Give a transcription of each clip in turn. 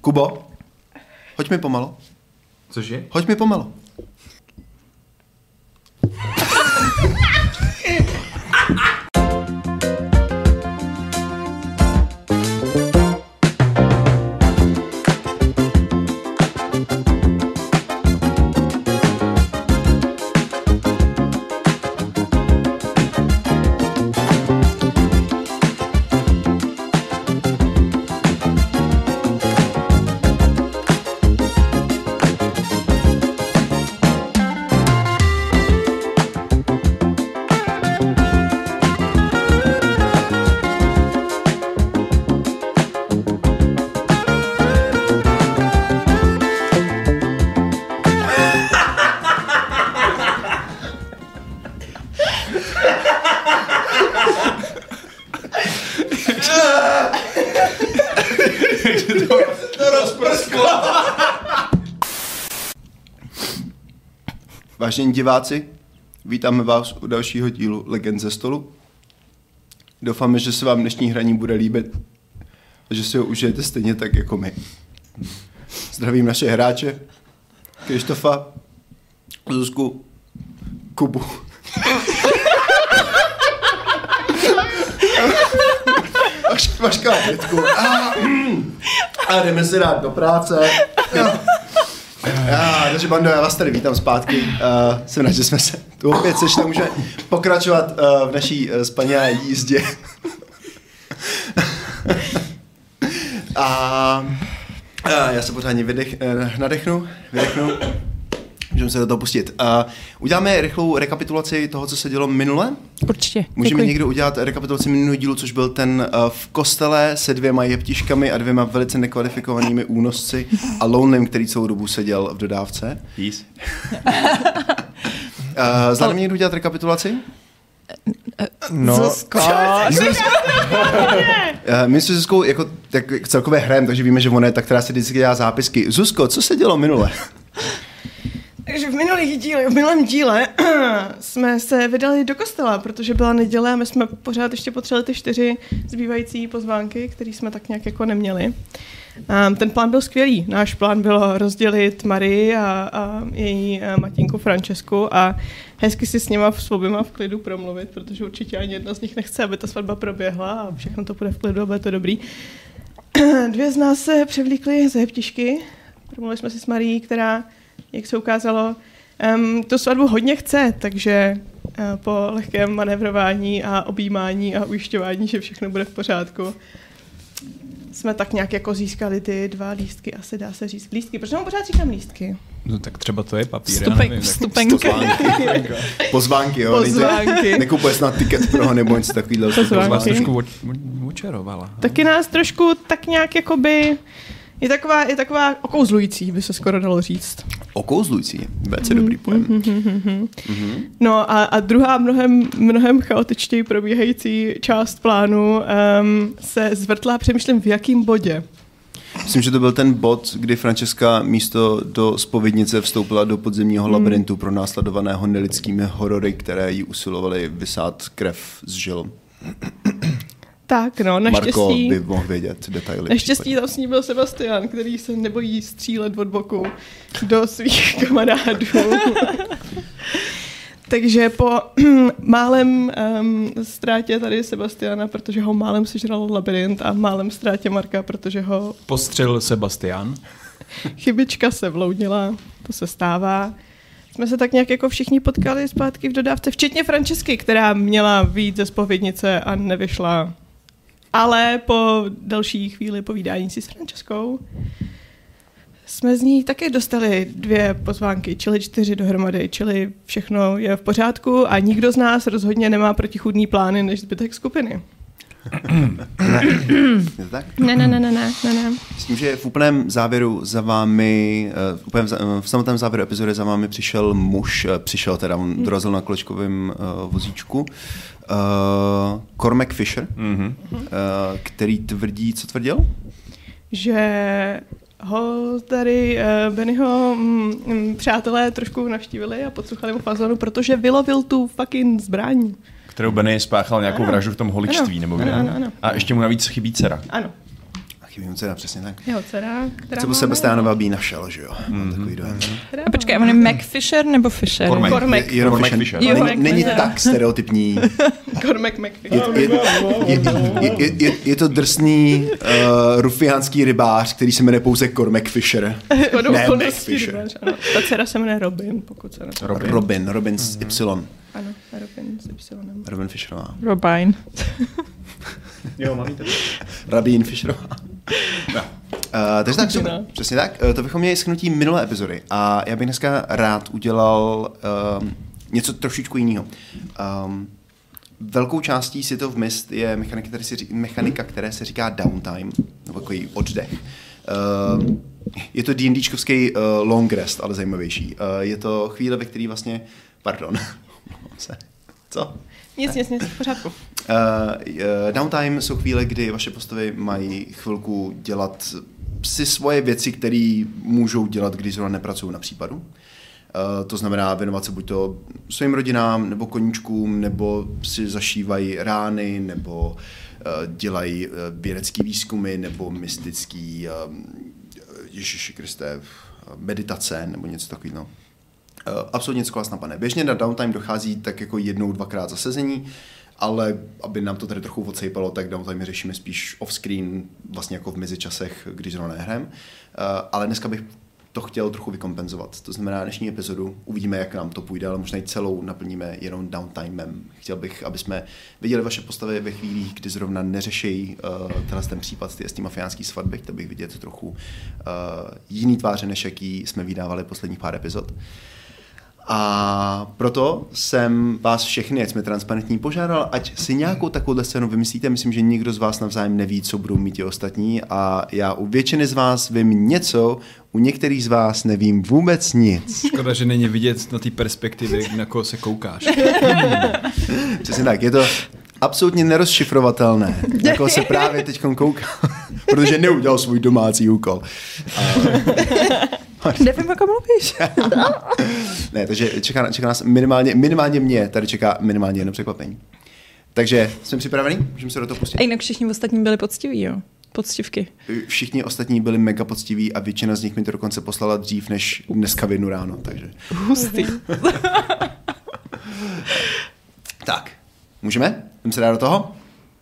Kubo, hoď mi pomalu. Cože? Hoď mi pomalu. Vážení diváci, vítáme vás u dalšího dílu Legend ze stolu. Doufáme, že se vám dnešní hraní bude líbit a že si ho užijete stejně tak jako my. Zdravím naše hráče, Krištofa, Zuzku, Kubu. Vaška, Pětku. A jdeme si dát do práce. Takže bando, já vás tady vítám zpátky. Jsem rád, že jsme se tu opět sešli. Můžeme pokračovat v naší spanilé jízdě. Já se pořádně nadechnu. Můžeme se do toho pustit. Uděláme rychlou rekapitulaci toho, co se dělo minule? Určitě. Můžeme někdo udělat rekapitulaci minulého dílu, což byl ten v kostele se 2 jeptiškami a 2 velice nekvalifikovanými únosci a Lonem, který celou dobu seděl v dodávce. Peace. Zvládne někdo udělat rekapitulaci? No. Zuzko. My s Zuzkou jako tak celkově hrajeme, takže víme, že ona je ta, která si vždycky dělá zápisky. Zuzko, co se dělo minule? Takže v minulém díle jsme se vydali do kostela, protože byla neděle a my jsme pořád ještě potřebovali ty 4 zbývající pozvánky, které jsme tak nějak jako neměli. Ten plán byl skvělý. Náš plán byl rozdělit Marii a její matinku Francesku a hezky si s nima v oběma v klidu promluvit, protože určitě ani jedna z nich nechce, aby ta svatba proběhla a všechno to bude v klidu a bude to dobrý. 2 z nás se převlíkly za jeptišky. Promluvili jsme si s Marií, která, jak se ukázalo, tu svatbu hodně chce, takže po lehkém manévrování a objímání a ujišťování, že všechno bude v pořádku, jsme tak nějak jako získali ty 2 lístky, asi dá se říct lístky. Proč mám pořád říkám lístky? No tak třeba to je papír, Vstupenky. Pozvánky, jo. Pozvánky. Nekupuje snad tiket pro nebo něco takovýhle. Pozvánky. Vás trošku očarovala. Taky nás trošku tak nějak jakoby je taková okouzlující, by se skoro dalo říct. Okouzlující, velice dobrý pojem. No a druhá mnohem chaotičtěji probíhající část plánu se zvrtla, přemýšlím v jakém bodě. Myslím, že to byl ten bod, kdy Francesca místo do zpovědnice vstoupila do podzemního labirintu pro následovaného nelidskými horory, které jí usilovaly vysát krev z žil. Tak, no, naštěstí. Marko by mohl vědět detaily. Naštěstí tam s ní byl Sebastian, který se nebojí střílet od boku do svých kamarádů. Takže po málem ztrátě tady Sebastiana, protože ho málem sežral labirint a málem ztrátě Marka, protože ho postřelil Sebastian. Chybička se vloudila, to se stává. Jsme se tak nějak jako všichni potkali zpátky v dodávce, včetně Francesky, která měla vyjít ze zpovědnice a nevyšla. Ale po další chvíli povídání si s Franceskou jsme z ní také dostali 2 pozvánky, čili 4 dohromady, čili všechno je v pořádku a nikdo z nás rozhodně nemá protichůdný plány než zbytek skupiny. Ne. Myslím, že v úplném závěru za vámi, v samotném závěru epizody za vámi přišel muž, on dorazil na kolečkovém vozíčku, Cormac Fisher, který tvrdí, co tvrdil? Že ho tady Bennyho přátelé trošku navštívili a podslouchali mu fazonu, protože vylovil tu fucking zbraň. Kterou Benny spáchal nějakou vraždu v tom holičství, nebo kde? Ano. A ještě mu navíc chybí dcera. Ano. Chybí mu dcera, přesně tak. Jeho dcera, která Co po Sebastiánova by ji našel, že jo? Mám takový dojem. A počkej, on je McFisher nebo Fisher? Cormac. Jenom Cormac Fisher. Fisher. Není tak stereotypní. Cormac McFisher. Je to drsný rufiánský rybář, který se jmenuje pouze Cormac Fisher. Ne, Mac Fisher. Ta dcera se jmenuje Robin, pokud se na Robin s Y. Ano, Robin s Y. Robin Fisherová. Robin. Jo, mám jí tady. Rabín Fisherová. No. Takže tak, super. Přesně tak. To bychom měli schnutí minulé epizody. A já bych dneska rád udělal něco trošičku jiného. Velkou částí City of Mist je mechanika, která se říká downtime, nebo takový oddech. Je to D&Dčkovský long rest, ale zajímavější. Je to chvíle, ve které vlastně... Pardon. Co? Nic, v pořádku. Downtime jsou chvíle, kdy vaše postavy mají chvilku dělat si svoje věci, které můžou dělat, když zrovna nepracují na případu. To znamená věnovat se buď to svým rodinám, nebo koníčkům, nebo si zašívají rány, nebo dělají vědecký výzkumy, nebo mystický Ježiši Kriste, meditace, nebo něco takového. Absolutně něco vás napadne. Běžně na downtime dochází tak jako 1-2krát za sezení, ale aby nám to tady trochu odsejpalo, tak downtime řešíme spíš off-screen, vlastně jako v mezičasech, když zrovna nehrajem. Ale dneska bych to chtěl trochu vykompenzovat. To znamená, dnešní epizodu uvidíme, jak nám to půjde, ale možná i celou naplníme jenom downtimem. Chtěl bych, aby jsme viděli vaše postavy ve chvílích, kdy zrovna neřešejí ten případ z té mafiánské svatby. Chtěl bych vidět trochu jiný tváře, než jaký jsme vydávali posledních pár epizod. A proto jsem vás všechny, ať jsme transparentní, požádal, ať si nějakou takovou scénu vymyslíte. Myslím, že nikdo z vás navzájem neví, co budou mít ti ostatní, a já u většiny z vás vím něco, u některých z vás nevím vůbec nic. Škoda, že není vidět na té perspektivě, na koho se koukáš. Přesně tak, je to absolutně nerozšifrovatelné, na koho se právě teď kouká, protože neudělal svůj domácí úkol. Nevím, o kom mluvíš. Ne, takže čeká nás minimálně mě, tady čeká minimálně jedno překvapení. Takže jsme připraveni? Můžeme se do toho pustit? A jinak všichni ostatní byli poctiví, jo? Poctivky. Všichni ostatní byli mega poctiví a většina z nich mi to dokonce poslala dřív než dneska v 1 ráno, takže... Hustý. Tak, můžeme? Jdeme se dát do toho?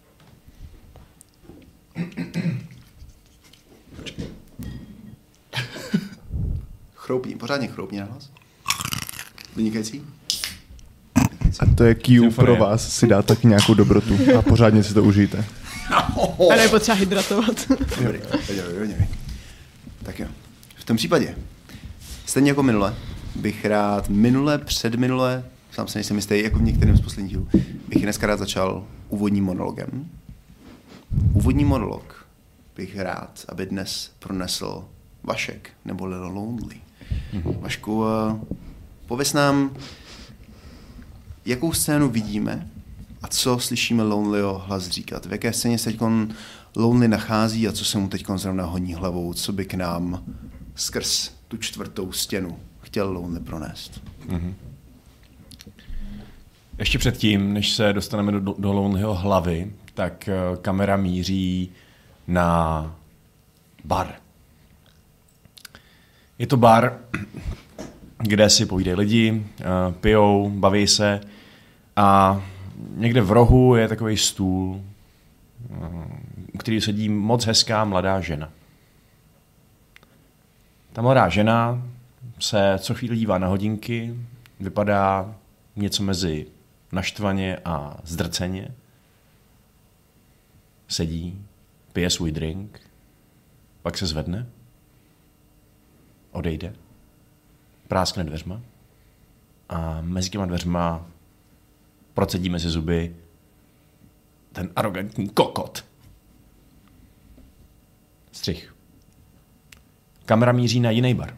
Chroupni, pořádně chroupni na hlas. Vynikající. A to je cue pro vás si dát taky nějakou dobrotu a pořádně si to užijte. A nebo třeba hydratovat. Dobrý. Tak jo. V tom případě, stejně jako minule, bych rád předminule, sám se nejsem jistý, jako v některém z posledních dílů, bych dneska rád začal úvodním monologem. Úvodní monolog bych rád, aby dnes pronesl Vašek, nebo Little Lonely. Vašku, pověz nám, jakou scénu vidíme a co slyšíme Lonelyho hlas říkat. V jaké scéně se teď Lonely nachází a co se mu teď zrovna honí hlavou, co by k nám skrz tu 4. stěnu chtěl Lonely pronést. Mm-hmm. Ještě předtím, než se dostaneme do Lonelyho hlavy, tak kamera míří na bar. Je to bar, kde si povídají lidi, pijou, baví se a někde v rohu je takový stůl, u který sedí moc hezká mladá žena. Ta mladá žena se co chvíli dívá na hodinky, vypadá něco mezi naštvaně a zdrceně. Sedí, pije svůj drink, pak se zvedne, odejde, práskne dveřma a mezi těma dveřma procedí mezi zuby ten arrogantní kokot. Střih. Kamera míří na jiný bar.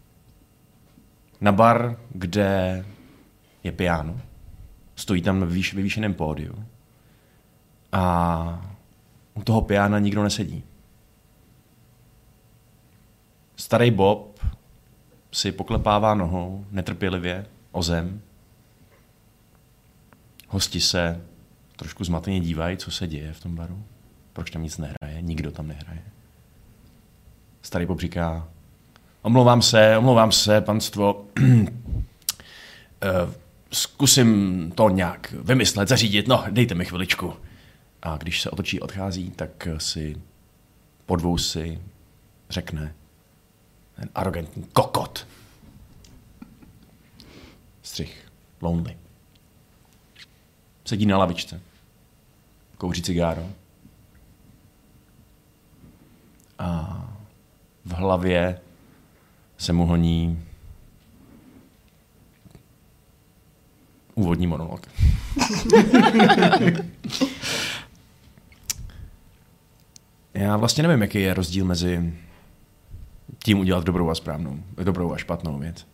Na bar, kde je piano, stojí tam na vyvýšeném pódiu a u toho piana nikdo nesedí. Starý Bob si poklepává nohou netrpělivě o zem. Hosti se trošku zmateně dívají, co se děje v tom baru. Proč tam nic nehraje, nikdo tam nehraje. Starý pop říká, omlouvám se, panstvo. Zkusím to nějak vymyslet, zařídit, no, dejte mi chviličku. A když se otočí, odchází, tak si po dvou si řekne ten arrogantní kokot. Střih. Lonely. Sedí na lavičce. Kouří cigáro. A v hlavě se mu honí úvodní monolog. Já vlastně nevím, jaký je rozdíl mezi tím udělat dobrou a špatnou věc.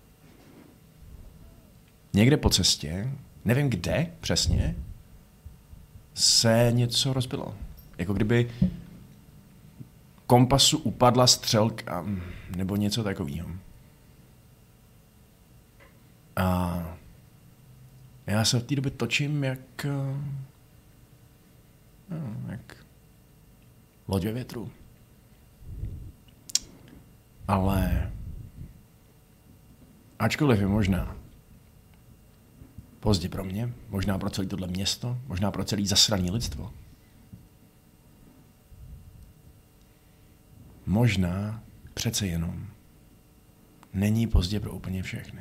Někde po cestě, nevím kde přesně, se něco rozbilo. Jako kdyby kompasu upadla střelka nebo něco takového. A já se od té doby točím jak loď ve větru. Ale ačkoliv je možná pozdě pro mě, možná pro celé tohle město, možná pro celé zasrané lidstvo. Možná přece jenom není pozdě pro úplně všechny.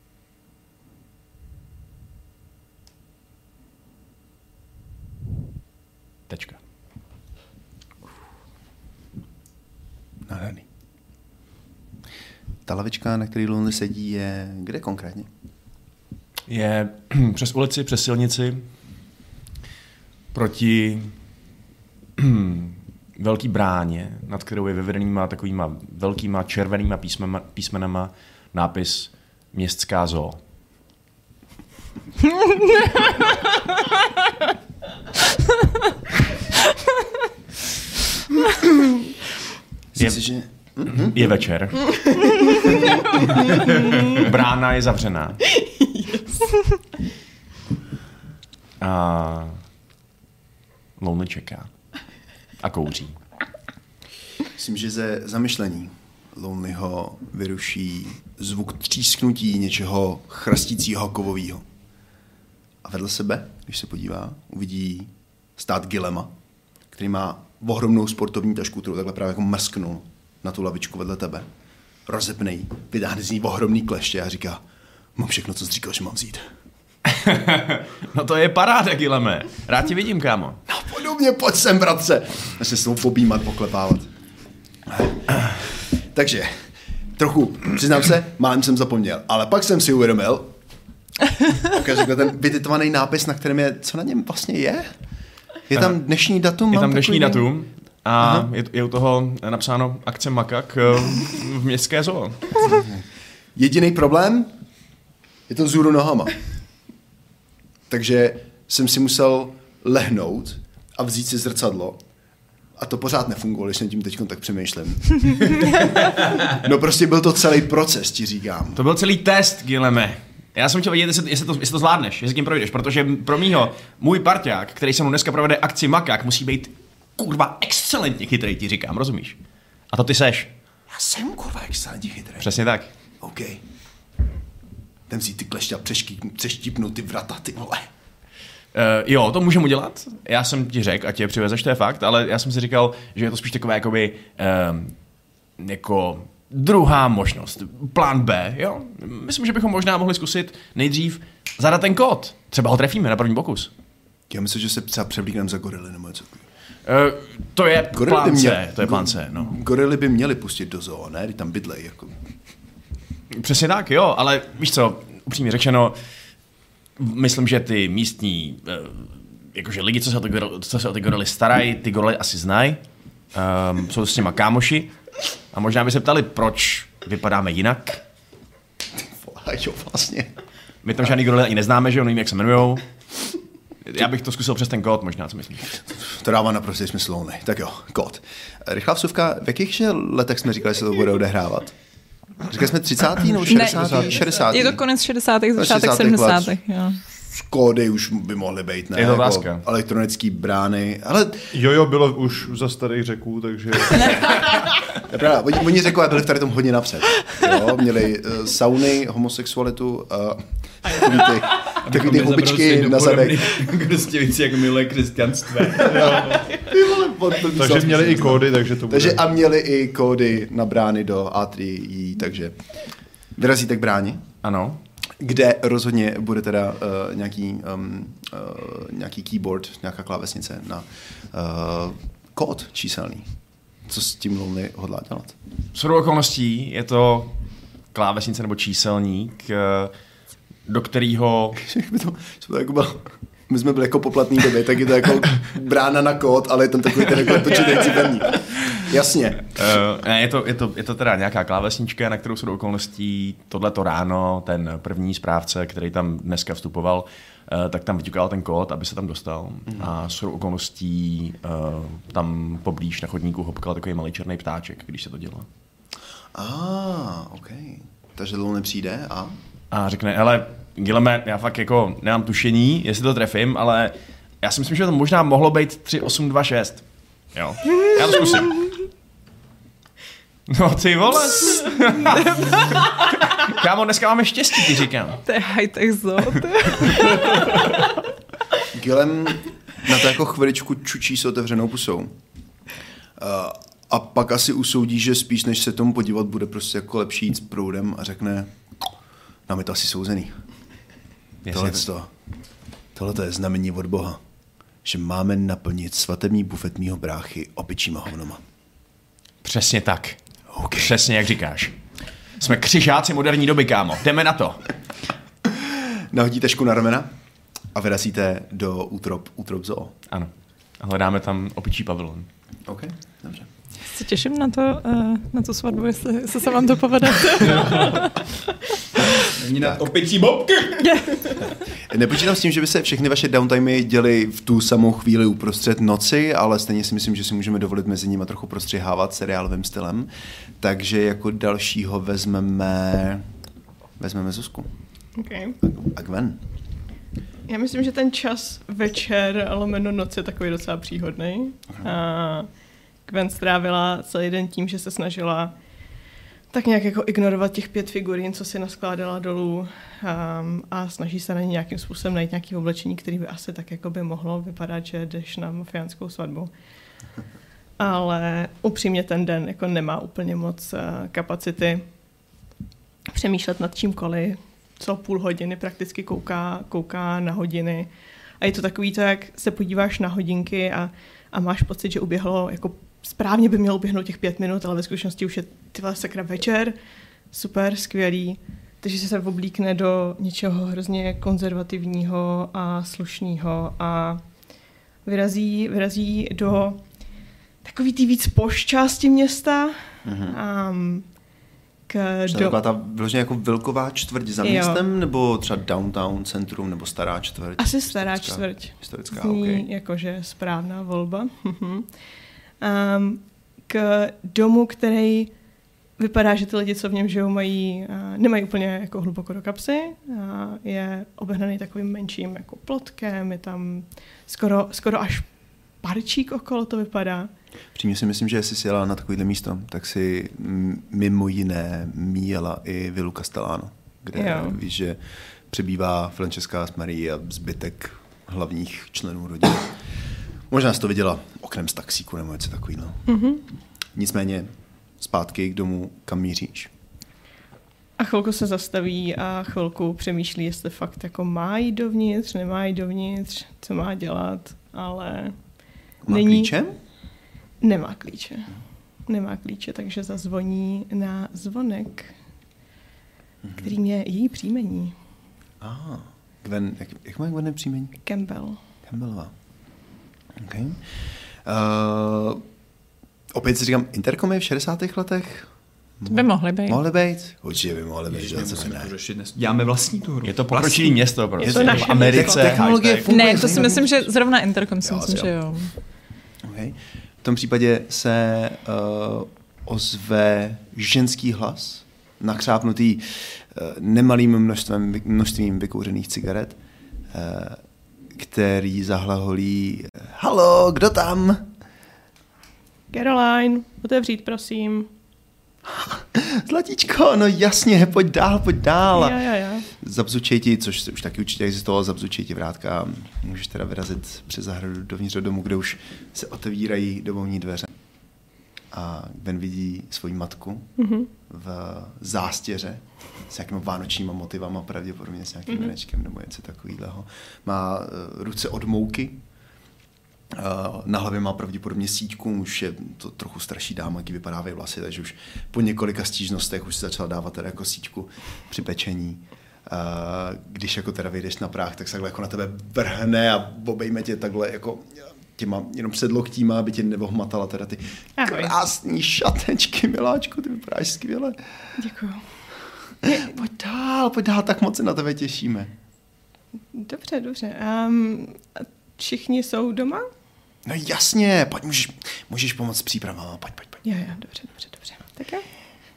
Tečka. Nádherný. Ta lavička, na které Lonely sedí, je kde konkrétně? Je přes ulici, přes silnici, proti velký bráně, nad kterou je vyvedenýma takovýma velkýma červenýma písmenama nápis Městská zoo. Je večer. Brána je zavřená. A Lonely čeká. A kouří. Myslím, že ze zamyšlení Lonelyho vyruší zvuk třísknutí něčeho chrastícího kovového. A vedle sebe, když se podívá, uvidí stát Gilema, který má ohromnou sportovní tašku, kterou takhle právě jako mrsknul na tu lavičku vedle tebe. Rozepnej, vytáhne z ní ohromný kleště a říká, mám všechno, co jsi říkal, že mám vzít. No to je paráda, Gileme. Rád tě vidím, kámo. No podobně, pojď sem, bratře. A se s tou objímat, poklepávat. Takže, trochu, přiznám se, málem jsem zapomněl, ale pak jsem si uvědomil, řekl ten vytitovaný nápis, na kterém je, co na něm vlastně je? Je tam dnešní datum? Je tam dnešní datum a je u toho napsáno akce Makak v Městské zoo. Jediný problém je to vzhůru nohama. Takže jsem si musel lehnout a vzít si zrcadlo. A to pořád nefungovalo, když jsem tím teď tak přemýšlím. No prostě byl to celý proces, ti říkám. To byl celý test, Gileme. Já jsem chtěl vědět, jestli to zvládneš, jestli tím projdeš, protože pro můj parťák, který se mnou dneska provede akci Makák, musí být kurva excelentně chytrý, ti říkám, rozumíš? A to ty seš. Já jsem kurva excelentně chytrý. Přesně tak. OK. Jdem si ty kleště a přeštípnu ty vrata, ty vole. Jo, to můžeme udělat. Já jsem ti řekl, ať je přivezeš, to je fakt, ale já jsem si říkal, že je to spíš takové jakoby jako druhá možnost. Plán B, jo. Myslím, že bychom možná mohli zkusit nejdřív zadat ten kód. Třeba ho trefíme na první pokus. Já myslím, že se třeba převlíkneme za gorily nebo něco. To je plán C, to je plán C, no. Gorily by měly pustit do zoo, ne? Když tam bydlej, jako. Přesně tak, jo, ale víš co, upřímně řečeno, myslím, že ty místní, jakože lidi, co se o ty gorily starají, ty gorily asi znají, jsou s těma kámoši a možná by se ptali, proč vypadáme jinak. Jo, vlastně. My tam žádný gorily ani neznáme, že jo, nevím, jak se jmenujou. Já bych to zkusil přes ten kód možná, co myslíš? To dává naprosto smysl. Tak jo, kód. Rychlá vsuvka, v jakých letech jsme říkali, že se to bude odehrávat? Říkali jsme 30. nebo 60. 60. Je to konec 60. začátek 70. Jo. Kódy už by mohly být, ne? Je to láska. Jako elektronický brány, ale... Jojo bylo už za starých Řeků, takže... Oni řekli, a byli v tady tom hodně napřed. Jo? Měli sauny, homosexualitu a takový ty hubičky na zadek. Prostě víc, jak milé křesťanství. Takže měli i kódy, takže to bude. A měli i kódy na brány do A3, takže vyrazíte k bráně. Ano. Kde rozhodně bude teda nějaký keyboard, nějaká klávesnice na kód číselný. Co s tím Lonely hodlá dělat? Shodou okolností je to klávesnice nebo číselník, do kterého... My jsme byli jako poplatný doby, tak je to jako brána na kód, ale je tam takový ten jako točitý ciferník. Jasně. Je to teda nějaká klávesnička, na kterou shodou okolností tohleto ráno ten první správce, který tam dneska vstupoval, tak tam vyťukal ten kód, aby se tam dostal. A shodou okolností tam poblíž na chodníku hopkal takový malý černý ptáček, když se to dělá. OK. Takže Lonely přijde a řekne, hele, Gileme, já fakt jako nemám tušení, jestli to trefím, ale já si myslím, že to možná mohlo být 3, 8, 2, 6. Jo, já to zkusím. No ty vole. Kámo, dneska máme štěstí, ti říkám. To je high-tech zoo. Gilem na to jako chviličku čučí s otevřenou pusou. A pak asi usoudí, že spíš než se tomu podívat, bude prostě jako lepší jít s proudem a řekne, nám je to asi souzený. Tohle je znamení od Boha, že máme naplnit svatební bufet mýho bráchy opičíma hovnoma. Přesně tak. Okay. Přesně jak říkáš. Jsme křižáci moderní doby, kámo. Jdeme na to. Nahodíte šku na ramena a vyrazíte do útrop zoo. Ano. A hledáme tam opičí pavilon. OK, dobře. Se těším na tu svatbu, jestli se vám to povede. Na opičí bobky. Nepočítám s tím, že by se všechny vaše downtimey děly v tu samou chvíli uprostřed noci, ale stejně si myslím, že si můžeme dovolit mezi nimi trochu prostřihávat seriálovým stylem. Takže jako dalšího vezmeme Zuzku. Okay. A Gwen. Já myslím, že ten čas večer, lomeno noc je takový docela příhodný. Gwen strávila celý den tím, že se snažila tak nějak jako ignorovat těch 5 figurín, co si naskládala dolů a snaží se na ně nějakým způsobem najít nějaké oblečení, který by asi tak jako by mohlo vypadat, že jdeš na mafiánskou svatbu. Ale upřímně ten den jako nemá úplně moc kapacity přemýšlet nad čímkoliv, co půl hodiny prakticky kouká na hodiny. A je to takový to, jak se podíváš na hodinky a máš pocit, že uběhlo jako správně by mělo uběhnout těch 5 minut, ale ve skutečnosti už je tyhle sakra večer. Super, skvělý. Takže se oblíkne do něčeho hrozně konzervativního a slušného a vyrazí do takový ty víc poš části města. Taková ta vyloženě jako velková čtvrť za městem, nebo třeba downtown centrum, nebo stará čtvrť? Asi stará čtvrť. Historická, zní jakože správná volba. K domu, který vypadá, že ty lidi, co v něm žijou, nemají úplně jako hluboko do kapsy. Je obehnaný takovým menším jako plotkem, je tam skoro až parčík okolo to vypadá. Přímě si myslím, že jestli jsi jela na takovýhle místo, tak si mimo jiné míjela i Vilu Castellano, kde víš, že přebývá Francesca s Marí a zbytek hlavních členů rodiny. Možná jsi to viděla oknem z taxíku nebo něco takového. Nicméně zpátky k domu, kam míříš. A chvilku se zastaví a chvilku přemýšlí, jestli fakt jako má jít dovnitř, nemá jít dovnitř, co má dělat, ale má klíče? Nemá klíče, takže zazvoní na zvonek, kterým je její příjmení. Gwen, jak má Gwen příjmení? Campbellová. Okay. Opět si říkám, interkomy v 60. letech? By mohly být. Určitě by mohly být. Děláme vlastní turu. Je to pokročilý město prostě. Je to naše v Americe. Technologie funguje. Ne, to si myslím, že zrovna interkom si myslím, že jo. Okay. V tom případě se ozve ženský hlas, nakřápnutý nemalým množstvím vykouřených cigaret, který zahlaholí: Halo, kdo tam? Caroline, otevřít, prosím. Zlatíčko, no jasně, pojď dál. Já. Zabzučej ti, což už taky určitě existovalo, zabzučej ti vrátka a můžeš teda vyrazit přes zahradu dovnitř do domu, kde už se otevírají domovní dveře. A Ben vidí svoji matku v zástěře s nějakými vánočníma motivama, pravděpodobně s nějakým venečkem nebo něco takového. Má ruce od mouky, na hlavě má pravděpodobně síťku, už je to trochu starší dáma, jak jí vypadávají vlasy, takže už po několika stížnostech už se začala dávat teda jako síťku při pečení. Když jako teda vyjdeš na práh, tak se takhle jako na tebe vrhne a obejme tě takhle jako těma jenom před loktíma, aby tě nevohmatala teda ty krásný šatečky, miláčku, ty vypadáš skvěle. Děkuju. Pojď dál, tak moc se na tebe těšíme. Dobře. Všichni jsou doma? No jasně, pojď, můžeš pomoct s přípravama, pojď. Jo, dobře. Tak jo.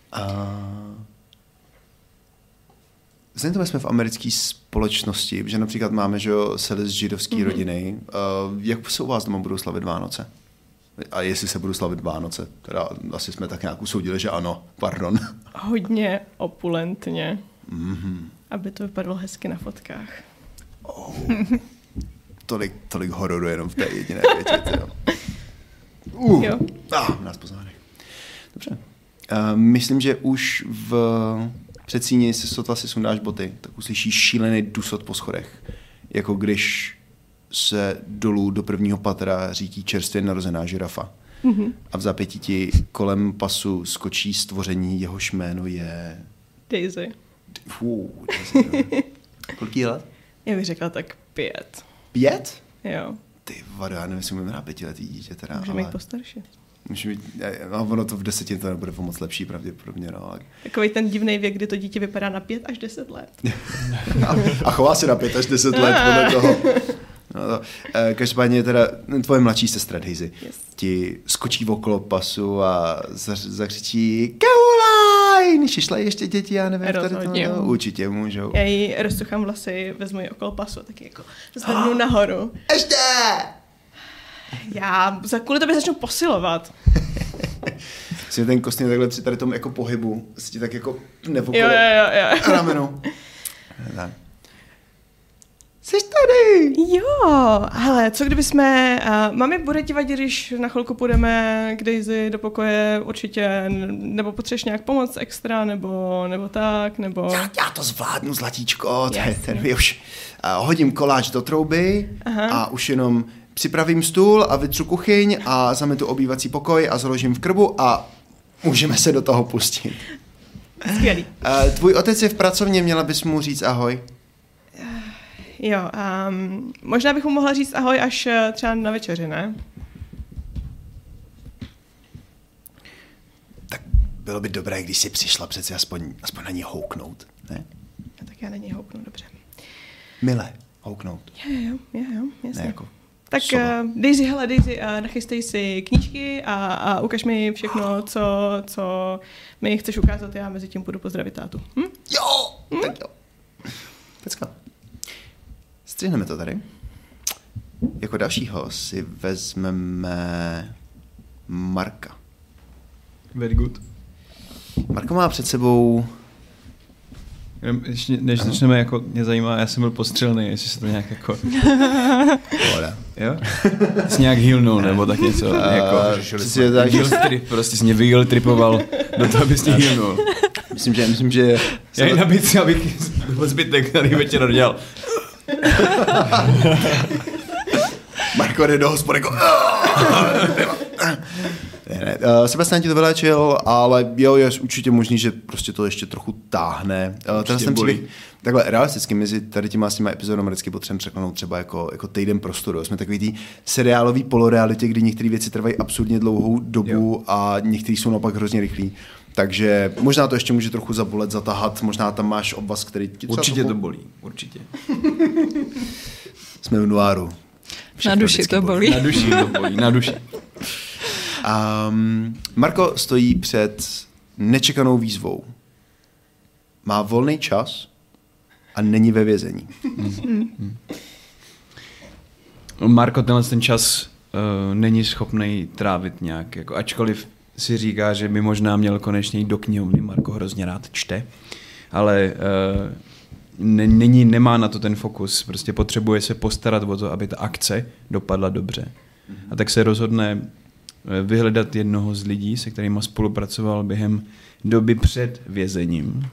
Vzhledem jsme v americké společnosti, že například máme, že sely z židovské rodiny. Jak se u vás doma budou slavit Vánoce? A jestli se budou slavit Vánoce? Teda asi jsme tak nějak usoudili, že ano, pardon. Hodně opulentně. Aby to vypadalo hezky na fotkách. Tolik hororu jenom v té jediné větě. Jo. Nás poznali. Dobře. Myslím, že už v předsíni se sotva si sundáš boty, tak uslyšíš šílený dusot po schodech. Jako když se dolů do prvního patra řítí čerstvě narozená žirafa. A v zápětí ti kolem pasu skočí stvoření, jehož jméno je... Daisy. Daisy. Koliký let? Já bych řekla tak 5. 5? Jo. Ty vado, já nevím, jestli můžeme hrát 5letý dítě teda. Můžeme jít postarší. Ono to v 10 to nebude moc lepší pravděpodobně. No. Takový ten divný věk, kdy to dítě vypadá na 5 až 10 let. a chová se na 5 až 10 let podle toho. No, každopádně teda tvoje mladší sestra Daisy ti skočí okolo pasu a zakřičí Caroline! Šišlají ještě děti, já nevím. Tady to, určitě můžou. Já jí rozsuchám vlasy, vezmu ji okolo pasu a taky jako zvednu nahoru. Ještě! Já kvůli tobě začnu posilovat. Si ten kostým takhle při tady tom jako pohybu si ti tak jako nevokolo jo. ramenu. Tak. Jsi tady! Jo, ale co kdyby jsme... Mami, bude ti vadit, když na chvilku půjdeme k Daisy do pokoje určitě, nebo potřebuješ nějak pomoc extra, nebo tak, nebo... Já to zvládnu, zlatíčko, ten už hodím koláč do trouby a už jenom připravím stůl a vytřu kuchyň a zametu obývací pokoj a založím v krbu a můžeme se do toho pustit. Skvělý. Tvůj otec je v pracovně, měla bys mu říct ahoj. Jo, možná bych mu mohla říct ahoj až třeba na večeři, ne? Tak bylo by dobré, když jsi přišla přeci aspoň na ní houknout, ne? No, tak já na ní houknu, dobře. Milé, houknout. Jo, jasně. Ne jako tak Daisy, nachystej si knížky a ukaž mi všechno, co mi chceš ukázat, já mezi tím půjdu pozdravit tátu. Jo, tak jo. Pecka. Střihneme to tady. Jako dalšího si vezmeme Marka. Very good. Marko má před sebou... Ještě, než začneme, jako mě zajímá, já jsem byl postřelný, jestli se to nějak jako... Voda. Jo? Jsi nějak healnul, nebo tak něco. Jako, prostě jsi mě vyhealtripoval do toho, abys mě healnul. Myslím, že... Já ji nabídci, abych zbytek tady večer dodělal. Marko jde do hospody, jako... Ne. Sebastian ti to vyléčil, ale jo, je určitě možný, že prostě to ještě trochu táhne. Ten příběh, takhle realisticky mezi tady těma s těma epizodama vždycky potřebujeme překlenout třeba jako týden prostoru. Jsme takový tý seriálový polorealitě, kdy některé věci trvají absurdně dlouhou dobu a některé jsou naopak hrozně rychlý. Takže možná to ještě může trochu zabolet, zatahat, možná tam máš obvaz, který ti určitě to bolí, určitě. Jsme v noáru. Na duši to bolí. Na duši. Marko stojí před nečekanou výzvou. Má volný čas a není ve vězení. Marko tenhle ten čas není schopný trávit nějak, jako, ačkoliv si říká, že by možná měl konečně jít do knihovny, Marko hrozně rád čte, ale nemá na to ten fokus, prostě potřebuje se postarat o to, aby ta akce dopadla dobře. A tak se rozhodne vyhledat jednoho z lidí, se kterýma spolupracoval během doby před vězením.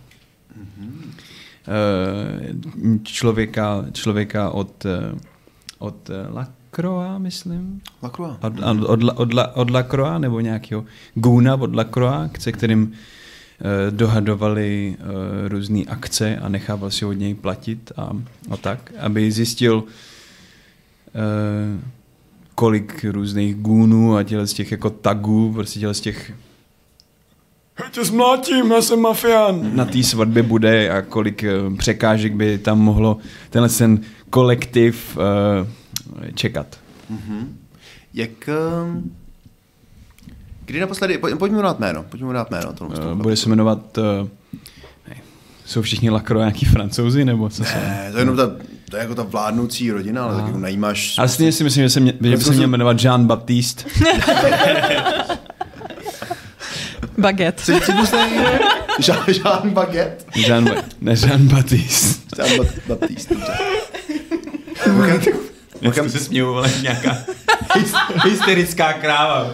Člověka od Lacroix, myslím. Lacroix. Od Lacroix, nebo nějakého Guna od Lacroix, se kterým dohadovali různé akce a nechával si od něj platit a tak, aby zjistil, kolik různých gůnů a těle z těch jako tagů, prostě těle z těch já tě zmlátím, já jsem mafián. Na té svatbě bude a kolik překážek by tam mohlo ten kolektiv čekat. Jak... Kdy naposledy... Pojďme dát jméno. Bude se jmenovat... jsou všichni Lacroix nějaký Francouzi, nebo co jsou? Ne, to je jenom to je jako ta vládnoucí rodina, ale tak jako najímáš... Ale stejně si myslím, že by se měl jmenovat Jean Baptiste. Baguette. Jean Baguette? Jean Baptiste. Jean Baptiste, dobře. Dneska se směju, ale nějaká hysterická kráva.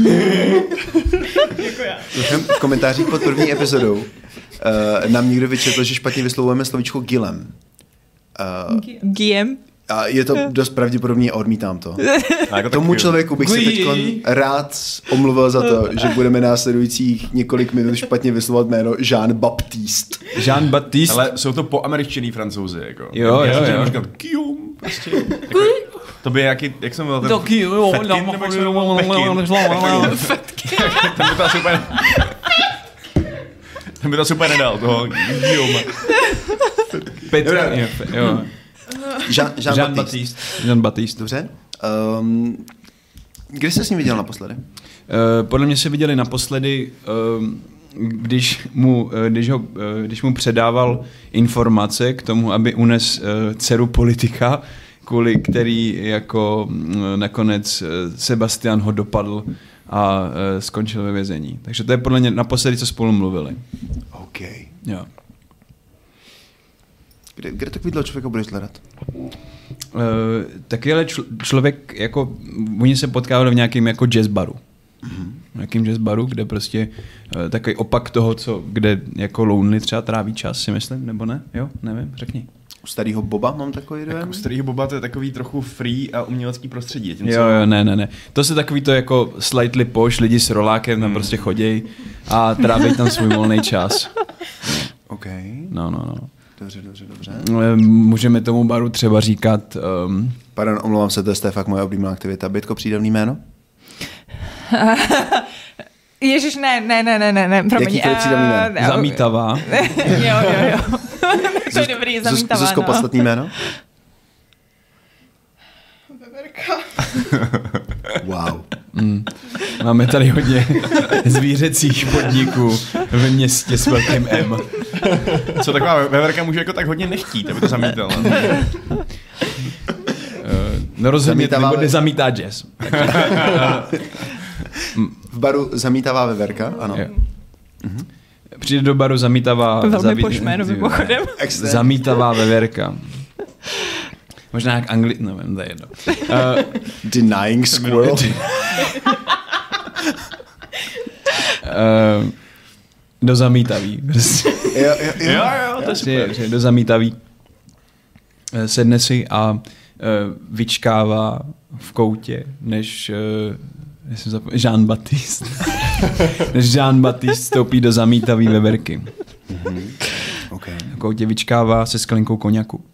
V komentářích pod první epizodou nám někdo vyčetl, že špatně vyslovujeme slovíčko Guillem. Guillem? A je to dost pravděpodobný a odmítám to. Tomu člověku bych se teď rád omluvil za to, že budeme následujících několik minut špatně vyslovovat jméno Jean Baptiste. Jean Baptiste. Ale jsou to poameričtěný Francouzi, jako. Jo. Guillaume, prostě. To by jaký, jak jsem byl ten... Fetky, nebo jak jsem byl Fetky. Ten by to super nedal, toho Guillaume. Petr, jo. Jean Baptiste. Dobře. Kdy jste s ním viděl naposledy? Podle mě se viděli naposledy, když mu předával informace k tomu, aby unes dceru politika, kvůli který jako nakonec Sebastian ho dopadl a skončil ve vězení. Takže to je podle mě naposledy, co spolu mluvili. OK. Jo. Kde takovýhle člověka budeš hledat? Takovýhle člověk, jako, oni se potkávali v nějakém jako jazzbaru. V nějakém jazzbaru, kde prostě takový opak toho, kde jako Lonely třeba tráví čas, si myslím, nebo ne? Jo, nevím, řekni. U starého Boba mám takový dojem? U starého Boba to je takový trochu free a umělecký prostředí. Jo, ne. To se takový to jako slightly posh, lidi s rolákem tam prostě chodějí a tráví tam svůj volný čas. OK. No. Dobře. Můžeme tomu baru třeba říkat... Pardon, omlouvám se, to je fakt moje oblíbená aktivita. Bytko, přídavný jméno? Ježiš, ne, promiň. Jaký to je přídavný jméno? Zamítavá. Jo. To je dobrý, zamítavá. Zuzko, podstatný jméno? Veverka. Wow. Máme tady hodně zvířecích podniků ve městě s velkým M. Co taková veverka může jako tak hodně nechtít, aby to zamítal? No rozhodně nezamítá jazz. V baru zamítavá veverka, ano. Přijde do baru zamítavá... Velmi pošméno mimochodem. Zamítavá veverka. Možná jak nevím, to je jedno. Denying squirrel. Do zamítavý. Jo, to je super. Do zamítavý. Sedne si a vyčkává v koutě, než Jean Baptiste. Než Jean Baptiste vstoupí do zamítavý veverky. Okay. V koutě vyčkává se sklenkou koněku.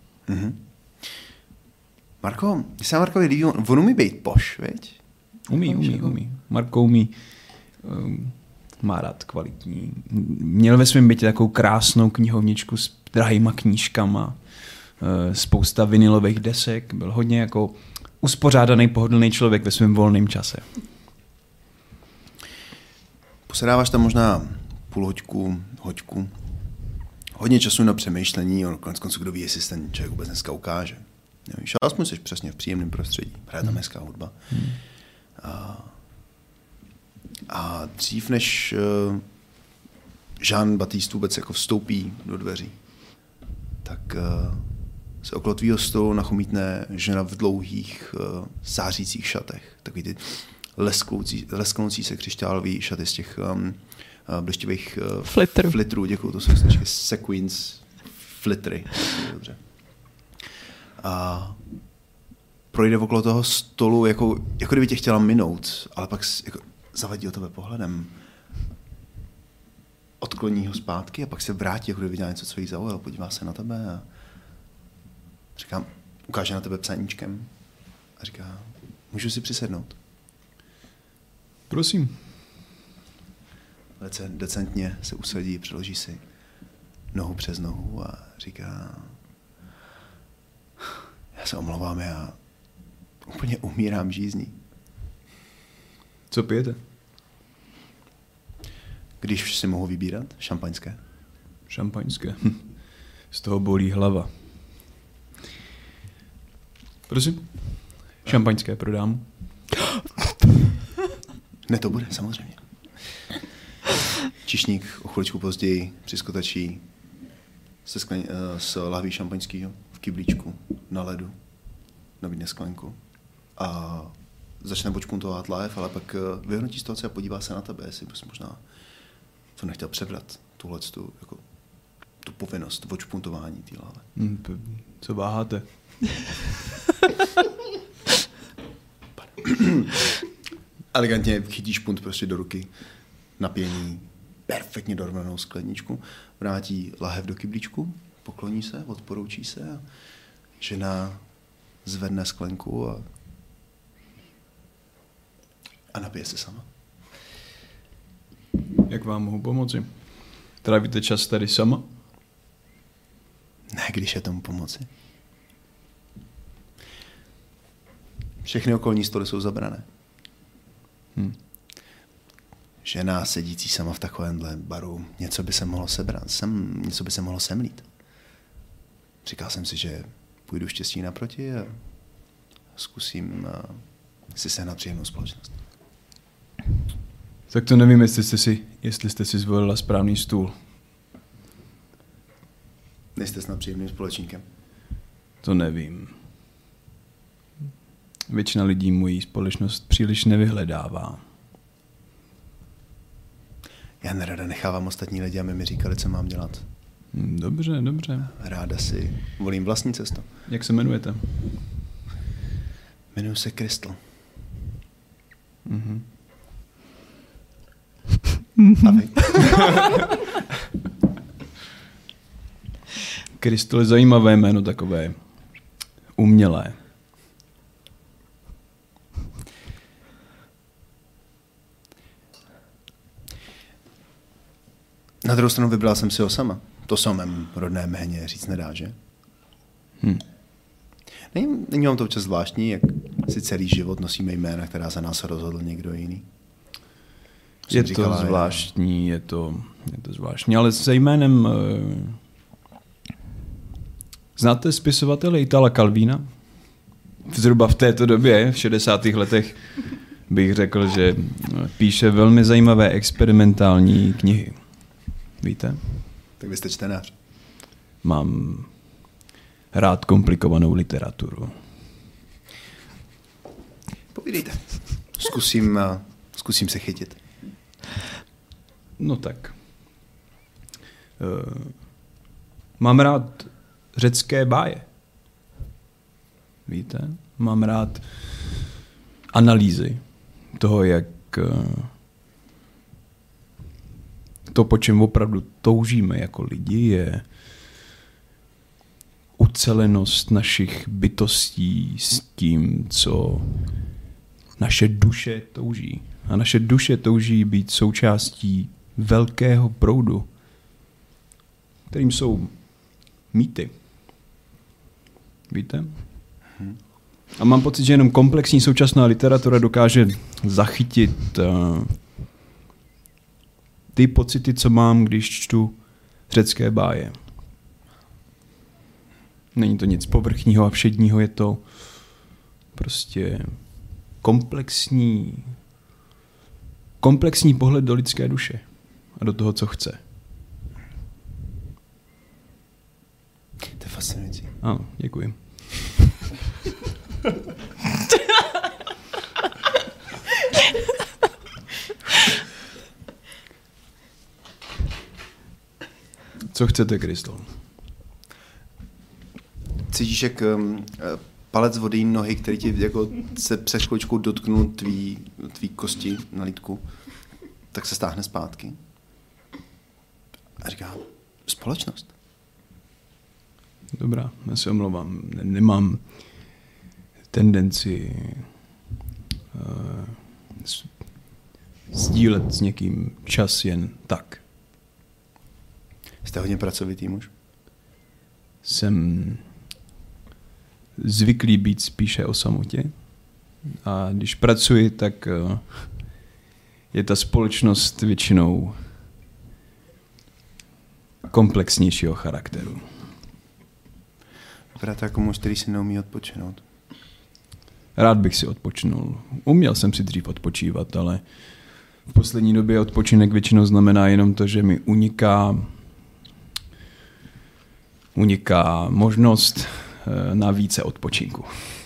Marko, když se Markovi líbí, on umí být poš, veď? Umí. Marko umí. Má rád kvalitní. Měl ve svém bytě takovou krásnou knihovničku s drahýma knížkama, spousta vinilových desek. Byl hodně jako uspořádaný, pohodlný člověk ve svém volném čase. Posedáváš tam možná půl hoďku. Hodně času na přemýšlení, konec konců kdo ví, jestli se ten člověk vůbec dneska ukáže. Nevíš, ale aspoň jsi přesně v příjemném prostředí. Hraje tam hezká hudba. A dřív, než Jean-Baptiste vůbec jako vstoupí do dveří, tak se okolo tvýho stolu nachomítne žena v dlouhých zářících šatech. Takový ty lesknoucí se křišťálový šaty z těch bleštivých flitrů. Děkuju, to jsou značky Sequins flitry. Dobře. A projde okolo toho stolu, jako kdyby tě chtěla minout, ale pak jako zavadí o tebe pohledem. Odkloní ho zpátky a pak se vrátí, jako kdyby viděla něco, co jí zaujalo. Podívá se na tebe a říká, ukáže na tebe psaníčkem a říká, můžu si přisednout? Prosím. Velice decentně se usadí, přiloží si nohu přes nohu a říká, já se omlouvám, já úplně umírám žízní. Co pijete? Když si mohu vybírat, šampaňské. Šampaňské. Z toho bolí hlava. Prosím? Šampaňské pro dámu. Ne, to bude, samozřejmě. Čišník o chviličku později přiskotačí s lahví šampaňského v kyblíčku na ledu, nabídne sklenku a začne počpuntovat láhev, ale pak vyhodnotí situaci a podívá se na tebe, jestli bys možná to nechtěl přebrat, tu povinnost počpuntování té láhve. Co váháte? Elegantně chytí špunt prostě do ruky, napění perfektně dorovnanou skleničku, vrátí lahev do kyblíčku, pokloní se, odporoučí se a žena zvedne sklenku a napije se sama. Jak vám mohu pomoci? Trávíte čas tady sama? Ne, když je tomu pomoci. Všechny okolní stoly jsou zabrané. Žena sedící sama v takovémhle baru, něco by se mohlo sebrat, něco by se mohlo semlít. Říkal jsem si, že půjdu štěstí naproti a zkusím si sehnat příjemnou společnost. Tak to nevím, jestli jste si zvolila správný stůl. Nejste snad příjemným společníkem? To nevím. Většina lidí mojí společnost příliš nevyhledává. Já nerada nechávám ostatní lidi, aby mi říkali, co mám dělat. Dobře. Ráda si volím vlastní cestu. Jak se jmenujete? Jmenuji se Crystal. Mhm. A vy? Crystal je zajímavé jméno, takové umělé. Na druhou stranu vybral jsem si ho sama. To se o mém rodném jméně říct nedá, že? Není vám to občas zvláštní, jak si celý život nosíme jména, která za nás rozhodl někdo jiný? Je to zvláštní, ale se jménem... Znáte spisovatele Itala Calvina? Zhruba v této době, v 60. letech, bych řekl, že píše velmi zajímavé experimentální knihy. Víte? Tak vy jste čtenář. Mám rád komplikovanou literaturu. Povídejte. Zkusím se chytit. No tak. Mám rád řecké báje. Víte? Mám rád analýzy toho, jak to, po čem opravdu toužíme jako lidi, je ucelenost našich bytostí s tím, co naše duše touží. A naše duše touží být součástí velkého proudu, kterým jsou mýty. Víte? A mám pocit, že jenom komplexní současná literatura dokáže zachytit ty pocity, co mám, když čtu řecké báje. Není to nic povrchního a všedního, je to prostě komplexní komplexní pohled do lidské duše a do toho, co chce. To je fascinující. Ano, děkuji. Co chcete, Kristol? Cítíš, jak palec vody nohy, který ti jako se před chvíličkou dotknul tvý kosti na lítku, tak se stáhne zpátky. A říká, společnost. Dobrá, já se omlouvám. Nemám tendenci sdílet s někým čas jen tak. Jste hodně pracovitý muž? Jsem zvyklý být spíše o samotě. A když pracuji, tak je ta společnost většinou komplexnějšího charakteru. Vypadá to jako muž, který si neumí odpočinout. Rád bych si odpočinul. Uměl jsem si dřív odpočívat, ale v poslední době odpočinek většinou znamená jenom to, že mi uniká možnost na více odpočinku.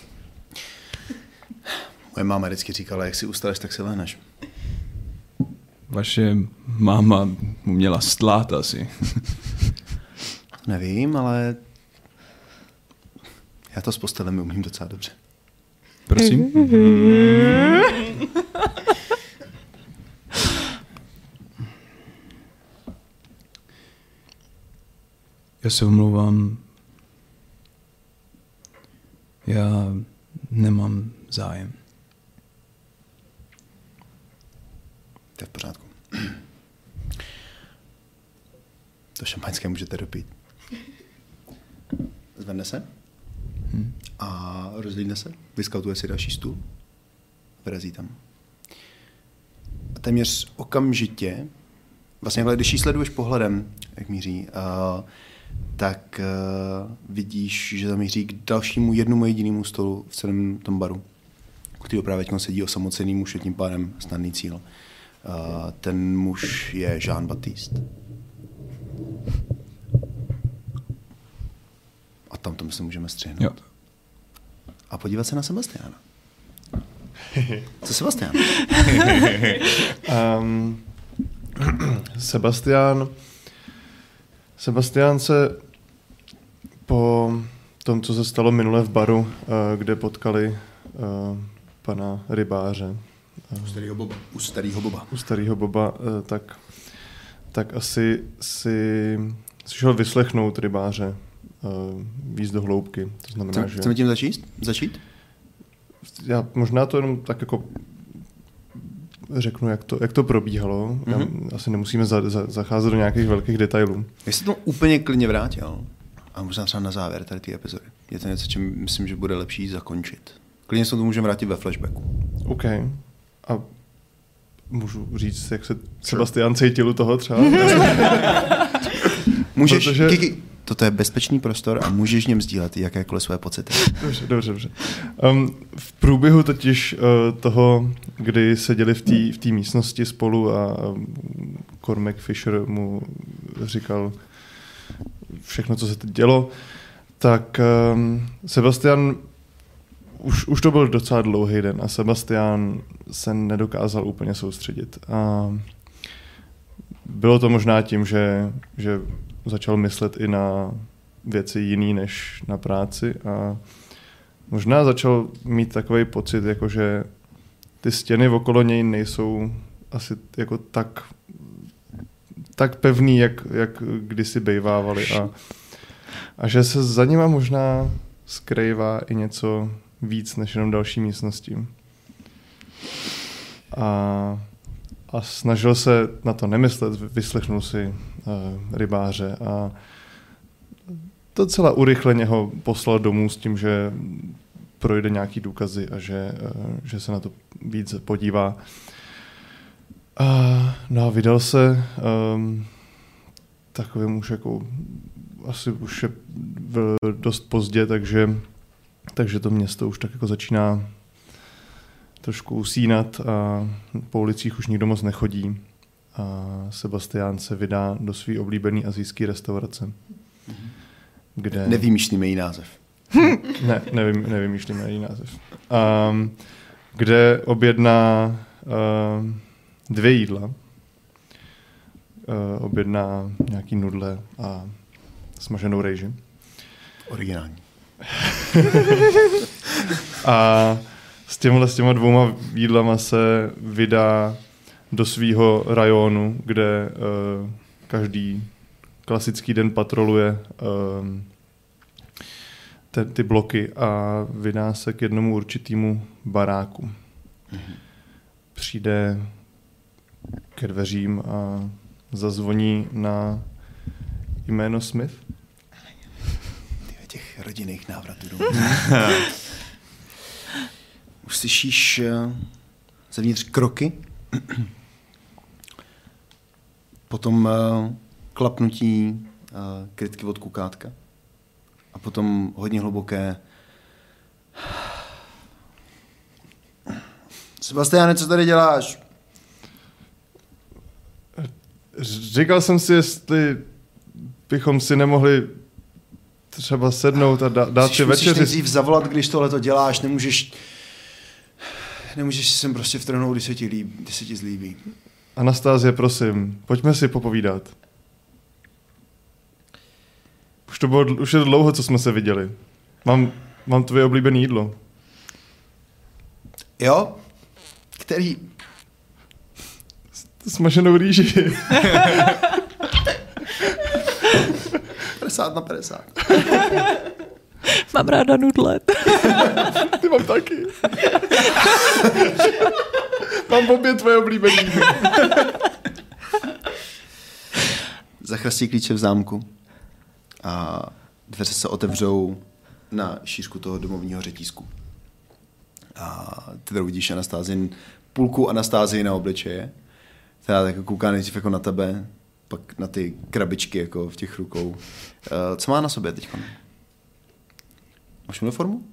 Moje máma vždycky říkala, jak si ustaneš, tak si lehneš. Vaše máma uměla stlát asi. Nevím, ale já to s postelemi umím docela dobře. Prosím? Já se omlouvám. Já nemám zájem. To je v pořádku. To šampaňské můžete dopít. Zvedne se a rozlídne se, vyskautuje si další stůl, vyrazí tam. A téměř okamžitě, vlastně když ji sleduješ pohledem, jak míří, tak vidíš, že zamíří k dalšímu jednomu jedinému stolu v celém tom baru, který právě sedí osamocený muž, je tím pádem snadný cíl. Ten muž je Jean-Baptiste. A tam to myslím můžeme střihnout. Jo. A podívat se na Sebastiana. Co Sebastian? Sebastian se po tom, co se stalo minule v baru, kde potkali pana rybáře. U starého Boba. Tak asi si šel vyslechnout rybáře víc do hloubky. To znamená, že... Chceme tím začít? Já možná to jenom tak jako řeknu, jak to probíhalo. Asi nemusíme zacházet do nějakých velkých detailů. Já jsem to úplně klidně vrátil. A možná třeba na závěr tady té epizody. Je to něco, čím myslím, že bude lepší zakončit. Klidně se to můžeme vrátit ve flashbacku. OK. A můžu říct, jak se Sebastian cítil u toho třeba? Můžeš, Kiki, toto je bezpečný prostor a můžeš v něm sdílet jakékoliv své pocity. Dobře. V průběhu totiž toho, kdy seděli v té místnosti spolu a Cormac Fisher mu říkal všechno, co se teď dělo, tak Sebastian už to byl docela dlouhý den a Sebastian se nedokázal úplně soustředit. A bylo to možná tím, že začal myslet i na věci jiný než na práci a možná začal mít takový pocit, jako že ty stěny okolo něj nejsou asi jako tak pevný, jak kdysi bejvávaly a že se za nima možná skrývá i něco víc než jenom další místnosti. A snažil se na to nemyslet, vyslechnul si rybáře a docela urychleně ho poslal domů s tím, že projde nějaký důkazy a že se na to víc podívá. No a vydal se takovým už jako asi už je dost pozdě, takže to město už tak jako začíná trošku usínat a po ulicích už nikdo moc nechodí. A Sebastián se vydá do svý oblíbený asijský restaurace. Kde... Nevymýšlíme její název. Ne, nevymýšlíme její název. Kde objedná 2 jídla. Objedná nějaký nudle a smaženou rejži. Originální. A s těma 2 jídlama se vydá do svýho rajonu, kde každý klasický den patroluje ty bloky a vydá se k jednomu určitému baráku. Přijde ke dveřím a zazvoní na jméno Smith. Těch rodinných návratů domů. Už slyšíš zevnitř kroky, potom klapnutí krytky od kukátka a potom hodně hluboké. Sebastiáne, co tady děláš? Říkal jsem si, jestli bychom si nemohli třeba sednout a dát si večeři. Musíš nejdřív zavolat, když tohleto děláš, nemůžeš si sem prostě vtrhnout, když se ti zlíbí. Anastázie, prosím, pojďme si popovídat. Už je to dlouho, co jsme se viděli. Mám tvoje oblíbené jídlo. Jo? Který? Smaženou rýži. 50/50. Mám ráda nudle. Ty mám taky. Mám obě tvoje oblíbené jídlo. Zachrastí klíče v zámku a dveře se otevřou na šířku toho domovního řetízku. A ty tady vidíš půlku Anastázii na obličeje, která tak kouká nejdřív jako na tebe, pak na ty krabičky jako v těch rukou. Co má na sobě teď? Máš uniformu?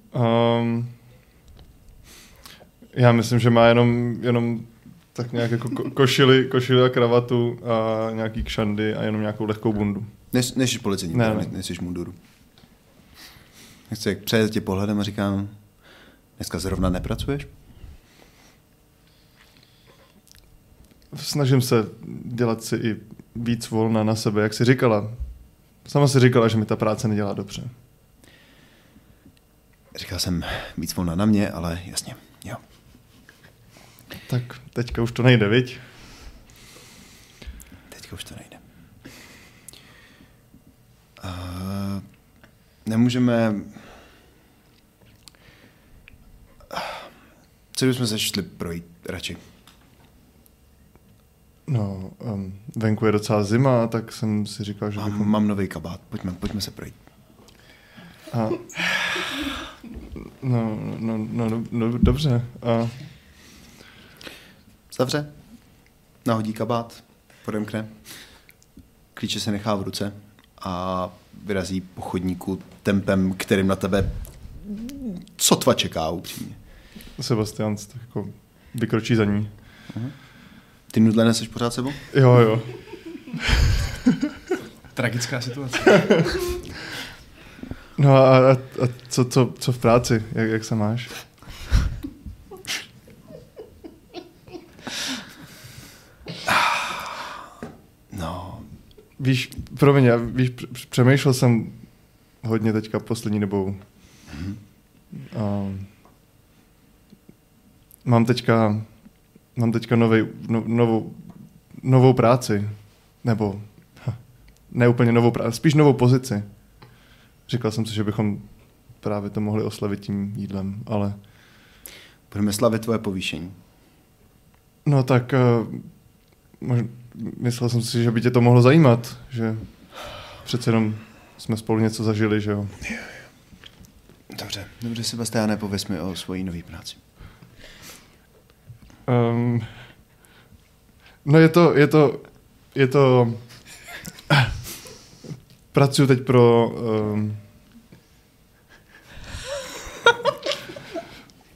Já myslím, že má jenom tak nějak jako košili a kravatu a nějaký kšandy a jenom nějakou lehkou bundu. Nejsi policejní, nejsi munduru. Nechci jak přejet tě pohledem a říkám, dneska zrovna nepracuješ? Snažím se dělat si i víc volna na sebe, jak jsi říkala. Sama si říkala, že mi ta práce nedělá dobře. Říkal jsem víc volna na mě, ale jasně, jo. Tak teďka už to nejde, viď? Teďka už to nejde. Nemůžeme... Co bychom se šli projít radši? No, venku je docela zima, tak jsem si říkal, že bychom... Mám nový kabát, pojďme se projít. A... No, dobře. A... Zavře, nahodí kabát, podemkne, klíče se nechá v ruce a vyrazí po chodníku tempem, kterým na tebe sotva čeká upřímně. Sebastián tak jako vykročí za ní. Uh-huh. Ty nudle neseš pořád sebou? Jo. Tragická situace. No a co v práci? Jak se máš? No. Víš, přemýšlel jsem hodně teďka poslední dobou. Mám teďka novou práci. Nebo ne úplně novou práci, spíš novou pozici. Říkal jsem si, že bychom právě to mohli oslavit tím jídlem, ale... Budeme slavit tvoje povýšení. No tak myslel jsem si, že by tě to mohlo zajímat, že přece jenom jsme spolu něco zažili, že jo. Dobře, Sebastiáne, pověz mi o svojí nový práci. No je to pracuji teď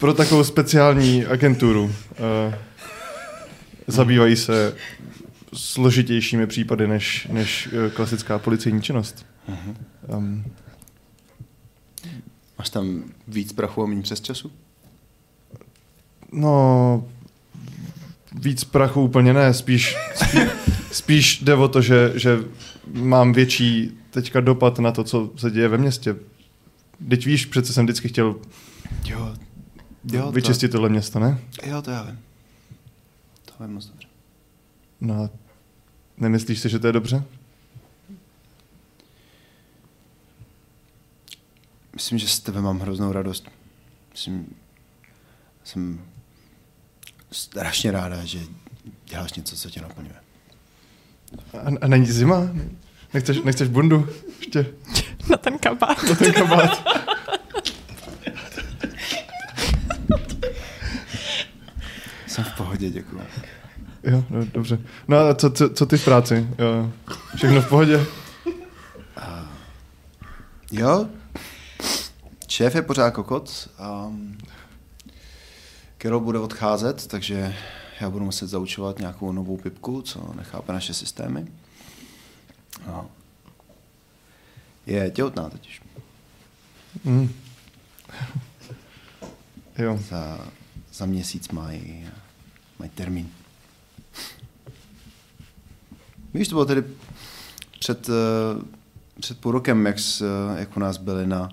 pro takovou speciální agenturu. Zabývají se složitějšími případy než klasická policejní činnost. Máš tam víc prachu a méně přes času? No, víc prachu úplně ne, spíš jde o to, že mám větší teďka dopad na to, co se děje ve městě. Teď víš, přece jsem vždycky chtěl vyčistit tohle město, ne? Jo, to já vím. To vím moc dobře. No a nemyslíš si, že to je dobře? Myslím, že z tebe mám hroznou radost. Jsem strašně ráda, že děláš něco, co tě naplňuje. A není zima? Nechceš bundu? Ještě? Na ten kabát. Jsem v pohodě, děkuju. Jo, no, dobře. No a co ty v práci? Jo, všechno v pohodě? Jo, šéf je pořád kokot a Carol bude odcházet, takže já budu muset zaučovat nějakou novou pipku, co nechápe naše systémy. No. Je těhotná totiž. Jo. Za měsíc mají termín. Víš, to bylo tedy před půl rokem, jak u nás byli na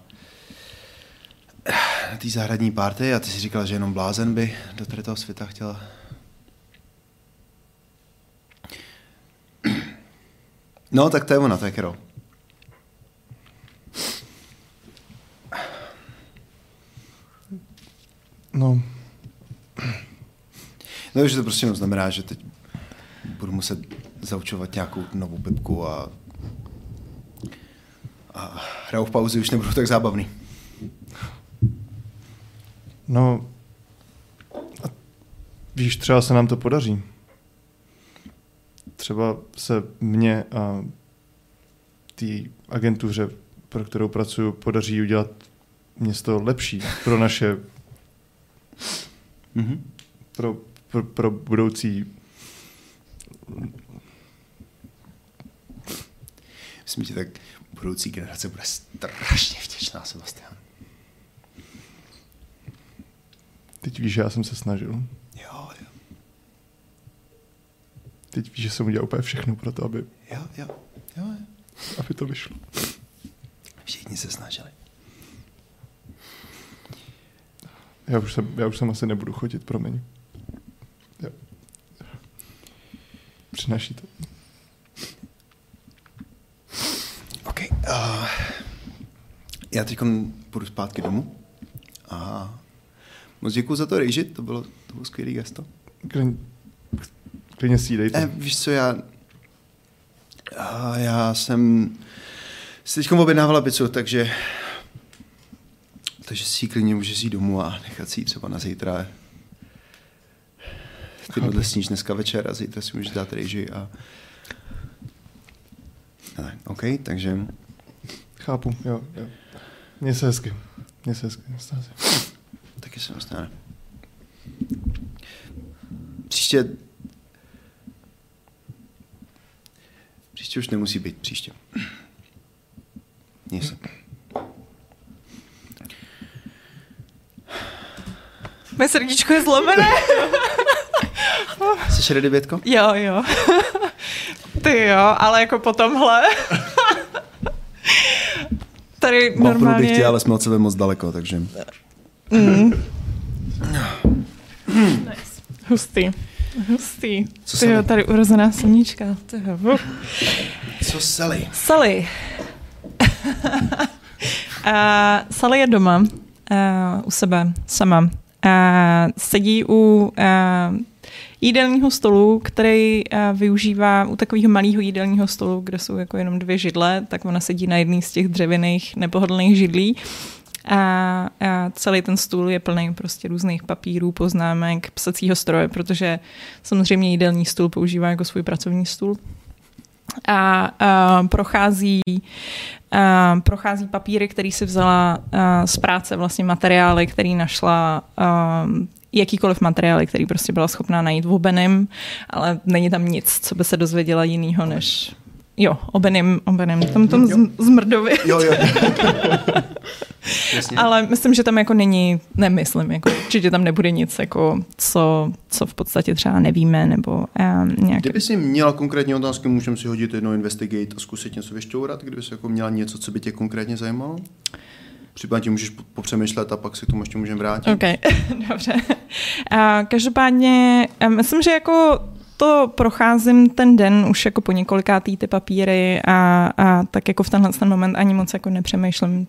té zahradní party a ty si říkala, že jenom blázen by do tady toho světa chtěla. No, tak to je ona, to je Carol. No, že to prostě jenom znamená, že teď budu muset zaučovat nějakou novou pipku a hraju v pauzi už nebudou tak zábavný. No, a víš, třeba se nám to podaří. Třeba se mně a té agentuře, pro kterou pracuji, podaří udělat město lepší pro naše pro budoucí. Myslím, že tak budoucí generace bude strašně vděčná, Sebastian. Teď víš, že já jsem se snažil. Jo. Teď víš, že jsem udělal úplně všechno pro to, aby to vyšlo. Všichni se snažili. Já už sem asi nebudu chodit, promiň. Přináší to. OK. Já teď půjdu zpátky domů. Moc děkuju za to rejži, to bylo skvělý gesto. Klidně si dejte. Víš co, já jsem si teď objednávala pizzu, takže si ji klidně můžeš jít domů a nechat si ji třeba na zítra. Ty sníš dneska večer a zítra si můžeš dát rejži a... OK, takže... Chápu, jo. Měj se hezky. Taky se dostane. Příště už nemusí být příště. Měj se. Moje srdíčko je zlomené. Jsi ready, Bětko? Jo. Ty jo, ale jako po tomhle. Tady normálně... bych tě, ale jsme od sebe moc daleko, takže... Hustý. Co tady urozená sluníčka. Co Sally? Sally je doma, u sebe, sama. Sedí u jídelního stolu, který využívá u takového malého jídelního stolu, kde jsou jako jenom 2 židle, tak ona sedí na jedné z těch dřevěných nepohodlných židlí. A celý ten stůl je plný prostě různých papírů, poznámek, psacího stroje, protože samozřejmě jídelní stůl používá jako svůj pracovní stůl. a prochází papíry, který si vzala z práce, vlastně materiály, který našla, jakýkoliv materiály, který prostě byla schopná najít v Obenem, ale není tam nic, co by se dozvěděla jinýho než... Jo, Obenem, tom zmrdovi. Jo. Ale myslím, že tam jako není, nemyslím, jako určitě tam nebude nic, jako co v podstatě třeba nevíme, nebo nějak... Kdyby si měla konkrétní otázky, můžeme si hodit jedno investigate a zkusit něco vyšťourat, kdyby si jako měla něco, co by tě konkrétně zajímalo? Případně můžeš popřemýšlet a pak si k tomu ještě můžeme vrátit. OK, dobře. Každopádně, myslím, že jako to procházím ten den už jako po několikátý ty papíry a tak jako v tenhle ten moment ani moc jako nepřemýšlím,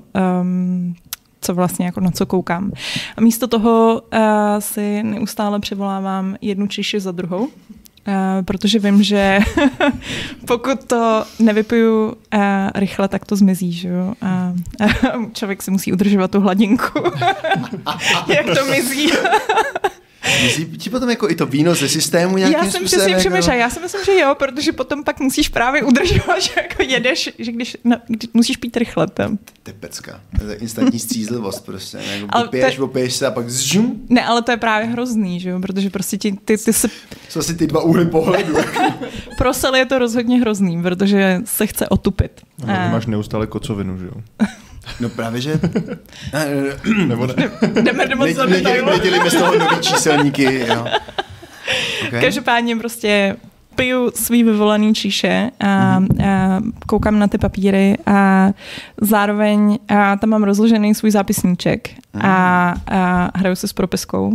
co vlastně jako na co koukám. A místo toho si neustále přivolávám jednu číši za druhou, protože vím, že pokud to nevypiju rychle, tak to zmizí, že jo? A člověk si musí udržovat tu hladinku, jak to mizí. Myslí ti potom jako i to víno ze systému nějakým způsobem? Já jsem přesně přemýšlela, já si myslím, že jo, protože potom pak musíš právě udržovat, že jako jedeš, že když musíš pít rychle tam. To je pecka, to je instantní střízlivost prostě, jako opiješ se a pak zžum. Ne, ale to je právě hrozný, že jo, protože prostě ty se... Jsou asi ty dva úhly pohledu. Pro sel je to rozhodně hrozný, protože se chce otupit. Máš neustále kocovinu, že jo? No právě, že... Nebo ne? Jdeme do moc Nedělíme z toho nový číselníky, jo. Okay. Každopádně prostě piju svý vyvolaný číše a koukám na ty papíry a zároveň tam mám rozložený svůj zápisníček a hraju se s propiskou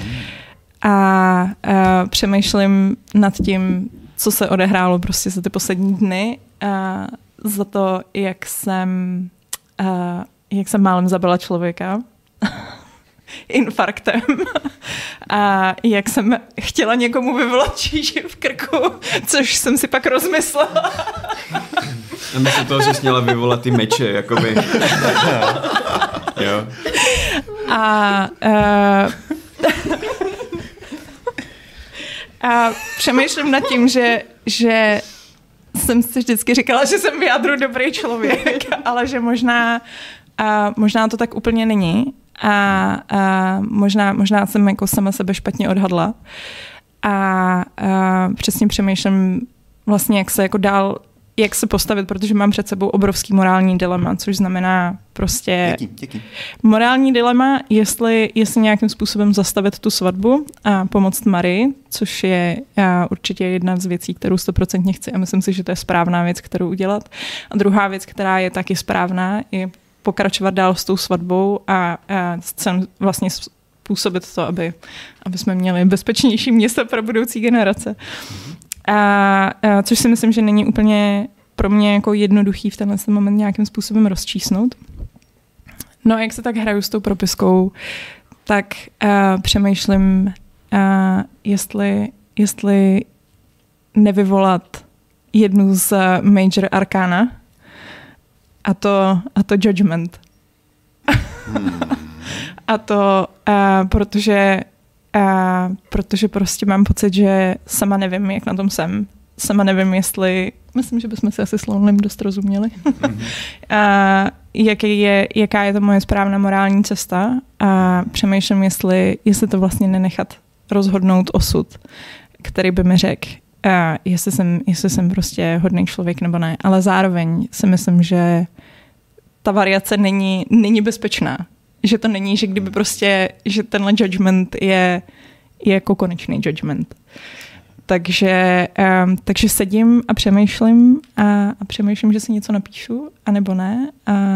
a přemýšlím nad tím, co se odehrálo prostě za ty poslední dny, za to, jak jsem málem zabila člověka infarktem a jak jsem chtěla někomu vyvolat číži v krku, což jsem si pak rozmyslela. A místo toho jsi měla vyvolat ty meče, jakoby. Jo. A přemýšlím nad tím, že jsem si vždycky říkala, že jsem v jádru dobrý člověk, ale že možná to tak úplně není. A možná jsem jako sama sebe špatně odhadla. A přesně přemýšlím vlastně, jak se jako dál, jak se postavit, protože mám před sebou obrovský morální dilema, což znamená prostě... Jaký? Morální dilema, jestli nějakým způsobem zastavit tu svatbu a pomoct Marii, což je určitě jedna z věcí, kterou 100% chci a myslím si, že to je správná věc, kterou udělat. A druhá věc, která je taky správná, je pokračovat dál s tou svatbou a vlastně způsobit to, aby jsme měli bezpečnější město pro budoucí generace. Což si myslím, že není úplně pro mě jako jednoduchý v tenhle moment nějakým způsobem rozčísnout. No a jak se tak hraju s tou propiskou, tak přemýšlím, jestli nevyvolat jednu z Major Arcana a to Judgment. A to protože prostě mám pocit, že sama nevím, jak na tom jsem. Sama nevím, myslím, že bychom si asi s Lonelym dost rozuměli. Jaká je to moje správná morální cesta a přemýšlím, jestli to vlastně nenechat rozhodnout osud, který by mi řekl, jestli jsem prostě hodný člověk nebo ne. Ale zároveň si myslím, že ta variace není bezpečná. Že to není, že kdyby prostě, že tenhle judgment je jako konečný judgment. Takže sedím a přemýšlím a přemýšlím, že si něco napíšu, anebo ne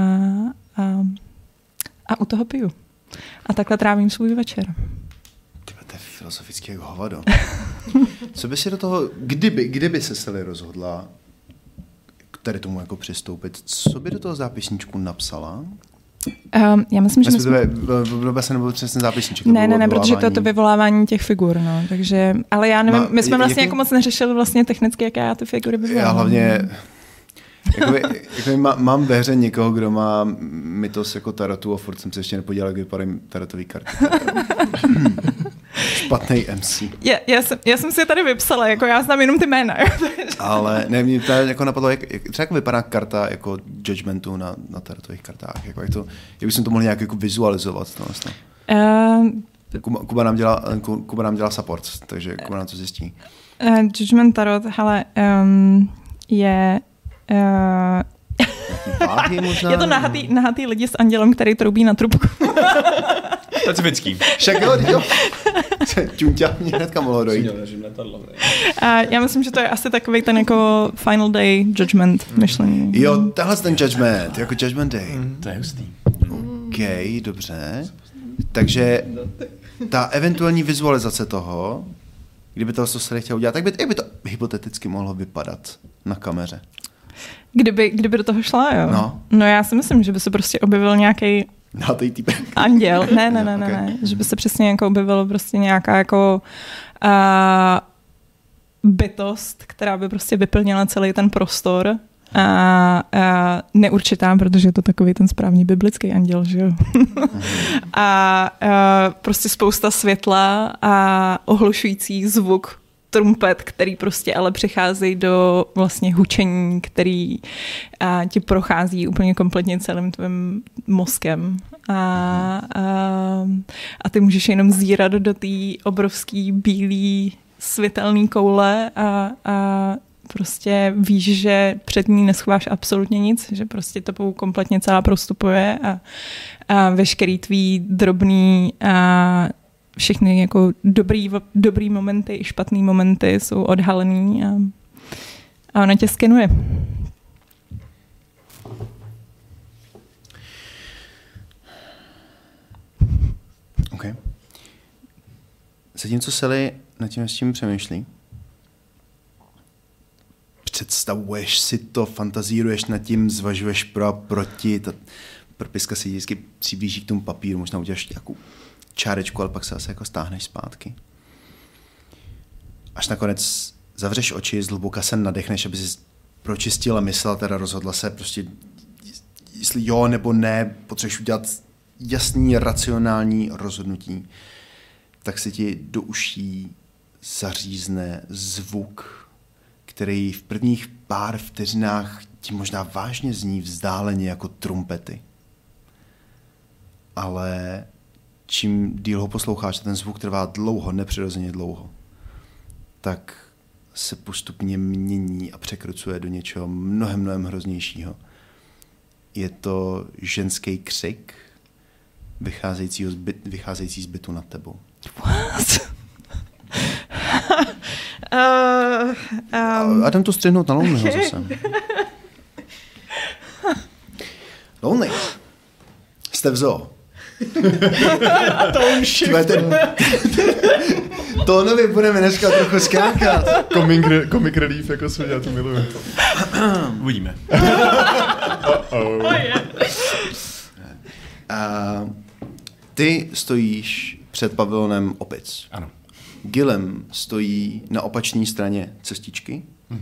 a u toho piju. A takhle trávím svůj večer. To je filozofické jako hovado. Co by si do toho, kdyby se Sally rozhodla k tady tomu jako přistoupit, co by do toho zápisníčku napsala? Já myslím, že se nebo přesně zápisníček. Ne, protože to je to vyvolávání těch figur, no, takže, ale já nevím, my jsme vlastně jako moc neřešili vlastně technicky, jaké já ty figury vyvolávám. Já hlavně, mám ve hře někoho, kdo má mytos jako tarotu a furt jsem se ještě nepodíval, jak vypadají tarotový karty. špatný MC. Já jsem si je tady vypsala, jako já znám jenom ty jména. Ale ne, mě to jako napadlo, jak třeba jako vypadá karta jako Judgmentu na tarotových kartách. Jako jak bych to mohl nějak jako vizualizovat. Vlastně. Kuba nám dělá support, takže Kuba nám to zjistí. Judgment Tarot, hele, je... Váhy možná? Je to nahatý lidi s andělem, který troubí na trubku. Specifický. Však jo. Čunťa mě hnedka mohlo dojít. Já myslím, že to je asi takovej ten jako Final Day Judgment myšlení. Jo, tahle ten Judgment, jako Judgment Day. To je hustý. OK, dobře. Takže ta eventuální vizualizace toho, kdyby to se chtělo udělat, tak jak by to hypoteticky mohlo vypadat na kameře? Kdyby do toho šla, jo? No já si myslím, že by se prostě objevil nějaký anděl. Ne. Že by se přesně jako objevilo prostě nějaká jako bytost, která by prostě vyplnila celý ten prostor. Neurčitá, protože je to takový ten správný biblický anděl, že jo? a prostě spousta světla a ohlušující zvuk trumpet, který prostě ale přicházejí do vlastně hučení, který ti prochází úplně kompletně celým tvým mozkem. A ty můžeš jenom zírat do té obrovský bílý světelný koule a prostě víš, že před ní neschováš absolutně nic, že prostě to kompletně celá prostupuje a veškerý tvý drobný všechny jako dobrý momenty i špatný momenty jsou odhalený a ona tě skenuje. OK. Zatímco Sally nad tím s tím přemýšlí, představuješ si to, fantazíruješ nad tím, zvažuješ pro a proti, ta propiska se vždycky přiblíží k tomu papíru, možná uděláš nějakou čárečku, ale pak se zase jako stáhneš zpátky. Až nakonec zavřeš oči, zhluboka se nadechneš, aby si pročistila mysl, teda rozhodla se prostě, jestli jo nebo ne, potřebuješ udělat jasný, racionální rozhodnutí, tak se ti do uší zařízne zvuk, který v prvních pár vteřinách ti možná vážně zní vzdáleně jako trumpety. Ale čím díl ho posloucháš, ten zvuk trvá dlouho, nepřirozeně dlouho, tak se postupně mění a překrucuje do něčeho mnohem hroznějšího. Je to ženský křik, vycházející z bytu nad tebou. What? A jdem to střihnout na Lonelyho zase. Lonely. Jste v zoo. To nově budeme dneska trochu skákat. Comic relief, jako se já to miluju. Uvidíme. Ty stojíš před pavilonem opic. Ano. Gilem stojí na opačné straně cestičky,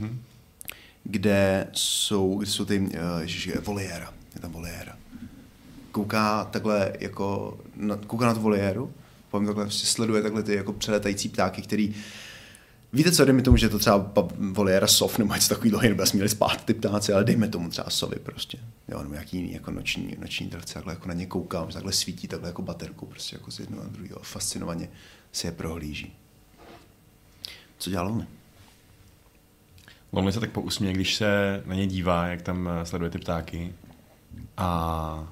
kde jsou ty voliéra. Je tam voliéra. Kouká takhle jako, kouká na tu voliéru, potom takhle sleduje takhle ty jako přeletající ptáky, který, víte co, dejme tomu, že to třeba voliéra sov nebo něco takový dlouhý, nebo já směli spát ty ptáci, ale dejme tomu třeba sovy prostě. Jo, nebo nějaký jiný jako noční dravce, takhle jako na ně koukám, takhle svítí takhle jako baterku, prostě jako z jednoho na druhého, fascinovaně si je prohlíží. Co dělá Lonely? Lonely se tak pousměje, když se na ně dívá, jak tam sleduje ty ptáky a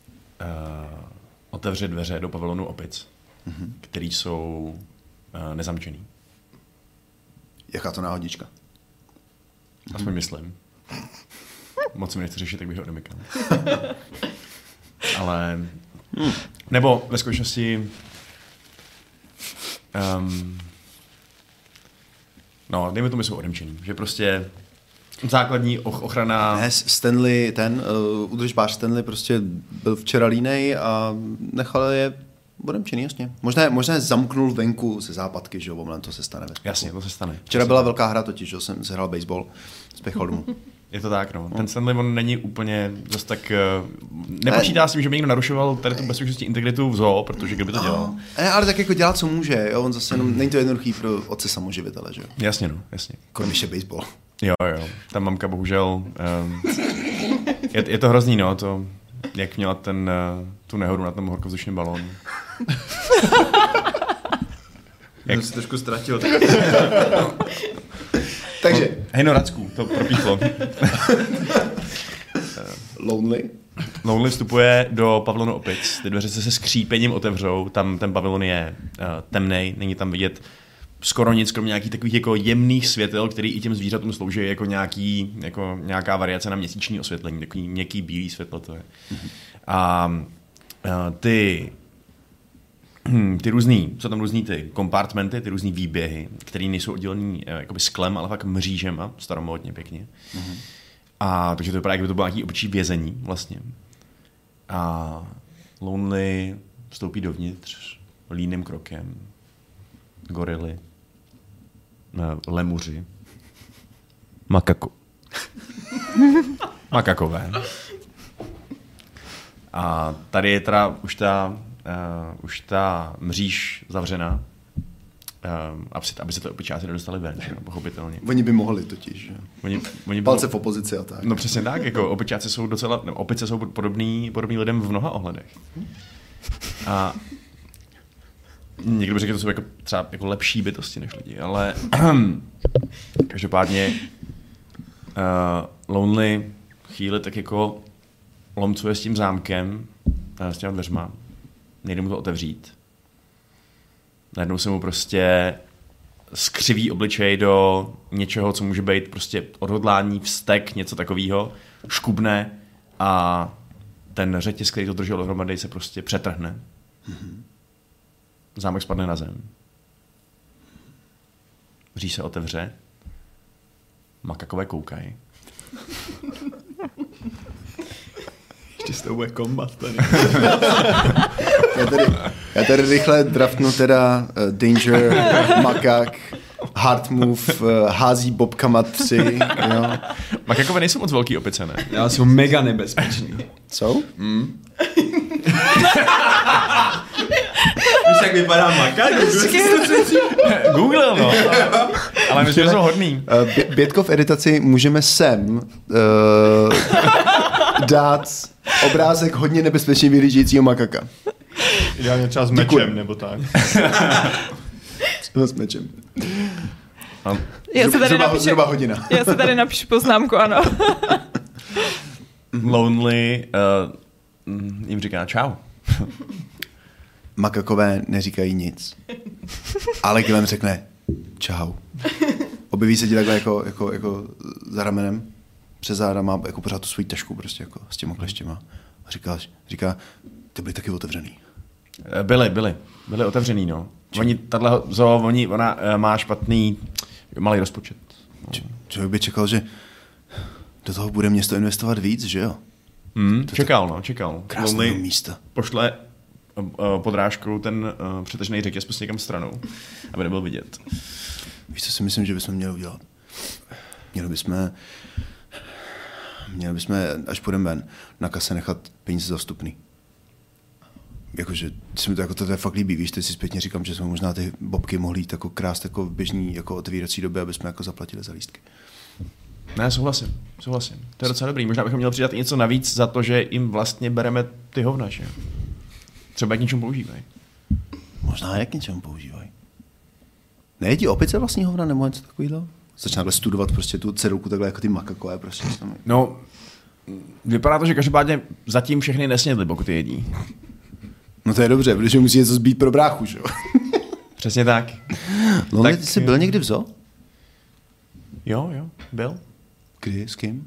otevře dveře do pavilonu opic, který jsou nezamčený. Jaká to náhodička? Aspoň myslím. Moc mi nechci řešit, tak bych ho odemykal. Ale... Nebo ve skutečnosti... dejme tomu, jsou odemčený. Že prostě základní ochrana... Ne, Stanley, údržbář Stanley prostě byl včera línej a nechal je odemčený, jasně. Možná je zamknul venku ze západky, že jo, to se stane. Jasně, to se stane. Včera byla velká hra totiž, že jsem hrál baseball, spěchal domů. Je to tak, no. Ten Stanley, on není úplně zase tak... Nepočítá s tím, že by někdo narušoval tady tu bezpečnostní integritu v zoo, protože kdyby to dělal. Ale tak jako dělá, co může, jo? On zase není to jednoduchý pro otce samoživitele, že jo? Jasně, no, jasně. Kromě je baseball. Jo. Ta mamka bohužel... je to hrozný, no, to... Jak měla tu nehodu na tom horkovzdušném balónu. Jak jsi trošku ztratil. Takže. Hej, no, Racku, to propíchlo. Lonely vstupuje do pavilonu opic. Ty dveře se skřípením otevřou. Tam ten pavilon je temnej, není tam vidět skoro nic, kromě nějakých takových jako jemných světel, který i těm zvířatům slouží jako nějaká variace na měsíční osvětlení. Takový měkký bílý světlo to je. A ty různý, jsou tam různý ty kompartmenty, ty různý výběhy, které nejsou oddělený jakoby sklem, ale fakt mřížema, staromódně pěkně. A takže to vypadá, jak by to bylo nějaký opičí vězení vlastně. A Lonely vstoupí dovnitř líným krokem. Gorily, lemuři, makakové. A tady je teda už ta mříž zavřená, aby se to opičáci nedostali ven, pochopitelně. Oni by mohli totiž, že? Oni palce v opozici a tak. No přesně tak, jako opičáci jsou opice jsou podobný lidem v mnoha ohledech. A někdo by řekl, že to jsou třeba jako lepší bytosti než lidi, ale každopádně Lonely chvíli tak jako lomcuje s tím zámkem, s těma dveřma, nejde mu to otevřít. Najednou se mu prostě skřiví obličej do něčeho, co může být prostě odhodlání, vztek, něco takového, škubne a ten řetěz, který to držel dohromady, se prostě přetrhne. Zámek spadne na zem. Mříž se otevře. Makakové koukají. Ještě s tou bude kombat tady. já tady rychle draftnu teda Danger, Makak, Hard Move, hází bobkama 3. Jo. Makakové nejsou moc velký opice, ne? Já jsou mega nebezpečný. Jsou? Víš, jak vypadá makak? Google, no. Ale myslím, že jsou hodný. Bětko v editaci můžeme sem dát obrázek hodně nebezpečně vyhlížejícího makaka. Ideálně třeba s mečem, nebo tak. S mečem. Zhruba hodina. Já se tady napíšu poznámku, ano. Lonely jim říká čau. Makakové neříkají nic. Ale Gilem řekne čau. Objeví se ti takhle jako za ramenem, přes záda, má jako pořád tu svoji tašku prostě jako s těma kleštěma. A říká, ty byly taky otevřený. Byly otevřený, no. Ona má špatný malý rozpočet. No. Člověk by čekal, že do toho bude město investovat víc, že jo? Čekal. Krásného místa. Pošle podrážkou ten přetažený řetěz prostě někam stranou, aby nebyl vidět. Víš, co si myslím, že bychom měli udělat? Měli bychom, až půjdeme ven, na kase nechat peníze za vstupný. Jakože se mi to jako to fakt líbí, víš, teď si zpětně říkám, že jsme možná ty bobky mohli jít jako krást jako v běžný jako otevírací době, aby jsme jako zaplatili za lístky. Ne, souhlasím. To je docela dobrý. Možná bychom měli přidat i něco navíc za to, že jim vlastně bereme ty hovna, že? Třeba jak něčemu používají. Možná jak něčemu používají. Ne, ti opice vlastní hovna nebo něco takového? Začíná studovat prostě tu cedulku takhle jako ty makakové prostě. No, vypadá to, že každopádně zatím všechny nesnědli, pokud je jedí. No to je dobře, protože musí něco zbít pro bráchu, že jo? Přesně tak. No, tak ty jsi byl někdy v zoo? Jo, byl. Kdy, s kým?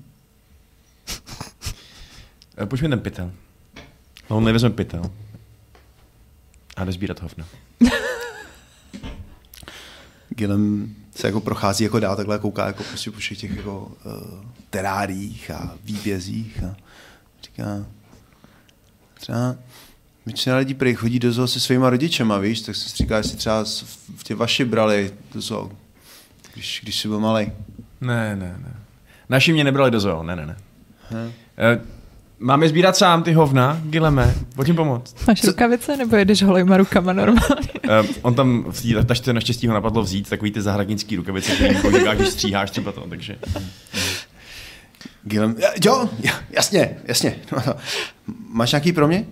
Pojď mi ten pytel. No, nevezme pytel. A jde sbírat hovna. Gilem se jako prochází jako dál, takhle kouká jako prostě po všech těch jako teráriích a výbězích a říká třeba většina lidí prej chodí do zoo se svýma rodičema, víš, tak si říká, jestli třeba v tě vaši brali do zoo, když jsi byl malej. Ne. Naši mě nebrali do zoo, ne. Mám je sbírat sám, ty hovna, Gileme, pojď pomoct. Máš rukavice, nebo jedeš holejma rukama normálně? On tam v té tašce naštěstí ho napadlo vzít takový ty zahradnický rukavice, který používáš, když stříháš třeba to, takže... Gilem, jo, jasně. Máš nějaký pro mě?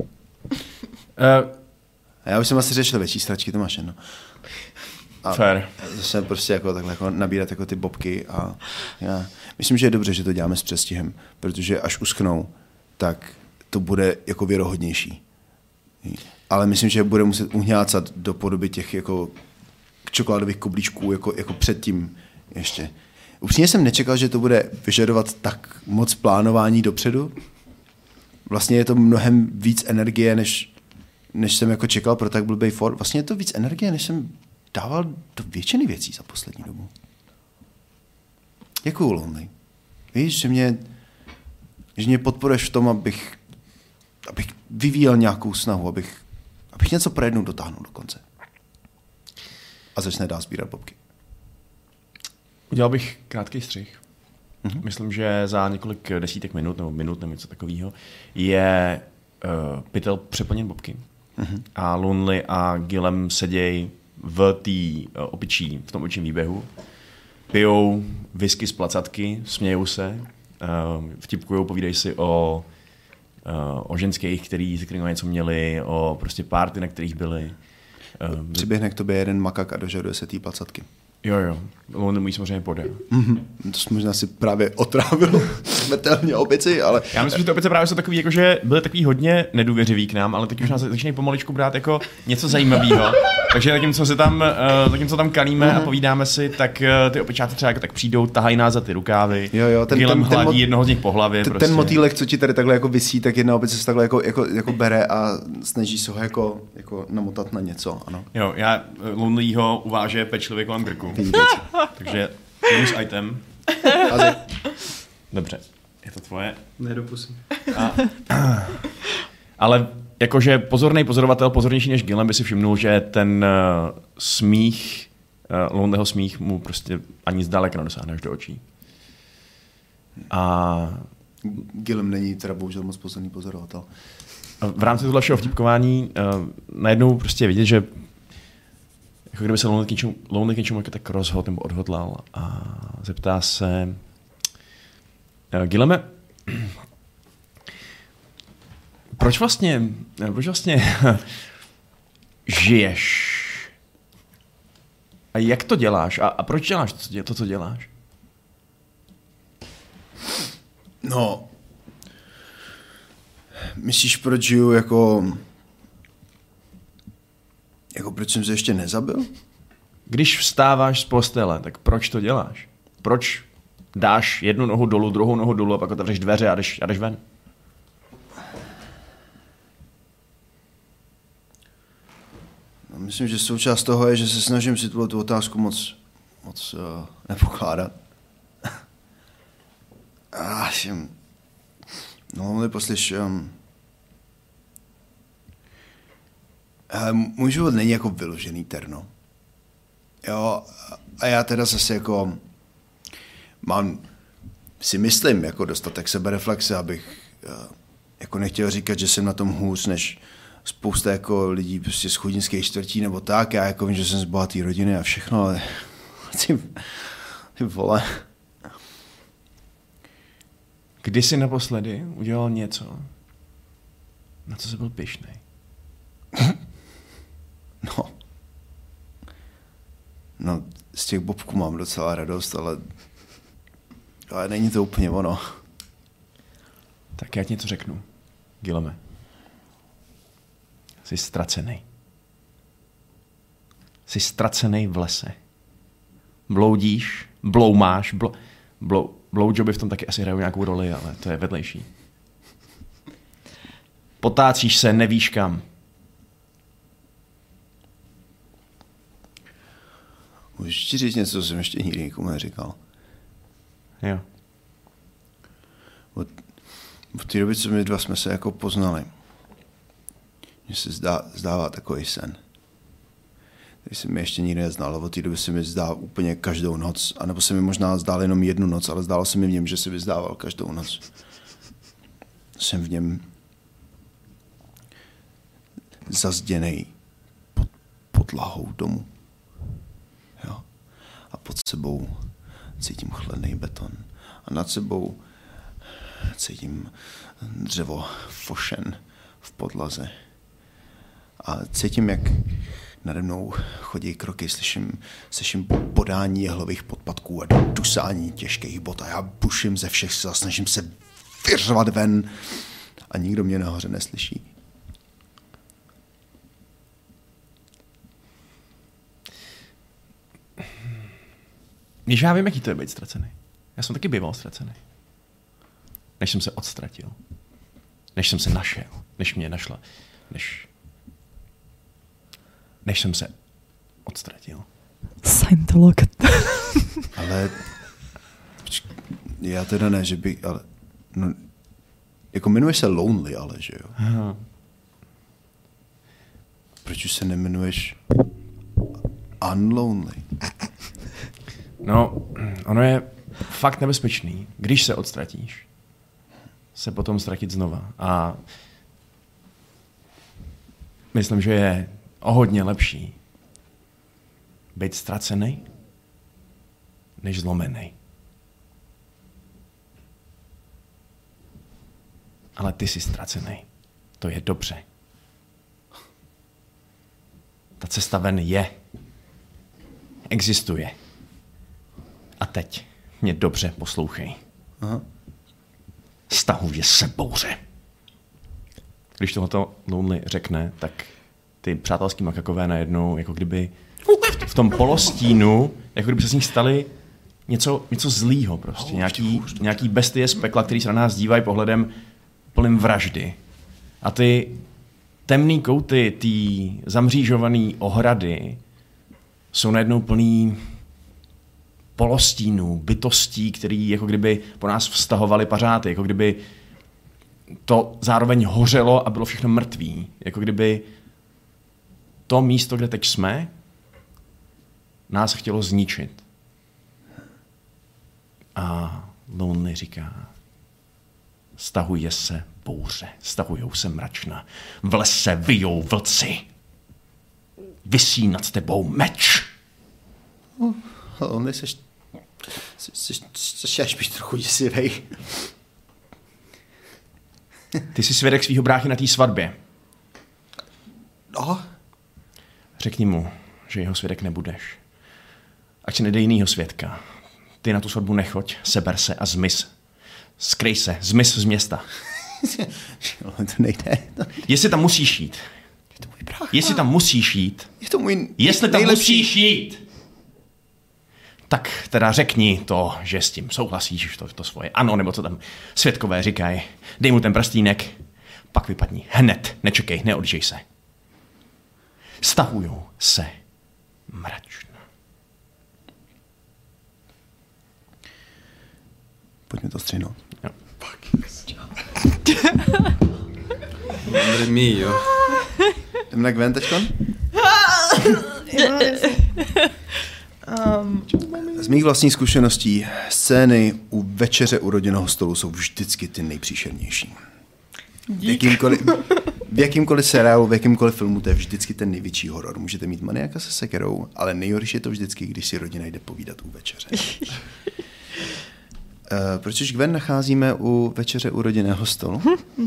Já už jsem asi řešil větší stračky, to máš jedno. Fair. Zase prostě jako takhle jako nabírat jako ty bobky a já myslím, že je dobře, že to děláme s přestihem, protože až uschnou, tak to bude jako věrohodnější. Ale myslím, že bude muset uhňácat do podoby těch jako čokoládových koblíčků jako předtím ještě. Upřímně jsem nečekal, že to bude vyžadovat tak moc plánování dopředu. Vlastně je to mnohem víc energie, než jsem jako čekal pro tak blbej Ford. Vlastně je to víc energie, než jsem dával do většiny věcí za poslední dobu. Děkuju, Lonely. Víš, že mě podporuješ v tom, abych vyvíjel nějakou snahu, abych něco pro jednou dotáhnul do konce. A začne dál sbírat bobky. Udělal bych krátký střih. Myslím, že za několik desítek minut nebo něco takového je pytel přeplněn bobky. A Lonely a Gilem sedějí v tom opičím výběhu, pijou whisky z placatky, smějou se, vtipkujou, povídají si o ženských, se kterými něco měli, o prostě party, na kterých byli. Přiběhne k tobě jeden makak a dožaduje se té placatky. Jo. Lonely mu ji samozřejmě podá. To jsi možná si právě otrávil smrtelně opici, ale... Já myslím, že ty opice právě jsou takový, jakože byly takový hodně nedůvěřivý k nám, ale teď už nás začínají pomaličku brát jako něco zajímavého. Takže zatímco tam kalíme a povídáme si, tak ty opičáci třeba jako tak přijdou, tahají nás za ty rukávy. Jo, Gilem hladí jednoho z nich po hlavě. Ten motýlek, co ti tady takhle jako visí, tak jedna opice se takhle jako bere a snaží se ho jako namotat na něco, ano. Jo, já Lonelyho uváže pečlivě kolem krku. Takže bonus item. Dobře, je to tvoje? Ne do pusy. Ale jakože pozorný pozorovatel, pozornější než Gilem, by si všimnul, že ten smích, Lonelyho smích mu prostě ani zdaleka nedosáhne až do očí. A Gilem není teda bohužel moc pozorný pozorovatel. V rámci tohle všeho vtipkování najednou prostě vidět, že jako kdyby se Lonely k něčemu jako tak rozhodl nebo odhodlal a zeptá se Gileme, proč vlastně žiješ? A jak to děláš? A proč děláš to, co děláš? No, myslíš, proč žiju jako proč jsem se ještě nezabil? Když vstáváš z postele, tak proč to děláš? Proč dáš jednu nohu dolů, druhou nohu dolů a pak otevřeš dveře a jdeš ven? No, myslím, že součást toho je, že se snažím si tu otázku moc nepokládat. No, poslyš, můj život není jako vyložený terno. Jo, a já teda zase jako si myslím jako dostatek sebereflexe, abych jako nechtěl říkat, že jsem na tom hůř než spousta jako lidí prostě z chudinských čtvrtí nebo tak. Já jako vím, že jsem z bohatý rodiny a všechno, ale ty vole. Kdy jsi naposledy udělal něco, na co jsi byl pyšnej? No, z těch bobků mám docela radost, ale není to úplně ono. Tak já ti něco řeknu, Gileme. Jsi ztracený. Jsi ztracený v lese. Bloudíš, bloumáš, blowjoby v tom taky asi hrajou nějakou roli, ale to je vedlejší. Potácíš se, nevíš kam. Můžeš ti říct něco, co jsem ještě nikdy nikomu neříkal? Jo. V té době, co my dva jsme se jako poznali, mně se zdává takový sen. když se mi ještě nikdy neznal, od té doby se mi zdá úplně každou noc, anebo se mi možná zdál jenom jednu noc, ale zdálo se mi v něm, že se vyzdával každou noc. Jsem v něm zazděnej pod podlahou domu. Jo. A pod sebou cítím chladný beton. A nad sebou cítím dřevo fošen v podlaze. A cítím, jak nade mnou chodí kroky, slyším podání jehlových podpatků a dusání těžkých bot a já buším ze všech sil, snažím se vyřvat ven a nikdo mě nahoře neslyší. Víš, já vím, jaký to je být ztracený. Já jsem taky býval ztracený. Než jsem se odstratil. Než jsem se našel. Než mě našla. Než jsem se odstratil. Scientolog. Ale já teda ne, že bych, ale no, jako jmenuješ se Lonely, ale že jo? Aha. Proč už se nemenuješ Unlonely? No, ono je fakt nebezpečný, když se odstratíš, se potom ztratit znova. A myslím, že je o hodně lepší být ztracený, než zlomený. Ale ty jsi ztracený. To je dobře. Ta cesta ven je. Existuje. A teď mě dobře poslouchej. Aha. Stahuje se bouře. Když tohoto Lonely řekne, tak ty přátelský makakové najednou, jako kdyby v tom polostínu, jako kdyby se z nich stali něco zlýho prostě. Nějaký bestie z pekla, který se na nás dívají pohledem plným vraždy. A ty temný kouty, ty zamřížovaný ohrady jsou najednou plný polostínů, bytostí, který jako kdyby po nás vztahovali pařáty, jako kdyby to zároveň hořelo a bylo všechno mrtvý. Jako kdyby to místo, kde teď jsme, nás chtělo zničit. A Lonely říká, stahuje se bouře, stahujou se mračna, v lese vyjou vlci, visí nad tebou meč. Lonely, seš až být trochu děsivej. Ty jsi svědek svýho bráchy na té svatbě. No. Řekni mu, že jeho svědek nebudeš. Ať si nejde jinýho svědka. Ty na tu svatbu nechoď, seber se a zmiz. Skryj se, zmiz z města. To nejde. Jestli tam musíš jít. Je to můj brácha. Jestli tam musíš jít. Je to můj Jestli tam nejlepší. musíš jít. Tak teda řekni to, že s tím souhlasíš, to svoje ano, nebo co tam svědkové říkají. Dej mu ten prstýnek, pak vypadni. Hned, nečekej, neodjížej se. Stahujou se mračna. Pojďme to střihnout. Jo. Madre mio. Jdeme na Gwen teďkon? Z mých vlastních zkušeností scény u večeře u rodinného stolu jsou vždycky ty nejpříšernější. V jakýmkoliv seriálu, v jakýmkoliv filmu to je vždycky ten největší horor. Můžete mít maniaka se sekerou, ale nejhorší je to vždycky, když si rodina jde povídat u večeře. Proč Gwen nacházíme u večeře u rodinného stolu?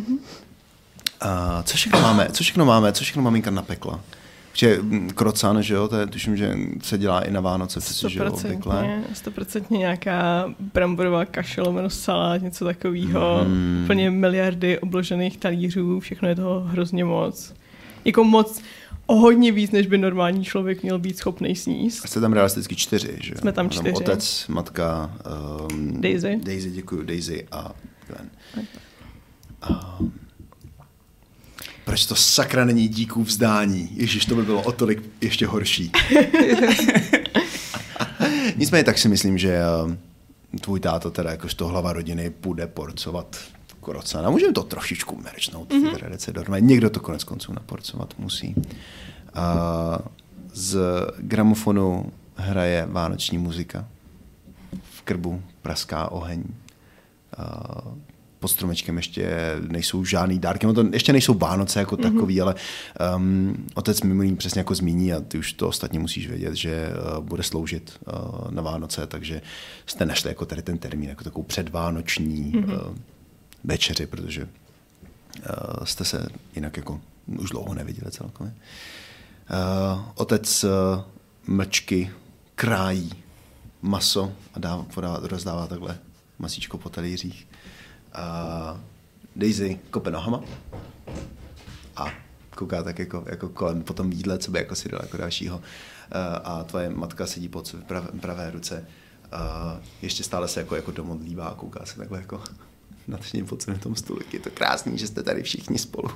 Co všechno máme? Co všechno maminka napekla? Protože krocan, že jo, to je, tuším, že se dělá i na Vánoce, že jo, obvykle. 100% nějaká bramborová kaše, lomeno salát, něco takového. Plně miliardy obložených talířů, všechno je toho hrozně moc. Jako moc, o hodně víc, než by normální člověk měl být schopný sníst. Jste tam realisticky 4, že jo? Jsme tam 4. Otec, matka, Daisy, děkuji, Daisy a Gwen. Proč to sakra není díků vzdání? Ježiš, to by bylo o tolik ještě horší. Nicméně tak si myslím, že tvůj táta, teda jakožto hlava rodiny, bude porcovat krocan. A můžeme to trošičku merčnout. Někdo to konec konců naporcovat musí. z gramofonu hraje vánoční muzika. V krbu praská oheň. Pod stromečkem ještě nejsou žádný dárky. No to ještě nejsou Vánoce jako takový, ale otec mimo jiný přesně jako zmíní a ty už to ostatně musíš vědět, že bude sloužit na Vánoce, takže jste našli jako tady ten termín, jako takovou předvánoční večeři, protože jste se jinak jako už dlouho neviděli celkově. Otec mlčky krájí maso a rozdává takhle masíčko po talířích. Daisy kope nohama a kouká tak jako kolem po tom jídle, co by jako si dala jako dalšího. A tvoje matka sedí po pravé ruce. Ještě stále se jako domodlívá a kouká se takhle jako nadšeně po celém tom stolu. Je to krásný, že jste tady všichni spolu.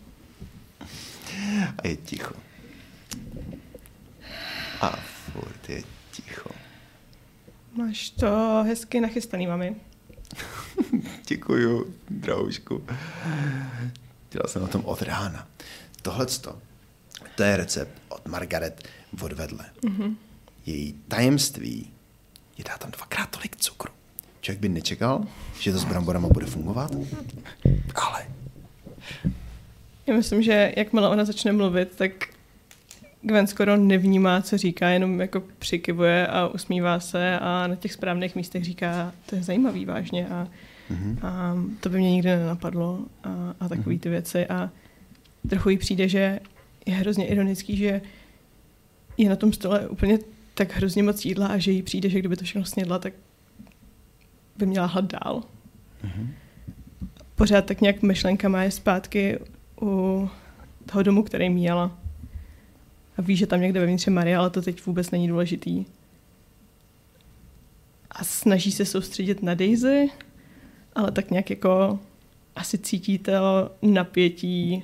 A je ticho. A furt je ticho. Máš to hezky nachystaný, mami. Děkuju, drahoušku. Dělal jsem na tom od rána. Tohleto, to je recept od Margaret od vedle. Její tajemství je dát tam 2x tolik cukru. Člověk by nečekal, že to s bramborama bude fungovat, ale... Já myslím, že jakmile ona začne mluvit, tak Gwen skoro nevnímá, co říká, jenom jako přikivuje a usmívá se a na těch správných místech říká, to je zajímavý vážně a to by mě nikdy nenapadlo a takový ty věci a trochu jí přijde, že je hrozně ironický, že je na tom stole úplně tak hrozně moc jídla a že jí přijde, že kdyby to všechno snědla, tak by měla hlad dál. Pořád tak nějak myšlenkama je zpátky u toho domu, který míjela. A ví, že tam někde vevnitř je Maria, ale to teď vůbec není důležitý. A snaží se soustředit na Daisy, ale tak nějak jako asi cítí to napětí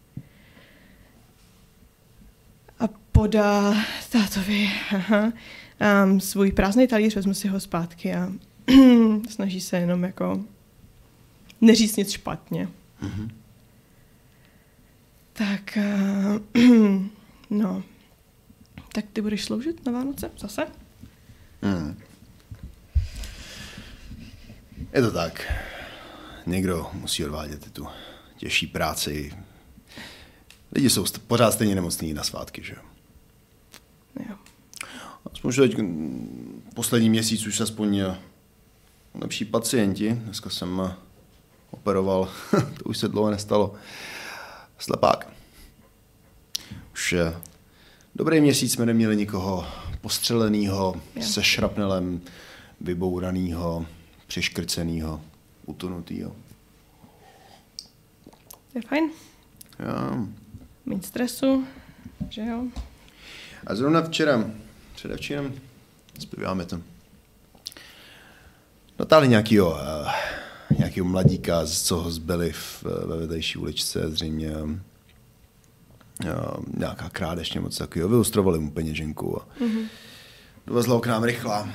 a podá tátovi svůj prázdný talíř, vezme si ho zpátky a snaží se jenom jako neříct nic špatně. Tak no, tak ty budeš sloužit na Vánoce zase? Je to tak. Někdo musí odvádět tu těžší práci. Lidi jsou pořád stejně nemocní na svátky, že jo? Jo. Aspoň, že teď poslední měsíc už aspoň lepší pacienti. Dneska jsem operoval, to už se dlouho nestalo, slepák. Už dobrý měsíc jsme neměli nikoho postřelenýho, se šrapnelem, vybouranýho, přiškrcenýho, utonutýho. Je fajn. Jo. Méně stresu, že jo? A zrovna předevčírem, zpíváme to. Natáhli nějakýho mladíka, co ho zbyli ve vedlejší uličce, zřejmě nějaká krádež nebo něco takového. Vylustrovali mu peněženku a dovezla ho k nám rychlá.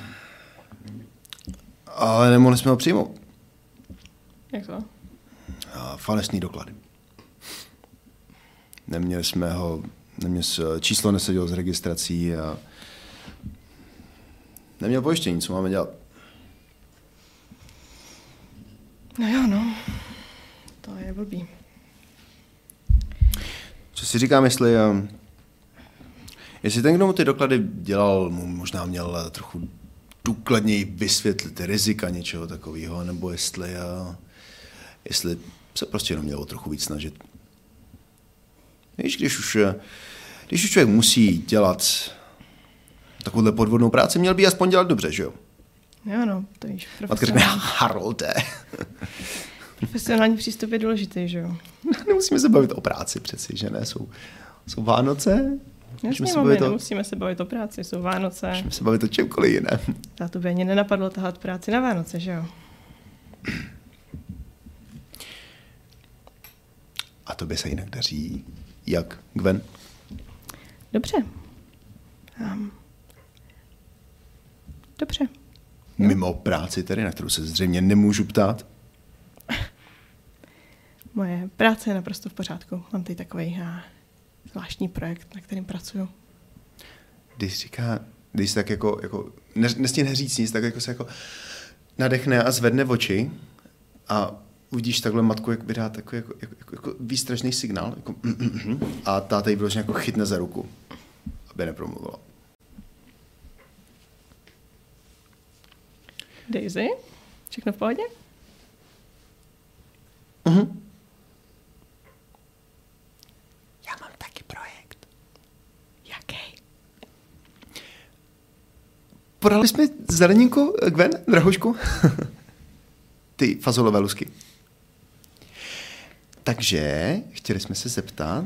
Ale nemohli jsme ho přijmout. Jak to? Falešný doklady. Neměli jsme ho, číslo nesedělo s registrací a neměl pojištění, co máme dělat? No jo, no. To je blbý. Co si říkám, jestli ten, kdo mu ty doklady dělal, mu možná měl trochu důkladněji vysvětlit rizika něčeho takového, nebo jestli se prostě jenom mělo trochu víc snažit. Víš, když už člověk musí dělat takovouhle podvodnou práci, měl by aspoň dělat dobře, že jo? Jo, no, to víš. Matka řekne, Harolde. Profesionální přístup je důležitý, že jo? Nemusíme se bavit o práci přeci, že ne? Jsou Vánoce? Jasně, mami, nemusíme se bavit o práci, jsou Vánoce. Můžeme se bavit o čemkoliv jiném. Tátu by ani nenapadlo tahat práci na Vánoce, že jo? A tobě se jinak daří. Jak, Gwen? Dobře. Dobře. Mimo práci tedy, na kterou se zřejmě nemůžu ptát. Moje práce je naprosto v pořádku. Mám tady takový zvláštní projekt, na kterým pracuju. když se tak jako nestihne říct nic, tak jako se jako nadechne a zvedne oči a uvidíš takhle matku, jak vydá takový jako výstražný signál jako, a táta jí vyloženě jako chytne za ruku, aby nepromluvila. Daisy? Všechno v pohodě? Já mám taky projekt. Jaký? Podali jsme zeleninku, Gwen, drahušku? Ty fazolové lusky. Takže chtěli jsme se zeptat,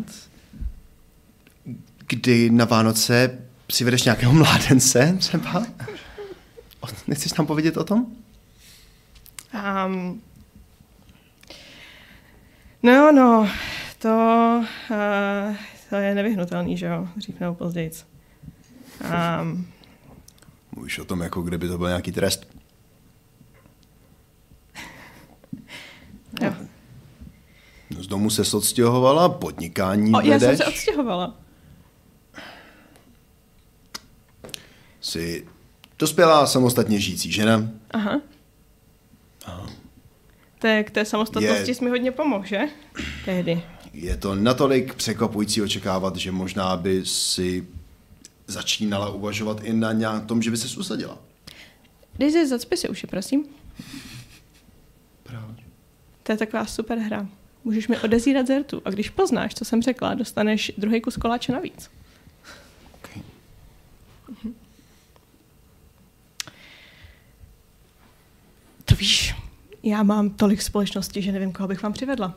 kdy na Vánoce si vedeš nějakého mládence třeba? Nechceš nám povědět o tom? No, to je nevyhnutelný, že jo, dřív nebo později. Mluvíš o tom, jako kdyby to byl nějaký trest. Jo. No, z domu se odstěhovala, podnikání Já vedeš. jsem se odstěhovala. Jsi dospělá samostatně žijící žena. Aha. K té samostatnosti jsi mi hodně pomohl, že? Tehdy. Je to natolik překvapující očekávat, že možná by si začínala uvažovat i na tom, že by se usadila. Daisy, zacpi si uši, prosím. Proč? To je taková super hra. Můžeš mi odezírat z rtu a když poznáš, co jsem řekla, dostaneš druhý kus koláče navíc. Okay. To víš, já mám tolik společností, že nevím, koho bych vám přivedla.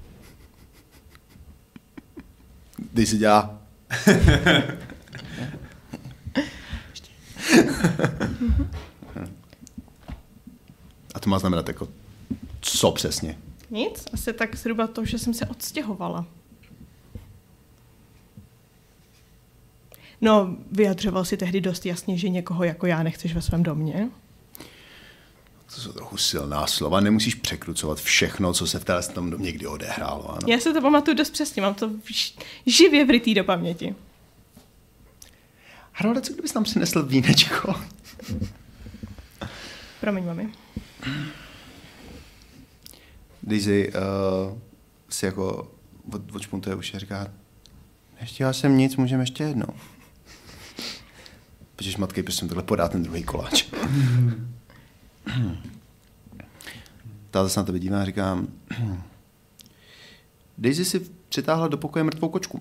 Dej si dělá. A to má znamenat jako co přesně? Nic, asi tak zhruba to, že jsem se odstěhovala. No, vyjadřoval si tehdy dost jasně, že někoho jako já nechceš ve svém domě. To jsou trochu silná slova, nemusíš překrucovat všechno, co se v tom domě kdy odehrálo. Ano? Já se to pamatuju dost přesně, mám to živě vrytý do paměti. Harolde, co kdybys nám přinesl vínečko? Promiň, mami. Daisy si jako odšpuntuje uši a říká, nechtěla jsem nic, můžeme ještě jednou. Počkej, matky, protože jsem takhle podá ten druhý koláč. Táta se na tebe dívá a říká, Daisy si přitáhla do pokoje mrtvou kočku.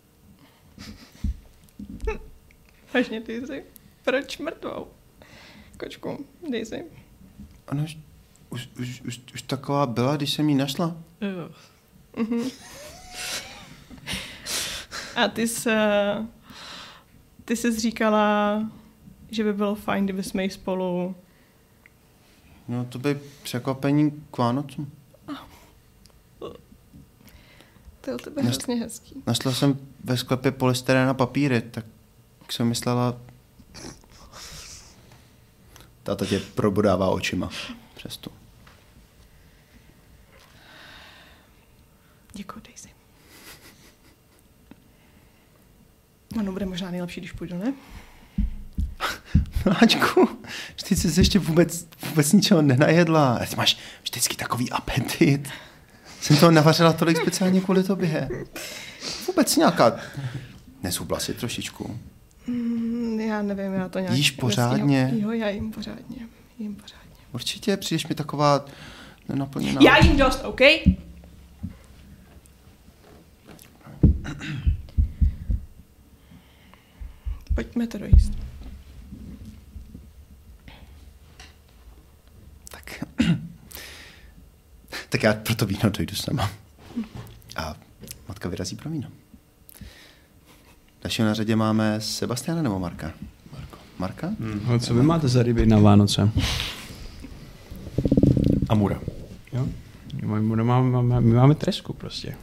Vážně, Daisy? Proč mrtvou kočku, Daisy? Ona už taková byla, když jsem ji našla. Uh-huh. A ty jsi říkala, že by bylo fajn, kdyby jsme ji spolu... No to by překvapení k Vánocům. To je o tebe hrozně hezký. Našla jsem ve sklepě polystyren a papíry, tak jsem myslela... Táta tě probodává očima přes tu. Děkuji, Daisy. Ano, bude možná nejlepší, když půjdu, ne? Mláčku, ty jsi ještě vůbec ničeho nenajedla. Ty máš vždycky takový apetit. Jsem toho navařila tolik speciálně kvůli tobě. Vůbec nějaká... Nezhubla si trošičku. Já nevím, já to nějak... Jíš pořádně? Jo, já jím pořádně. Určitě, přijdeš mi taková nenaplněná. Já jím dost, OK? Pojďme to dojíst. Tak já pro to víno dojdu sama. A matka vyrazí pro víno. Dalšího na řadě máme Sebastiana nebo Marka? Marka? No, co vy máte za ryby na Vánoce? Amura. Jo? My máme tresku prostě.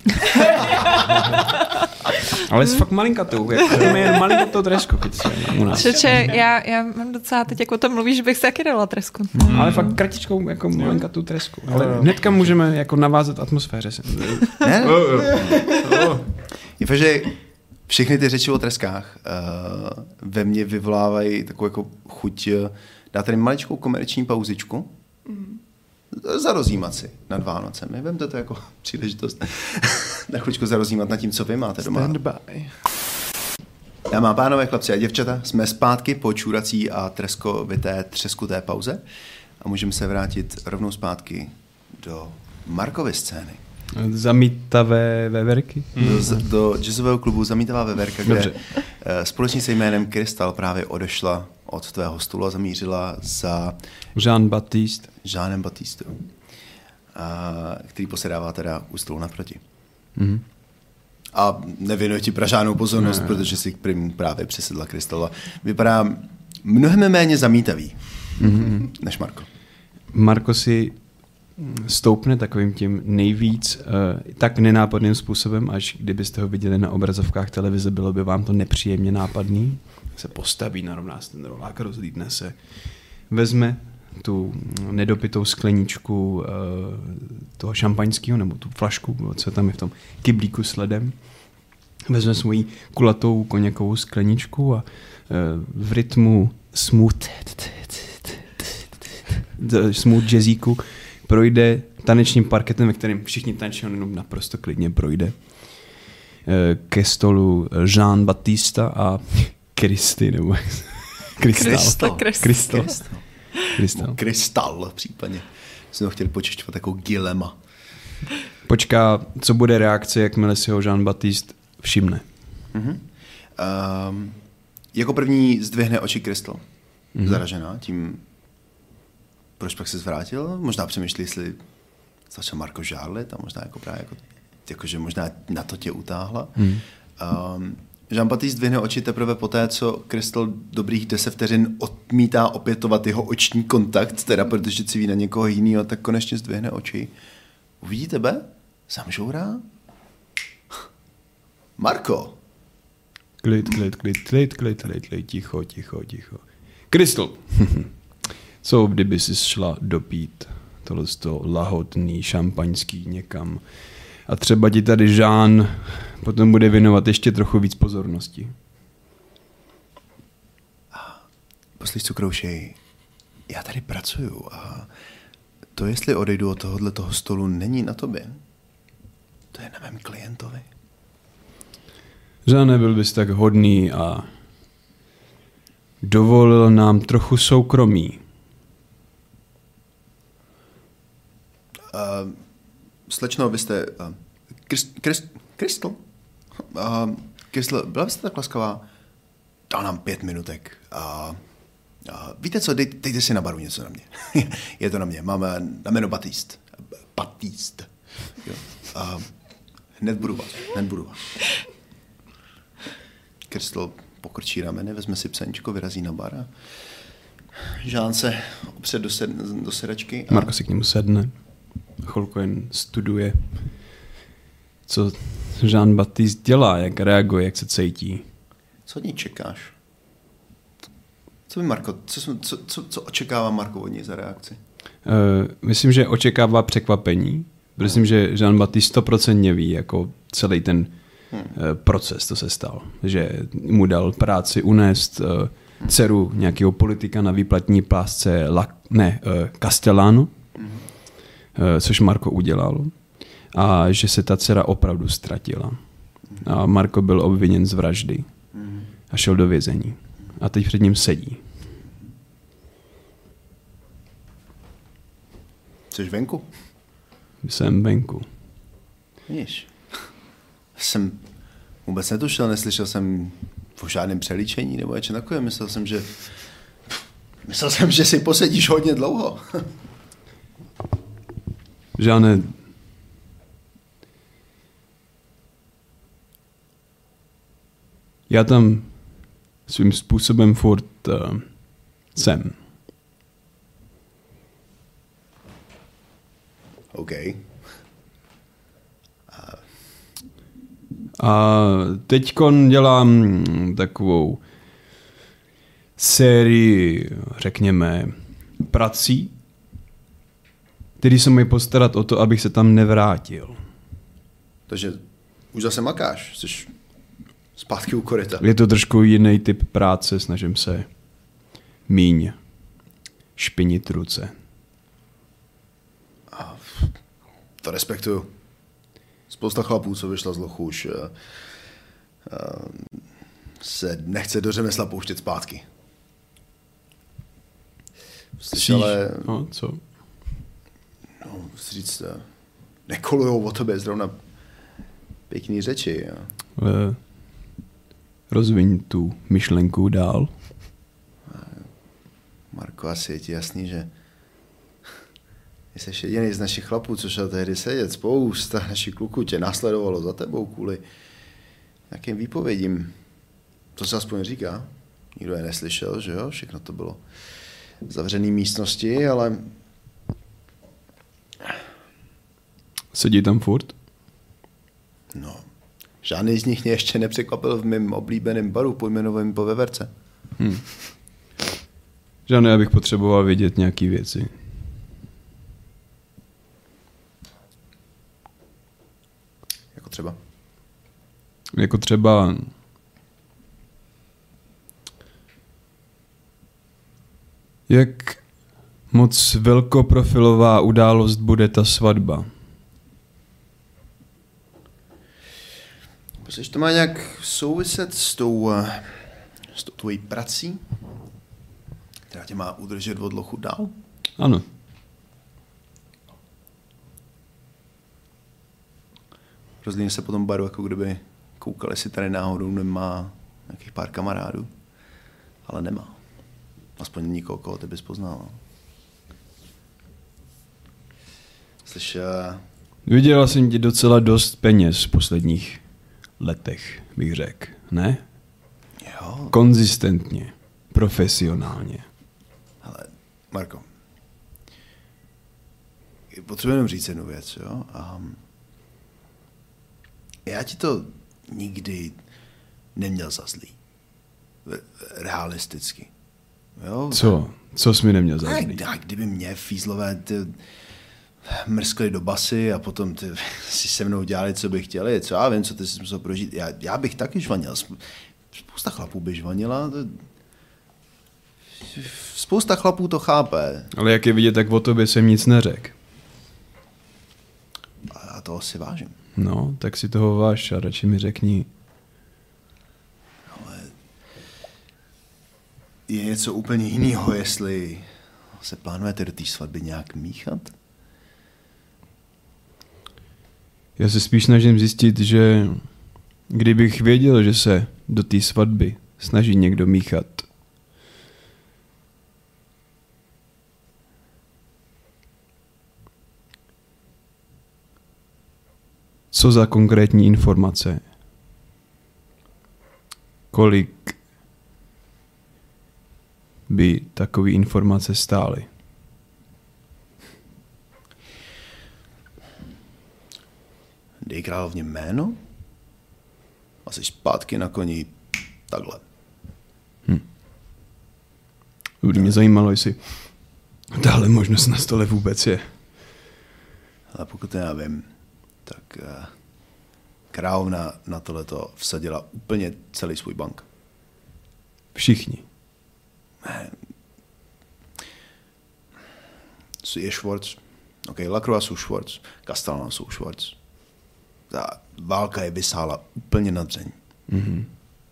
Ale s fakt malinkatou. Máme jen malinkatou tresku. U nás. Čeče, já mám docela teď, jak o tom mluvíš, že bych si taky dala tresku. Ale fakt kratičkou, jako malinkatou tresku. Ale hnedka můžeme jako navázat atmosféře. Ne? Je, že všechny ty řeči o treskách ve mně vyvolávají takovou jako chuť dát tady maličkou komerční pauzičku, zarozímat si nad Vánocemi. Vemte to jako příležitost na chvíličku zarozímat nad tím, co vy máte doma. Stand by. Dámy a pánové, chlapci a děvčata, jsme zpátky po čůrací a treskovité třeskuté pauze a můžeme se vrátit rovnou zpátky do Markovy scény. Zamítavé veverky? Do jazzového klubu Zamítavá veverka, kde společnice jménem Krystal právě odešla od tvého stolu a zamířila za Jeanem Baptistou, který posedává teda u stolu naproti. Mm-hmm. A nevěnuje ti pražánou pozornost, protože si právě přesedla Krystal. Vypadá mnohem méně zamítavý než Marko. Marko si stoupne takovým tím nejvíc tak nenápadným způsobem, až kdybyste ho viděli na obrazovkách televize, bylo by vám to nepříjemně nápadný. Se postaví, narovná se ten rolák, rozlídne se, vezme tu nedopitou skleničku toho šampaňského, nebo tu flašku, co tam je v tom kyblíku s ledem, vezme svoji kulatou koněkovou skleničku a v rytmu smooth jazzíku projde tanečním parketem, ve kterém všichni tančí, on jenom naprosto klidně projde ke stolu Jean Baptista a Kristy, nebo Krystal případně. Jsme ho chtěli počešťovat jako Gilema. Počká, co bude reakce, jakmile si ho Jean Baptiste všimne. Jako první zdvihne oči Krystal. Zaražená tím, proč pak se zvrátil. Možná přemýšlí, jestli začal Marko žárlit a možná jako právě jakože možná na to tě utáhla. Jean-Baptiste zdvihne oči teprve poté, co Krystal dobrých 10 vteřin odmítá opětovat jeho oční kontakt, teda protože civí na někoho jiného, tak konečně zdvihne oči. Uvidí tebe? Zamžourá? Marko! Klid, ticho. Krystal, co kdyby si šla dopít tohle lahodný šampaňský někam a třeba ti tady Jean potom bude věnovat ještě trochu víc pozornosti. Poslyš, co kroušej, já tady pracuju a to, jestli odejdu od tohoto stolu, není na tobě. To je na mém klientovi. Jean, nebyl bys tak hodný a dovolil nám trochu soukromí. Slečno, vy jste... Krystal? Krystal, byla byste tak laskavá? Dal nám 5 minutek. Víte co, dejte si na baru něco na mě. Je to na mě. Máme na jméno Baptiste. Hned budu vás. Krystal pokrčí rameny, vezme si pseničko, vyrazí na bar a Jean se opře do sedačky. Marko si k němu sedne. Chvilku jen studuje, co Jean Baptiste dělá, jak reaguje, jak se cítí. Co od ní čekáš? Co by Marko, co očekává Marko od ní za reakci? Myslím, že očekává překvapení. Myslím, že Jean Baptiste 100% ví, jako celý ten proces, to se stal. Že mu dal práci unést dceru nějakého politika na výplatní pásce Castellano, což Marko udělal. A že se ta dcera opravdu ztratila. A Marko byl obviněn z vraždy a šel do vězení. A teď před ním sedí. Jsi venku? Jsem venku. Víš, jsem vůbec netušil, neslyšel jsem o žádném přelíčení nebo něco takové. Myslel jsem, že si posedíš hodně dlouho. Žáne, já tam svým způsobem furt jsem. OK. A teďkon dělám takovou sérii, řekněme, prací, který se mají postarat o to, abych se tam nevrátil. Takže už zase makáš, jsi Zpátky u koryta. Je to trošku jiný typ práce, snažím se míň špinit ruce. To respektuju. Spousta chlapů, co vyšla z lochu, už se nechce do řemesla pouštět zpátky. Ale no, co? No, říct, nekolujou o tobě zrovna pěkný řeči. Jo. Rozviň tu myšlenku dál. Marko, asi je ti jasný, že jsi jediný z našich chlapů, co šel tehdy sedět. Spousta našich kluků tě následovalo za tebou kvůli nějakým výpovědím. To se aspoň říká. Nikdo je neslyšel, že jo? Všechno to bylo v zavřený místnosti, ale... Sedí tam furt? No, žádný z nich mě ještě nepřekvapil v mém oblíbeném baru pojmenovaném po Veverce. Žádný, já bych potřeboval vědět nějaký věci. Jako třeba? Jako třeba... Jak moc velkoprofilová událost bude ta svatba? Myslíš, to má nějak souviset s tou tvojí prací, která tě má udržet od lochu dál? Ano. Rozlíně se po tom baru, jako kdyby koukal, jestli tady náhodou nemá nějakých pár kamarádů. Ale nemá. Aspoň nikoho, koho ty bys poznal. Slyš, Vydělal jsem ti docela dost peněz v posledních letech, bych řekl. Ne? jo, Konzistentně. Profesionálně. ale Marko, potřebuji jenom říct jednu věc, jo? Já ti to nikdy neměl za zlý. Realisticky. Jo? Co? Co jsi mi neměl za zlý? A kdyby mě fízlové ty mrskli do basy a potom ty si se mnou dělali, co by chtěli, co já vím, co ty jsi musel prožít. Já bych taky žvanil. Spousta chlapů by žvanila. Spousta chlapů to chápe. Ale jak je vidět, tak o tobě jsem nic neřekl. A toho si vážím. No, tak si toho váž a radši mi řekni. Je něco úplně jiného, jestli se plánujete do té svatby nějak míchat? Já se spíš snažím zjistit, že kdybych věděl, že se do té svatby snaží někdo míchat, co za konkrétní informace, kolik by takové informace stály. Dej královně jméno a jsi zpátky na koni takhle. By mě zajímalo, jestli tahle možnost na stole vůbec je. Ale pokud já vím, tak královna na tohleto vsadila úplně celý svůj bank. Všichni. Je Schwartz. OK, Lacroix jsou Schwartz. Castellana jsou Schwartz. Ta válka je vysála úplně na dřeň. Mm-hmm.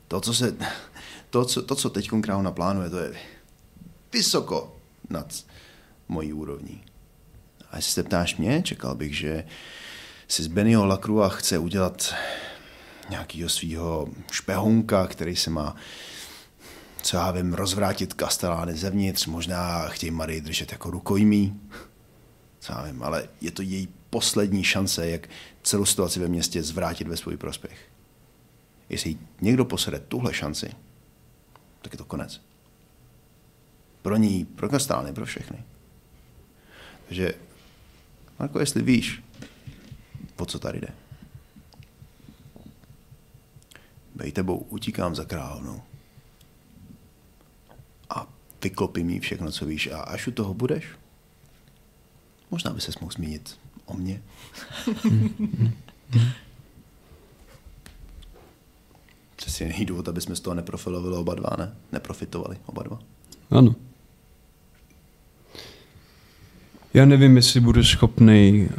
To, co teď královna plánuje, to je vysoko nad mojí úrovní. A jestli se ptáš mě, čekal bych, že si z Bennyho Lacroix chce udělat nějakýho svýho špehounka, který se má, co já vím, rozvrátit Castellány zevnitř, možná chtějí Marii držet jako rukojmí, co já vím, ale je to její poslední šance, jak celou situaci ve městě zvrátit ve svůj prospěch. Jestli někdo posede tuhle šanci, tak je to konec. Pro ní, pro Castellány, pro všechny. Takže, Marko, jestli víš, po co tady jde. Bej tebou utíkám za královnou a vyklopím jí všechno, co víš. A až u toho budeš, možná by ses mohl zmínit o mně. asi není důvod, aby jsme z toho neprofilovali oba dva, ne? Neprofitovali oba dva. Ano. Já nevím, jestli budu schopný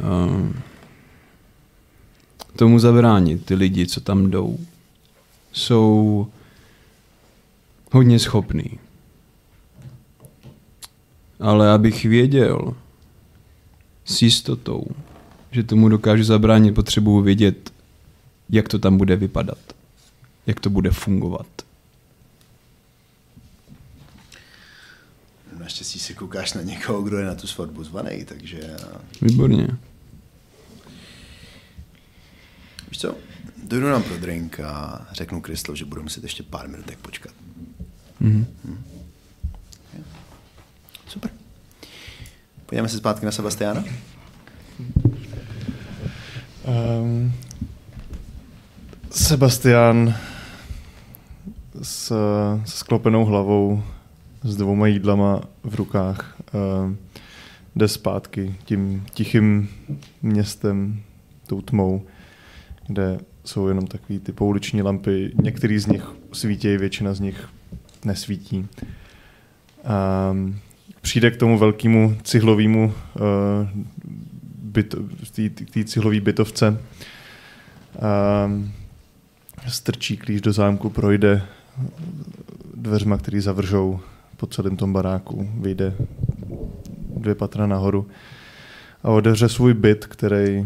tomu zabránit. Ty lidi, co tam jdou, jsou hodně schopný. Ale abych věděl s jistotou, že tomu dokážu zabránit, potřebuji vědět, jak to tam bude vypadat. Jak to bude fungovat. Naštěstí si koukáš na někoho, kdo je na tu svatbu zvaný, takže... Výborně. Víš co, dojdu nám pro drink a řeknu Kristl, že budu muset ještě pár minutek počkat. Super. Pojďme se zpátky na Sebastiana? Sebastian s sklopenou hlavou, s 2 jídlama v rukách, jde zpátky tím tichým městem, tou tmou, kde jsou jenom takový ty pouliční lampy. Některý z nich svítí, většina z nich nesvítí. Přijde k tomu velkému cihlovému té cihlové bytovce. Strčí klíč do zámku, projde dveřma, který zavržou po celém tom baráku, vyjde 2 patra nahoru a otevře svůj byt, který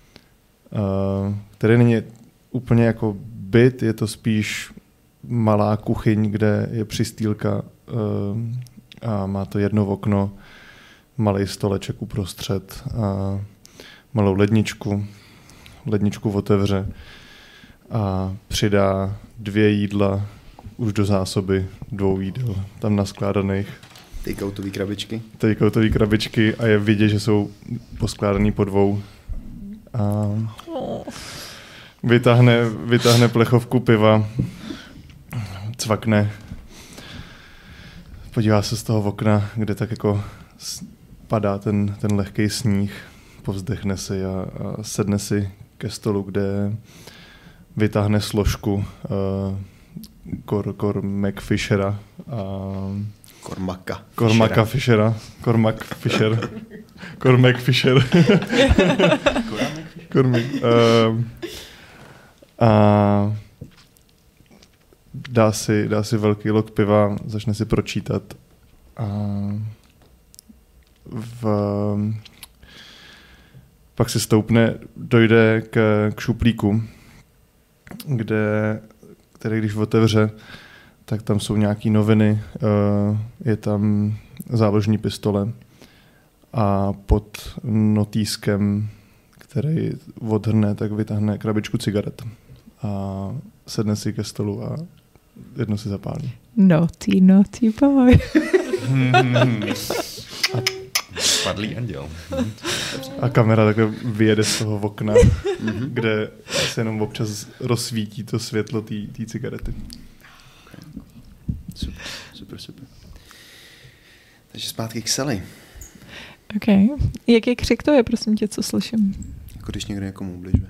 není úplně jako byt, je to spíš malá kuchyň, kde je přistýlka a má to jedno okno, malý stoleček uprostřed a malou ledničku otevře a přidá 2 jídla už do zásoby 2 jídel tam naskládaných. Takeoutové krabičky a je vidět, že jsou poskládaný po 2. A vytáhne plechovku piva, cvakne, podívá se z toho okna, kde tak jako padá ten lehký sníh, povzdechne si a sedne si ke stolu, kde vytáhne složku Cormac Fishera a Cormaca Fishera. Cormac Fisher. A dá si velký lok piva, začne si pročítat a pak si stoupne, dojde k šuplíku, který když otevře, tak tam jsou nějaký noviny, je tam záložní pistole a pod notýskem, který odhrne, tak vytáhne krabičku cigaret a sedne si ke stolu a jedno si zapálí. Naughty boy. Padlý anděl. A kamera takhle vyjede z toho okna, kde se jenom občas rozsvítí to světlo té cigarety. Super. Takže zpátky k Sally. OK. Jaký křik to je, prosím tě, co slyším? Jako když někdo někomu ubližuje.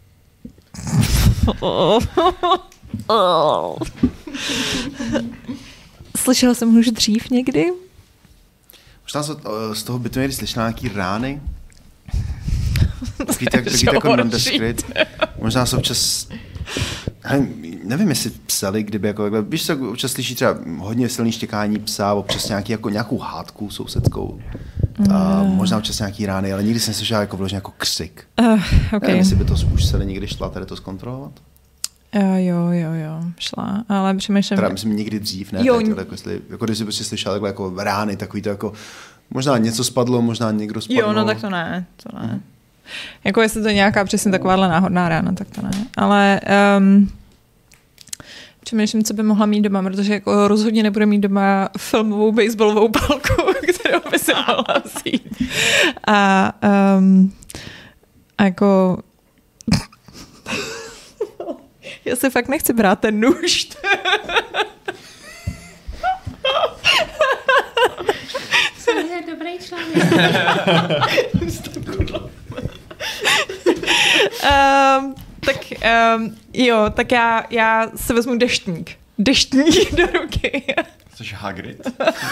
Slyšela jsem už dřív někdy? Možná z toho bytu někdy slyšela nějaký rány. Takový jako nondescript. Možná se občas... Nevím, jestli psali, kdyby jako... Víš, se občas slyší třeba hodně silný štěkání psa, občas nějakou hádku sousedskou. Možná občas nějaký rány, ale nikdy jsem neslyšela jako vložně jako křik. Okay. Nevím, jestli by to už Sally někdy šla tady to zkontrolovat. Jo, šla, ale přemýšlím... Teda myslím někdy dřív, ne? Jo. Teď, jako když jsi prostě slyšela takhle jako rány, takový to jako... Možná něco spadlo, možná někdo spadl. Jo, no tak to ne. Jako jestli to je nějaká přesně takováhle náhodná rána, tak to ne. Ale přemýšlím, co by mohla mít doma, protože jako rozhodně nebude mít doma filmovou baseballovou palku, kterou by se mohla vzít. A jako... Já si fakt nechci brát ten nůž. Jsem dobrý člověk. Tak jo, tak já si vezmu deštník. Deštník do ruky. Jsi Hagrid?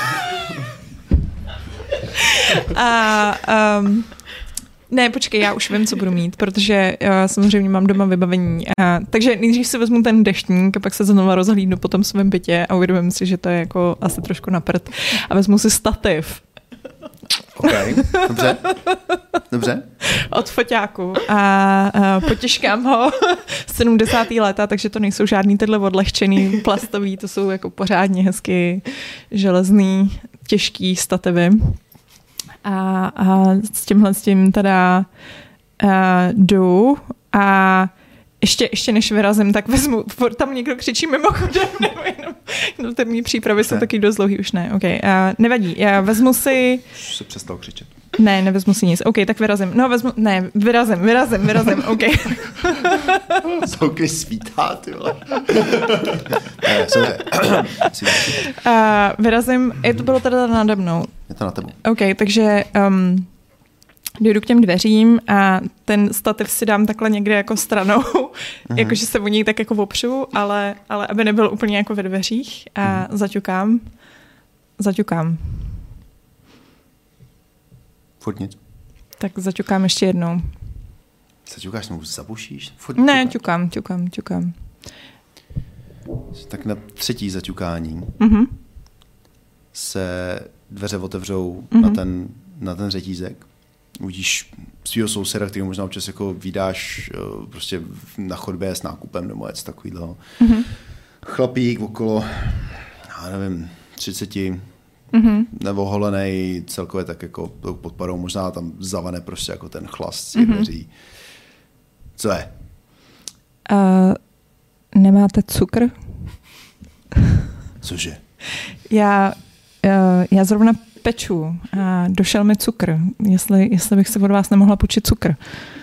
Ne, počkej, já už vím, co budu mít, protože samozřejmě mám doma vybavení. Takže nejdřív si vezmu ten deštník a pak se znovu rozhlídnu po tom svém bytě a uvědomím si, že to je jako asi trošku na prd. A vezmu si stativ. OK, dobře. Od foťáku a potěžkám ho 70. léta, takže to nejsou žádný tyhle odlehčený plastový, to jsou jako pořádně hezky železný, těžký stativy. A s tím teda jdu a ještě než vyrazím, tak vezmu, tam někdo křičí mimochodem, nebo jenom ty mý přípravy jsou taky dost dlouhý, už ne, OK, nevadí, já vezmu si... Už se přestal křičet. Ne, nevezmu si nic, OK, tak vyrazím, vyrazím, OK. Zouky svítá, ty vole. Vyrazím, to bylo teda nade mnou. Je to na tebou. OK, takže dojdu k těm dveřím a ten stativ si dám takhle někde jako stranou, jakože se o něj tak jako opřu, ale aby nebyl úplně jako ve dveřích a zaťukám. Furt nic. Tak zaťukám ještě jednou. Zaťukáš, nebo zabušíš? Ne, ťukám. Tak na třetí zaťukání se dveře otevřou na ten řetízek. Uvidíš svýho souseda, který možná občas jako vydáš prostě na chodbě s nákupem nebo něco takového. Chlapík okolo, já nevím, 30, nebo holenej, celkově tak jako podparou, možná tam zavane prostě jako ten chlast z dveří. Co je? Nemáte cukr? Cože? Já zrovna peču a došel mi cukr. Jestli bych se od vás nemohla půjčit cukr.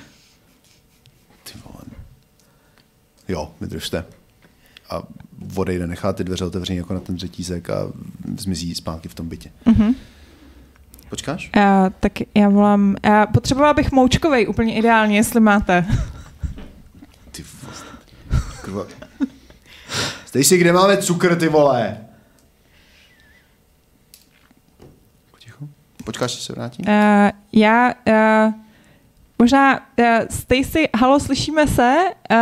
Ty vole. Jo, vydržte. A odejde, nechá ty dveře otevřený jako na ten řetízek a zmizí zpátky v tom bytě. Počkáš? Tak já volám... potřebovala bych moučkovej úplně ideálně, jestli máte. Ty vole. Stej si, kde máme cukr, ty vole? Potichu. Počkáš, že se vrátí? Možná, Stacy, halo, slyšíme se?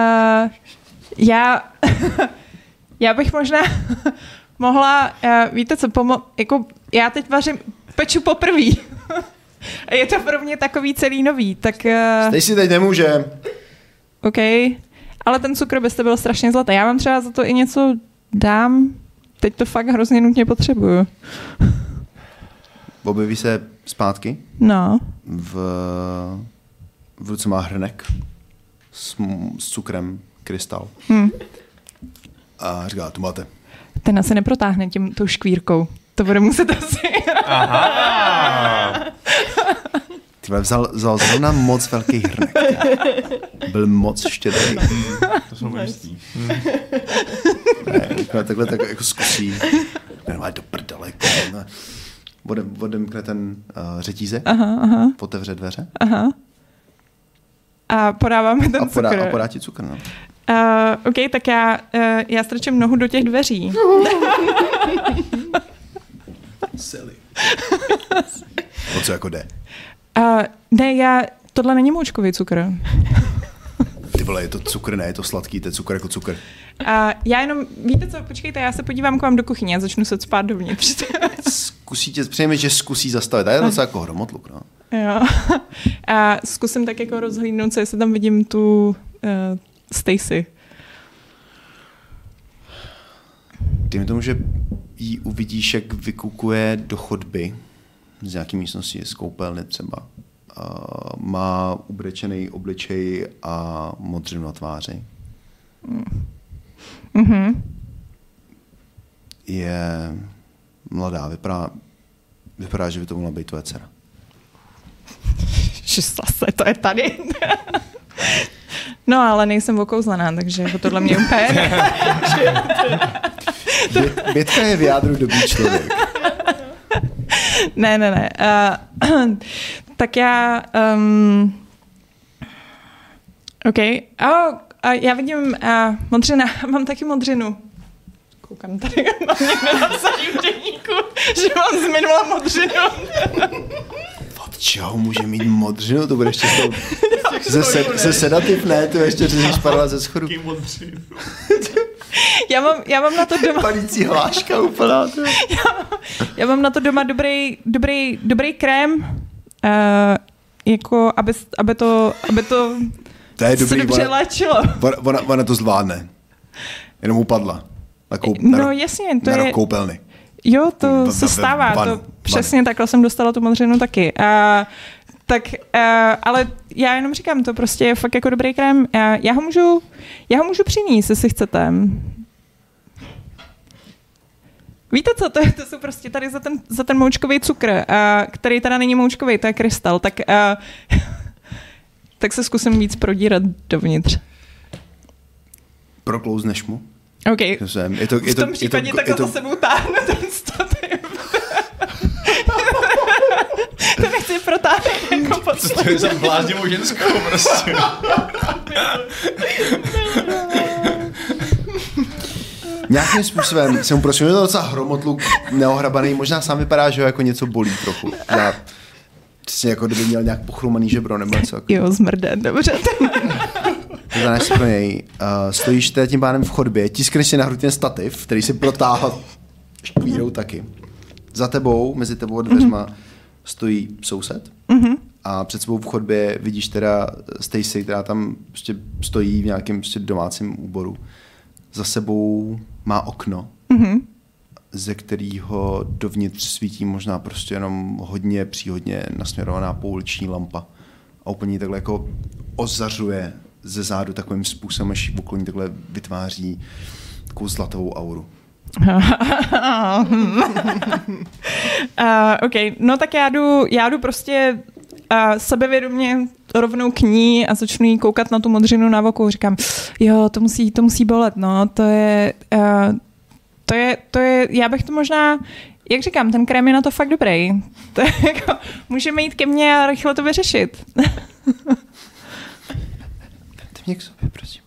Já bych možná mohla, víte co, jako já teď peču poprvý. A je to pro mě takový celý nový, tak... Stacy teď nemůže. OK, ale ten cukr byste byl strašně zlatý. Já vám třeba za to i něco dám. Teď to fakt hrozně nutně potřebuju. Objeví se zpátky. No. V ruce má hrnek s cukrem, krystal. A říká, tu máte. Ten asi neprotáhne tou škvírkou. To bude muset asi... Aha! Ty vzal zrovna moc velký hrnek. Byl moc štědrý. To jsou jistý. Takhle tak jako zkusí. Normálně do prdele. Odemkne ten řetízek. Otevře dveře. A podáváme ten cukr. A podá ti cukr, no. OK, tak já strčím nohu do těch dveří. Silly. O co jako jde? Ne, tohle není moučkový cukr. Ty vole, je to cukr, ne, je to sladký, to je cukr jako cukr. Já jenom, víte co, počkejte, já se podívám k vám do kuchyně a začnu se cpát dovnitř. Přejeme, že zkusí zastavit, a je to jako hromotluk, no. Jo. A zkusím tak jako rozhlídnout se, jestli tam vidím tu Stacy. Dejme tomu, že jí uvidíš, jak vykukuje do chodby z nějaké místnosti, z koupelny třeba. Má ubrečený obličej a modřinu na tváři. Je mladá, vypadá, že by to mohla být tvoje dcera. Že zase, to je tady. No, ale nejsem okouzlená, takže jako tohle mě úplně... Bětka je v jádru dobrý člověk. Ne. Tak já... OK. A já vidím modřina. Mám taky modřinu. Koukám tady, mám někde napsaný v deníku, že mám z minula modřinu. Od čeho může mít modřinu? To bude ještě ze sedativ, ne? To ještě řezíš parla ze schodu. Já mám na to doma... Palící hláška úplná. Já mám na to doma dobrý krém, jako aby to je se dobrý, dobře léčilo. Ona to zvládne. Jenom upadla. No jasně, to je... koupelny. Jo, to se stává. To přesně takhle jsem dostala tu modřinu taky. Ale já jenom říkám, to prostě je fakt jako dobrý krém. Já ho můžu přinést, jestli chcete. Víte co, to jsou prostě tady za ten moučkový cukr, který teda není moučkový, to je krystal, tak se zkusím víc prodírat dovnitř. Proklouzneš mu? OK. V tom případě takhle za sebou táhnu ten stativ. To nechci protáhnout jako poslední. To je za bláznivou ženskou prostě. Nějakým způsobem jsem mu prosím, je to docela hromotluk neohrabaný, možná sám vypadá, že ho jako něco bolí trochu. Přesně jako kdyby měl nějak pochlumaný žebro nebo něco. Jo, zmrde, dobře. Zadáš si pro něj. Stojíš teda tím pádem v chodbě, tiskneš si na hru ten stativ, který si protáhl škvírou taky. Za tebou, mezi tebou a dveřma, stojí soused. A před sebou v chodbě vidíš teda Stacy, která tam prostě stojí v nějakém prostě domácím úboru. Za sebou má okno, ze kterého dovnitř svítí možná prostě jenom hodně příhodně nasměrovaná pouliční lampa. A úplně takhle jako ozařuje ze zádu takovým způsobem, až okolí takhle vytváří takovou zlatovou auru. OK, no tak já jdu prostě sebevědomě rovnou k ní a začnu jí koukat na tu modřinu na oku. Říkám, jo, to musí bolet, no, to je, já bych to možná, jak říkám, ten krém je na to fakt dobrý. To je jako, můžeme jít ke mně a rychle to vyřešit. Vemte mě k sobě, prosím.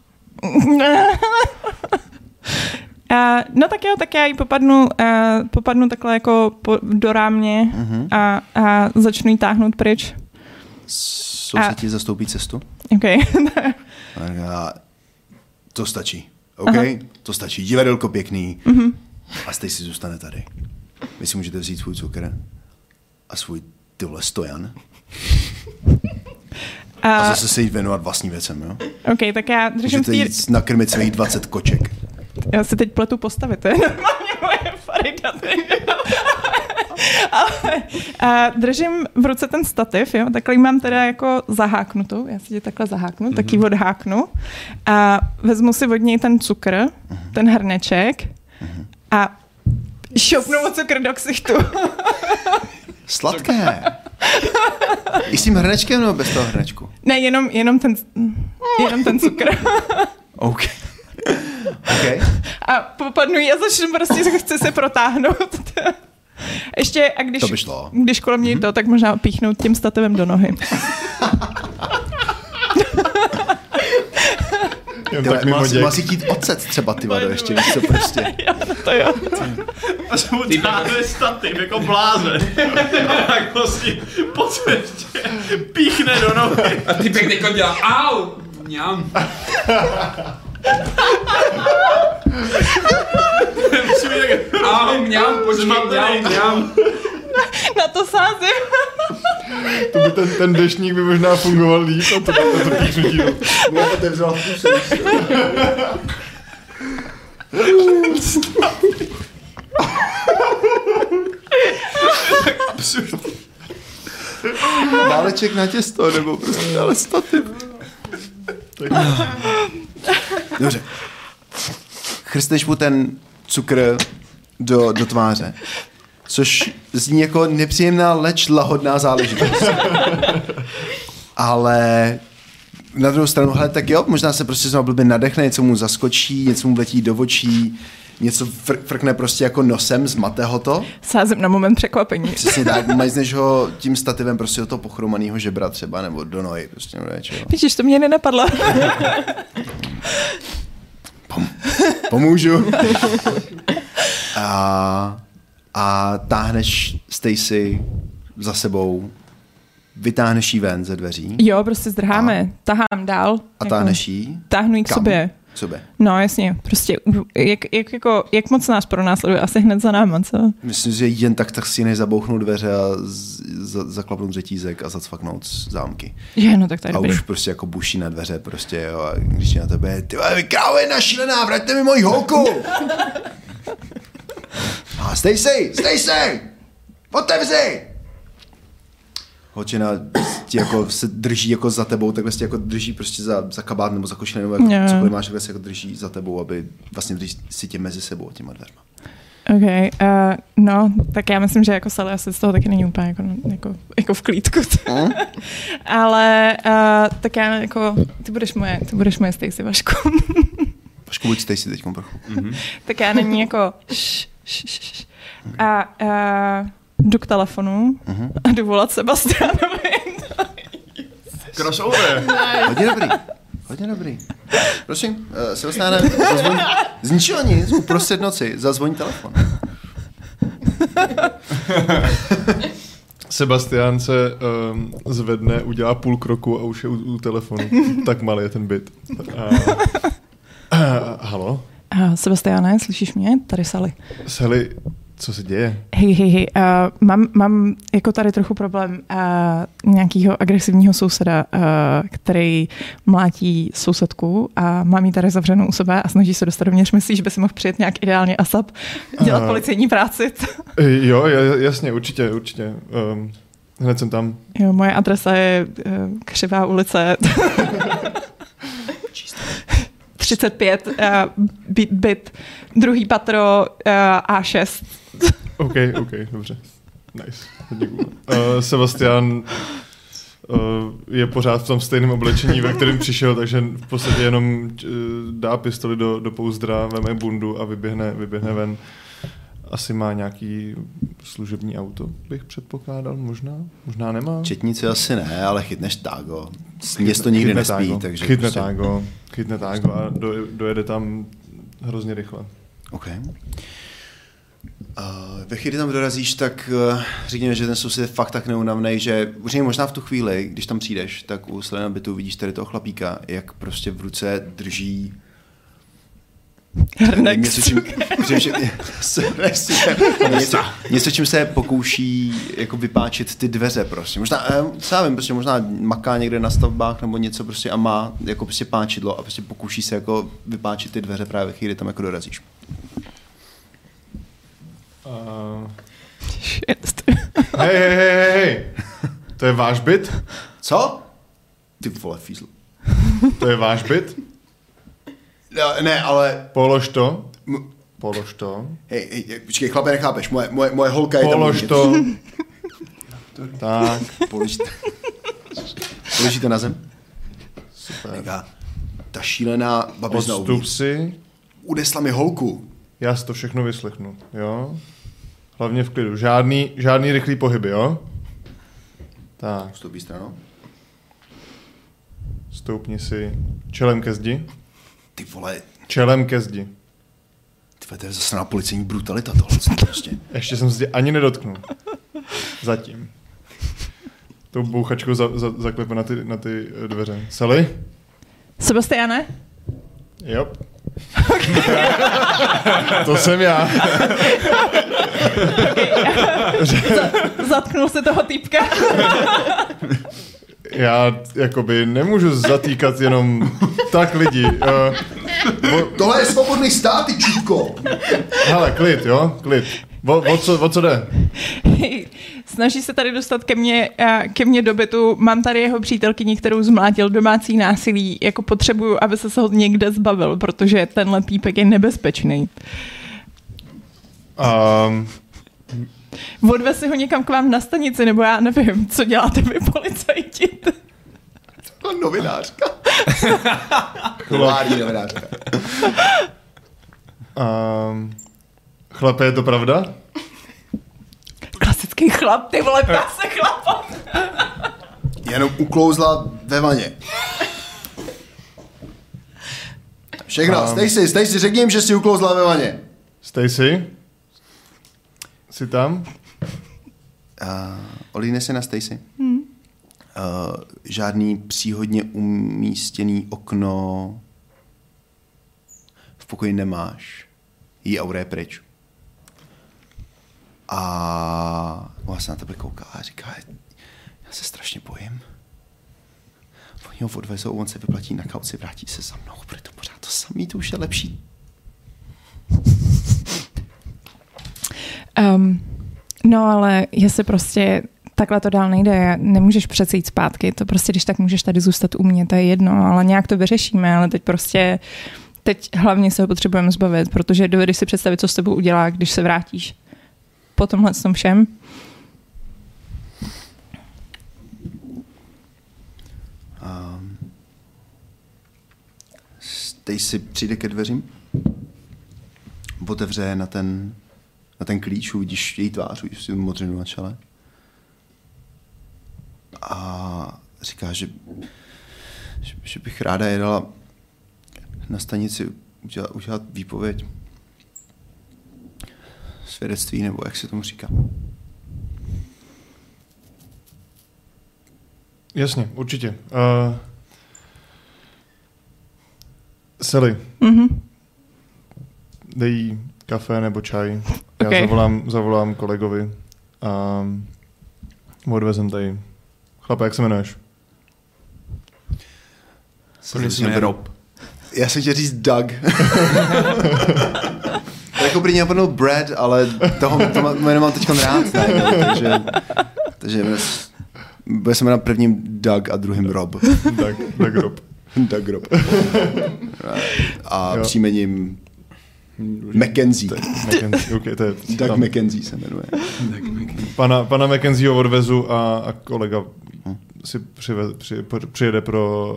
No tak jo, tak já jí popadnu takhle jako do rámě a začnu jí táhnout pryč. Soused ti zastoupí cestu? OK. To stačí. OK? To stačí. Divadelko pěkný. A Stacy zůstane tady. Vy si můžete vzít svůj cukr a svůj tyhle stojan. A zase se jít věnovat vlastním věcem, jo? OK, tak já držím... Můžete jít nakrmit svých 20 koček. Já si teď pletu postavy, to je normálně moje Farida. Ale držím v ruce ten stativ, jo, takhle mám teda jako zaháknutou, já si tě takhle zaháknu, tak ji odháknu a vezmu si od něj ten cukr, ten hrneček a šoupnu mu cukr do ksichtu. Sladké. I s tím hrnečkem nebo bez toho hrnečku? Ne, jenom ten cukr. OK. Okay. A popadnu jí a začnu prostě, chci se protáhnout. Ještě, a když kolem mě to, tak možná píchnout tím stativem do nohy. Má si chtít ocet třeba, ty vado, ještě víš co prostě. To jo. A se mu táhne stativ jako blázen. A tak vlastně po cestě píchne do nohy. A ty pěkně dělá, au, mňam. Au, mňam, počkej, mňam. Na to sázím. To by ten deštník by možná fungoval líp a to píšnutí. Mě otevřela vkusy. Váleček na těsto, nebo prostě ale stativ. Dobře. Chrsteš mu ten cukr do tváře, což zní jako nepříjemná, leč lahodná záležitost. Ale na druhou stranu, hele, tak jo, možná se prostě znovu blbě nadechne, něco mu zaskočí, něco mu vletí do očí, něco frkne prostě jako nosem, zmate ho to. Sázím na moment překvapení. Přesně tak, majzneš ho tím stativem prostě do toho pochromaného žebra třeba, nebo do nohy, prostě nebo něčeho. Vidíš, to mě nenapadlo. Pomůžu. A táhneš Stacy za sebou, vytáhneš jí ven ze dveří. Jo, prostě zdrháme, tahám dál. A táhneš jí? Táhnu jí k sobě. K sobě. No jasně, prostě jak moc nás pronásleduje, asi hned za náma, co? Myslím, že jen tak si nezabouchnout dveře a zaklapnout řetízek a zacvaknout zámky. Je, no tak to je a dobrý. už prostě jako buší na dveře prostě, jo, a když je na tebe, ty vole, vy krávo jedna šílená, vraťte mi moji holku! A Stacy, otevři! Holčina ti jako se drží jako za tebou, takhle si jako drží prostě za kabát nebo za košile, nebo jako cokoliv máš, takhle se jako drží za tebou, aby vlastně drží si tě mezi sebou těma dveřma. OK, no, tak já myslím, že jako Sally asi z toho taky není úplně jako v klídku. Ale tak já jako, ty budeš moje Stacy, Vašku. Vašku, buď Stacy teďkom trochu. Tak já není jako a jdu k telefonu a jdu volat Sebastianovi. Crossover. Hodně dobrý. Prosím, Sebastiane, zazvoň. Z ničeho nic, uprostřed noci, zazvoň telefon. Sebastian se zvedne, udělá půl kroku a už je u telefonu. Tak malý je ten byt. Halo? Sebastiane, slyšíš mě? Tady Sally. Sally, co se děje? Hej, mám jako tady trochu problém nějakého agresivního souseda, který mlátí sousedku a mám jí tady zavřenou u sebe a snaží se dostat dovnitř. Myslíš, že by si mohl přijet nějak ideálně ASAP, dělat policejní práci? Jo, jasně, určitě. Hned jsem tam. Jo, moje adresa je Křivá ulice 35, byt, druhý patro, A6. OK, dobře. Nice. Děkuju. Sebastian je pořád v tom stejném oblečení, ve kterém přišel, takže v podstatě jenom dá pistoli do pouzdra, veme bundu a vyběhne ven. Asi má nějaký služební auto, bych předpokládal, možná nemá. Četnici asi ne, ale chytneš tágo. Město nikdy nespí, tágo. takže... Chytne tágo a dojede tam hrozně rychle. OK. Ve chvíli tam dorazíš, tak řekněme, že ten soused je fakt tak neunavnej, že možná v tu chvíli, když tam přijdeš, tak u Selena bytu vidíš tady toho chlapíka, jak prostě v ruce drží něco, čím se pokouší jako vypáčit ty dveře prostě. Možná maká někde na stavbách nebo něco prostě a má jako prostě páčidlo a prostě pokouší se jako vypáčit ty dveře právě chvíli tam jako dorazíš. Hej. To je váš byt? Co? Ty vole, fízl. To je váš byt? No, ne, ale... Polož to. Hej, počkej, chlape, nechápeš, moje holka je tam. Polož to. Tak. Položí to na zem. Super. Neka, ta šílená babizna Odstup si. Udesla mi holku. Já si to všechno vyslechnu, jo? Hlavně v klidu. Žádný rychlý pohyby, jo? Tak. Vstoupí stranou. Stoupni si čelem ke zdi. Ty vole. Čelem ke zdi. Ty vole, to je zase na policejní brutalita tohle prostě. Ještě jsem zdi ani nedotknul. Zatím. Tou bouchačkou zaklepe na ty dveře. Sally? Sebastiane? Jo. To jsem já. Zatknul se toho týpka. Já jakoby nemůžu zatýkat jenom tak lidi. Tohle je svobodný stát, ty čutko. Hele, klid, jo? Klid. O co jde? Snaží se tady dostat ke mně do bytu. Mám tady jeho přítelkyni, kterou zmlátil domácí násilí. Jako potřebuju, aby se ho někde zbavil, protože tenhle týpek je nebezpečný. Odvez si ho někam k vám na stanici, nebo já nevím, co děláte vy policajti. Novinářka. Kulární novinářka. Chlape, je to pravda? Klasický chlap, ty vole, se chlapa. Jenom uklouzla ve vaně. Všechno, Stacy, řekni jim, že jsi uklouzla ve vaně. Stacy? Jsi tam? Olíne se na Stacy. Žádný příhodně umístěný okno v pokoji nemáš. Jí aura je pryč. A ona se na tebe kouká a říká, já se strašně bojím. Oni ho odvezou, on se vyplatí na kauci, vrátí se za mnou, bude to pořád to samý, to už je lepší. No ale jestli prostě takhle to dál nejde, nemůžeš přece jít zpátky, to prostě když tak můžeš tady zůstat u mě, to je jedno, ale nějak to vyřešíme, ale teď hlavně se ho potřebujeme zbavit, protože dovedeš si představit, co s tebou udělá, když se vrátíš po tomhle s tom všem. Stacy přijde ke dveřím, otevře na ten klíč, uvidíš její tvář, uvidíš si modřinu na čele. A říká, že bych ráda jedala na stanici udělat výpověď. Svědectví, nebo jak se tomu říká. Jasně, určitě. Sally, dej jí kafe nebo čaj. Okay. Já zavolám kolegovi a odvezem tady. Chlape, jak se jmenuješ? Rob. Já jsem chtěl říct Doug. Jako prý napadnul Brad, ale to jméno mám teďka rád. Takže bude se jmenovat prvním Doug a druhým Rob. Doug Rob. Doug Rob. A příjmením Mackenzie. Okay, Doug Mackenzie se jmenuje. Pana Mackenzieho odvezu a kolega si přijede pro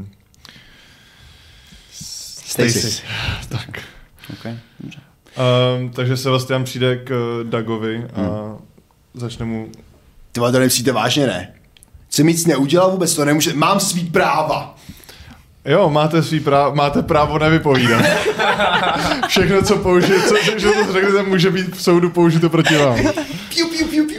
Stacy. Tak. Okay, dobře. Takže Sebastian přijde k Dougovi a začne mu... Ty to nemyslíte vážně, ne? Jsem nic neudělal vůbec, to nemůže... Mám svý práva! Jo, máte právo nevypovídat. Všechno, co řeknete, může být v soudu použito proti vám. Piu.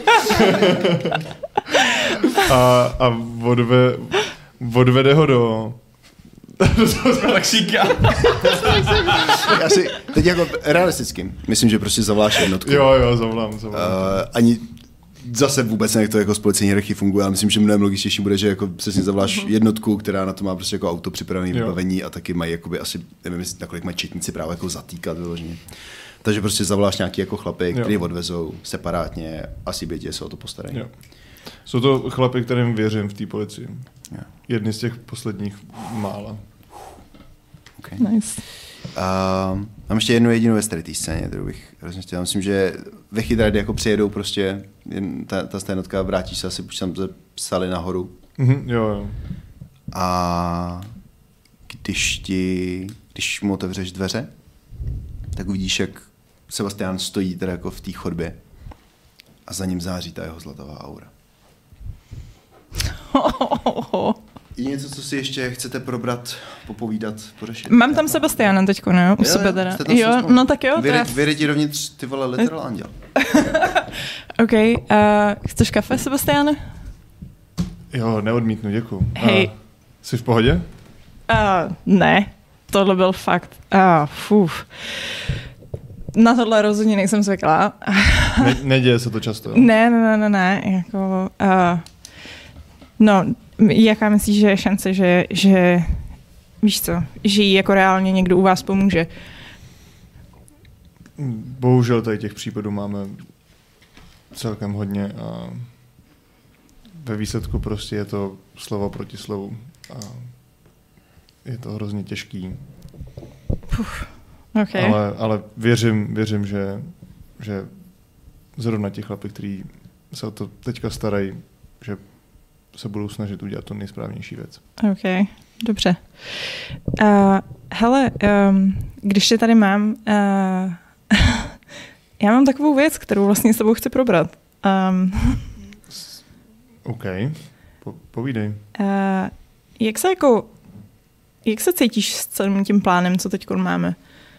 A odvede ho do taxíka. Já si teď jako realisticky myslím, že prostě zavoláš jednotku. Jo, zavolám. Ani zase vůbec ne, jak to jako z policejní hierarchii funguje. Já myslím, že mnohem logičtější bude, že jako přesně zavoláš jednotku, která na to má prostě jako auto připravené vybavení a taky mají jakoby asi, nevím, nakolik mají četníci právo jako zatýkat vyloženě. Takže prostě zavoláš nějaký jako chlapy, který odvezou separátně, asi bětě se o to postarají. Jo. Jsou to chlapy, kterým věřím v té policii. Jedni z těch posledních mála. Okay. Nice. Mám ještě jednu jedinou věc tady té scéně, kterou bych hrozně chtěl. Myslím, že ve chytré, kdy jako přijedou prostě ta stejnotka, vrátíš se asi, už tam psali nahoru. Jo. A když mu otevřeš dveře, tak uvidíš, jak Sebastian stojí teda jako v té chodbě a za ním září ta jeho zlatová aura. Je něco, co si ještě chcete probrat, popovídat, pořešit? Mám tam Sebastiana teďko, ne? U sebe teda. Jo, no tak jo. Vyjde ti dovnitř, ty vole, literal anděl. OK, chceš kafe, Sebastiane? Jo, neodmítnu, děkuju. Hej. Jsi v pohodě? Ne, tohle byl fakt. Na tohle rozhodně nejsem zvyklá. Neděje se to často? Ne, jako... No, jaká myslíš, že je šance, že víš co, že jí jako reálně někdo u vás pomůže? Bohužel tady těch případů máme celkem hodně a ve výsledku prostě je to slovo proti slovu a je to hrozně těžký. Okay. Ale věřím, že zrovna ti chlapi, kteří se o to teďka starají, že se budou snažit udělat to nejsprávnější věc. OK, dobře. Hele, když tě tady mám, já mám takovou věc, kterou vlastně s tebou chci probrat. OK, povídej. Jak se cítíš s celým tím plánem, co teď máme?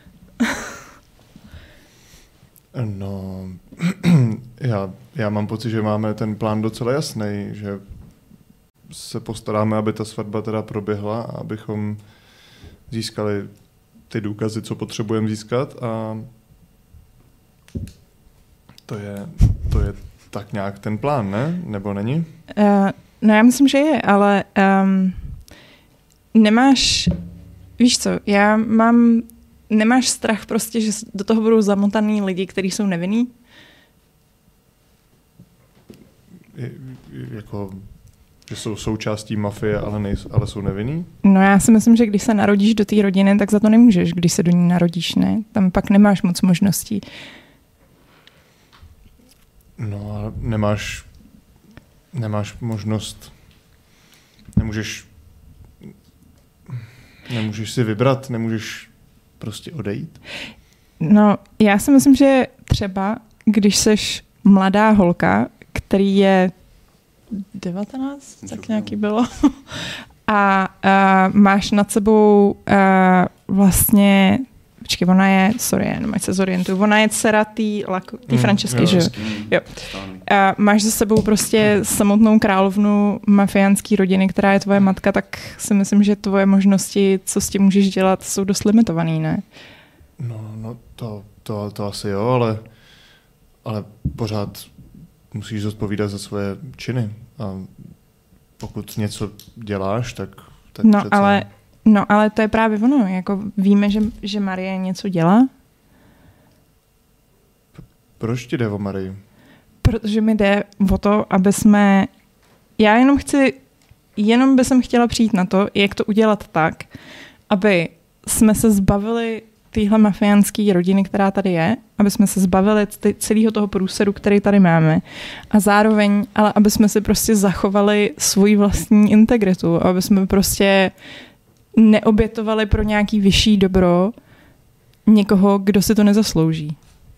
No, já mám pocit, že máme ten plán docela jasný, že se postaráme, aby ta svatba teda proběhla a abychom získali ty důkazy, co potřebujeme získat a to je tak nějak ten plán, ne? Nebo není? No já myslím, že je, ale víš co, nemáš strach prostě, že do toho budou zamotaný lidi, kteří jsou nevinní? Jako, že jsou součástí mafie, ale jsou nevinní? No já si myslím, že když se narodíš do té rodiny, tak za to nemůžeš, když se do ní narodíš, ne? Tam pak nemáš moc možností. No a nemáš možnost, nemůžeš si vybrat, nemůžeš prostě odejít? No, já si myslím, že třeba, když seš mladá holka, který je 19, tak nějaký bylo, a máš nad sebou vlastně, počkej, ona je, sorry, jenom ať se zorientuju, ona je dcera té Francesky, že jo. Máš za sebou prostě samotnou královnu mafiánské rodiny, která je tvoje matka, tak si myslím, že tvoje možnosti, co s tím můžeš dělat, jsou dost limitovaný, ne? No to asi jo, ale pořád musíš zodpovídat za svoje činy. A pokud něco děláš, tak přece... No, ale to je právě ono. Jako víme, že Marie něco dělá. Proč ti jde o Marii? Protože mi jde o to, aby jsme... Já jenom bych chtěla přijít na to, jak to udělat tak, aby jsme se zbavili téhle mafiánské rodiny, která tady je, aby jsme se zbavili celého toho průseru, který tady máme. A zároveň, ale aby jsme si prostě zachovali svoji vlastní integritu, aby jsme prostě neobětovali pro nějaký vyšší dobro někoho, kdo si to nezaslouží.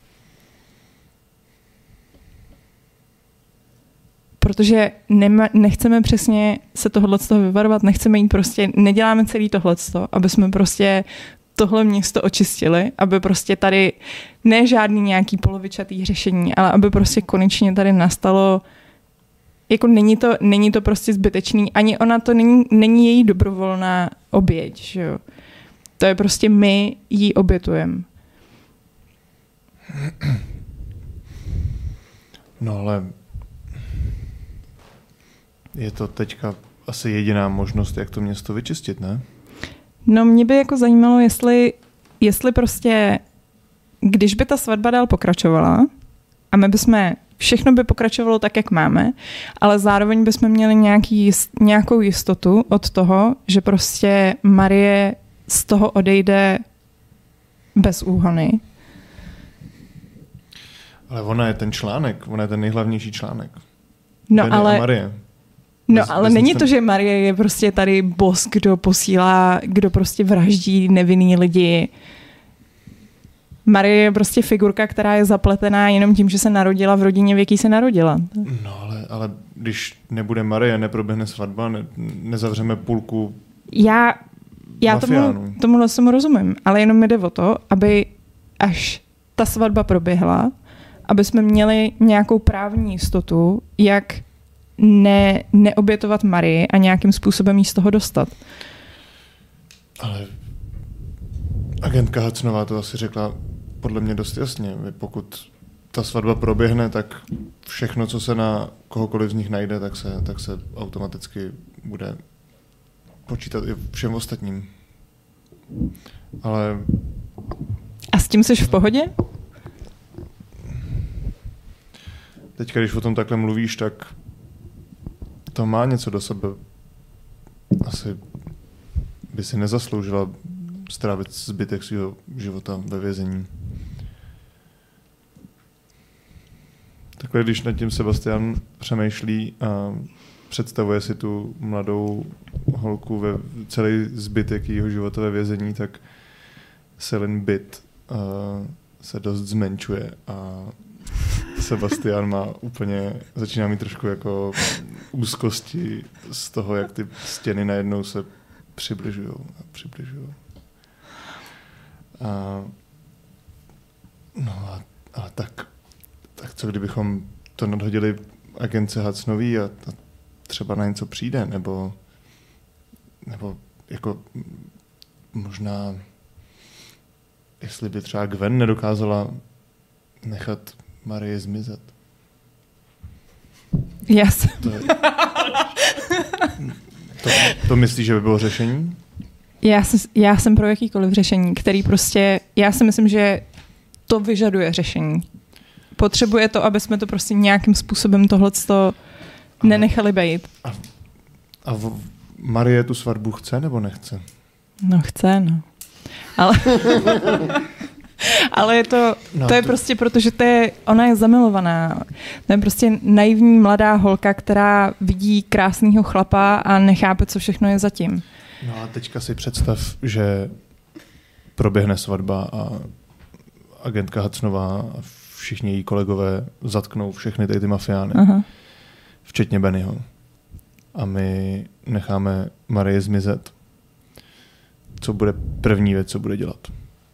Protože nechceme přesně se tohoto vyvarovat, nechceme jít prostě, neděláme celý tohleto, aby jsme prostě tohle město očistili, aby prostě tady ne žádný nějaký polovičatý řešení, ale aby prostě konečně tady nastalo, jako není to prostě zbytečný, ani ona to není její dobrovolná oběť, že jo. To je prostě my jí obětujeme. No ale je to teďka asi jediná možnost, jak to město vyčistit, ne? No mě by jako zajímalo, jestli prostě, když by ta svatba dál pokračovala a všechno by pokračovalo tak, jak máme, ale zároveň bychom měli nějakou jistotu od toho, že prostě Marie z toho odejde bez úhony. Ale ona je ten článek, ona je ten nejhlavnější článek. No Benny ale... a Marie. Ale není to, že Marie je prostě tady boss, kdo prostě vraždí nevinný lidi. Marie je prostě figurka, která je zapletená jenom tím, že se narodila v rodině, v jaký se narodila. No ale když nebude Marie, neproběhne svatba, nezavřeme půlku Já mafiánů. tomuhle tomu rozumím, ale jenom mi jde o to, aby až ta svatba proběhla, aby jsme měli nějakou právní jistotu, jak neobětovat Marii a nějakým způsobem jí z toho dostat. Ale agentka Hudsonová to asi řekla podle mě dost jasně. Pokud ta svatba proběhne, tak všechno, co se na kohokoliv z nich najde, tak se automaticky bude počítat i všem ostatním. Ale... A s tím jsi v pohodě? Teď, když o tom takhle mluvíš, tak to má něco do sebe. Asi by si nezasloužila strávit zbytek svého života ve vězení. Takhle, když nad tím Sebastian přemýšlí a představuje si tu mladou holku ve celý zbytek jeho života ve vězení, tak Selin byt se dost zmenšuje a Sebastian má úplně, začíná mít trošku jako úzkosti z toho, jak ty stěny najednou se přibližujou. A tak co kdybychom to nadhodili agence Hudsonový a třeba na něco přijde, nebo jako možná, jestli by třeba Gwen nedokázala nechat Marie zmizet. Yes. To myslíš, že by bylo řešení? Já jsem pro jakýkoliv řešení, který prostě, já si myslím, že to vyžaduje řešení. Potřebuje to, aby jsme to prostě nějakým způsobem tohleto nenechali bejt. A Marie tu svatbu chce nebo nechce? No chce, no. Ale je to je prostě proto, že ona je zamilovaná. To je prostě naivní mladá holka, která vidí krásného chlapa a nechápe, co všechno je zatím. No a teďka si představ, že proběhne svatba a agentka Hudsonová a všichni její kolegové zatknou všechny ty mafiány. Aha. Včetně Bennyho. A my necháme Marie zmizet. Co bude první věc, co bude dělat?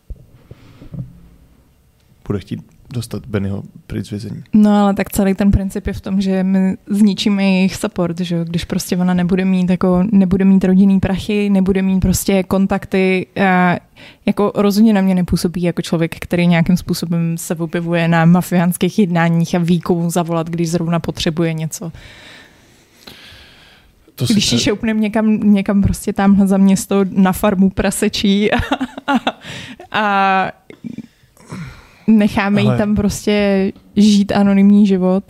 Bude chtít dostat Bennyho pryč z vězení. No ale tak celý ten princip je v tom, že my zničíme jejich support, že když prostě ona nebude mít rodinný prachy, nebude mít prostě kontakty, jako rozhodně na mě nepůsobí jako člověk, který nějakým způsobem se objevuje na mafiánských jednáních a ví, komu zavolat, když zrovna potřebuje něco. Když ji šoupnem někam prostě tamhle za město na farmu prasečí a necháme jí tam prostě žít anonymní život.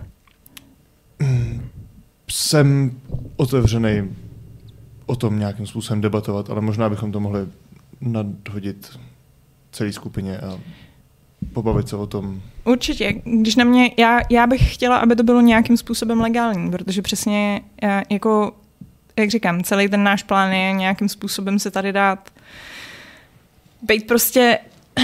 Jsem otevřený o tom nějakým způsobem debatovat, ale možná bychom to mohli nadhodit celé skupině a pobavit se o tom. Určitě. Když na mě, já bych chtěla, aby to bylo nějakým způsobem legální, protože přesně jako, jak říkám, celý ten náš plán je nějakým způsobem se tady dát být prostě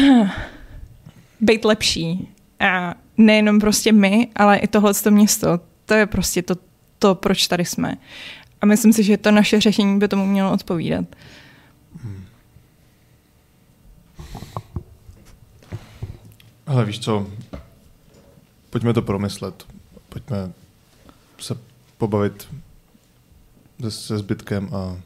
být lepší. A nejenom prostě my, ale i tohleto město. To je prostě to, proč tady jsme. A myslím si, že to naše řešení by tomu mělo odpovídat. Ale víš co, pojďme to promyslet. Pojďme se pobavit se zbytkem a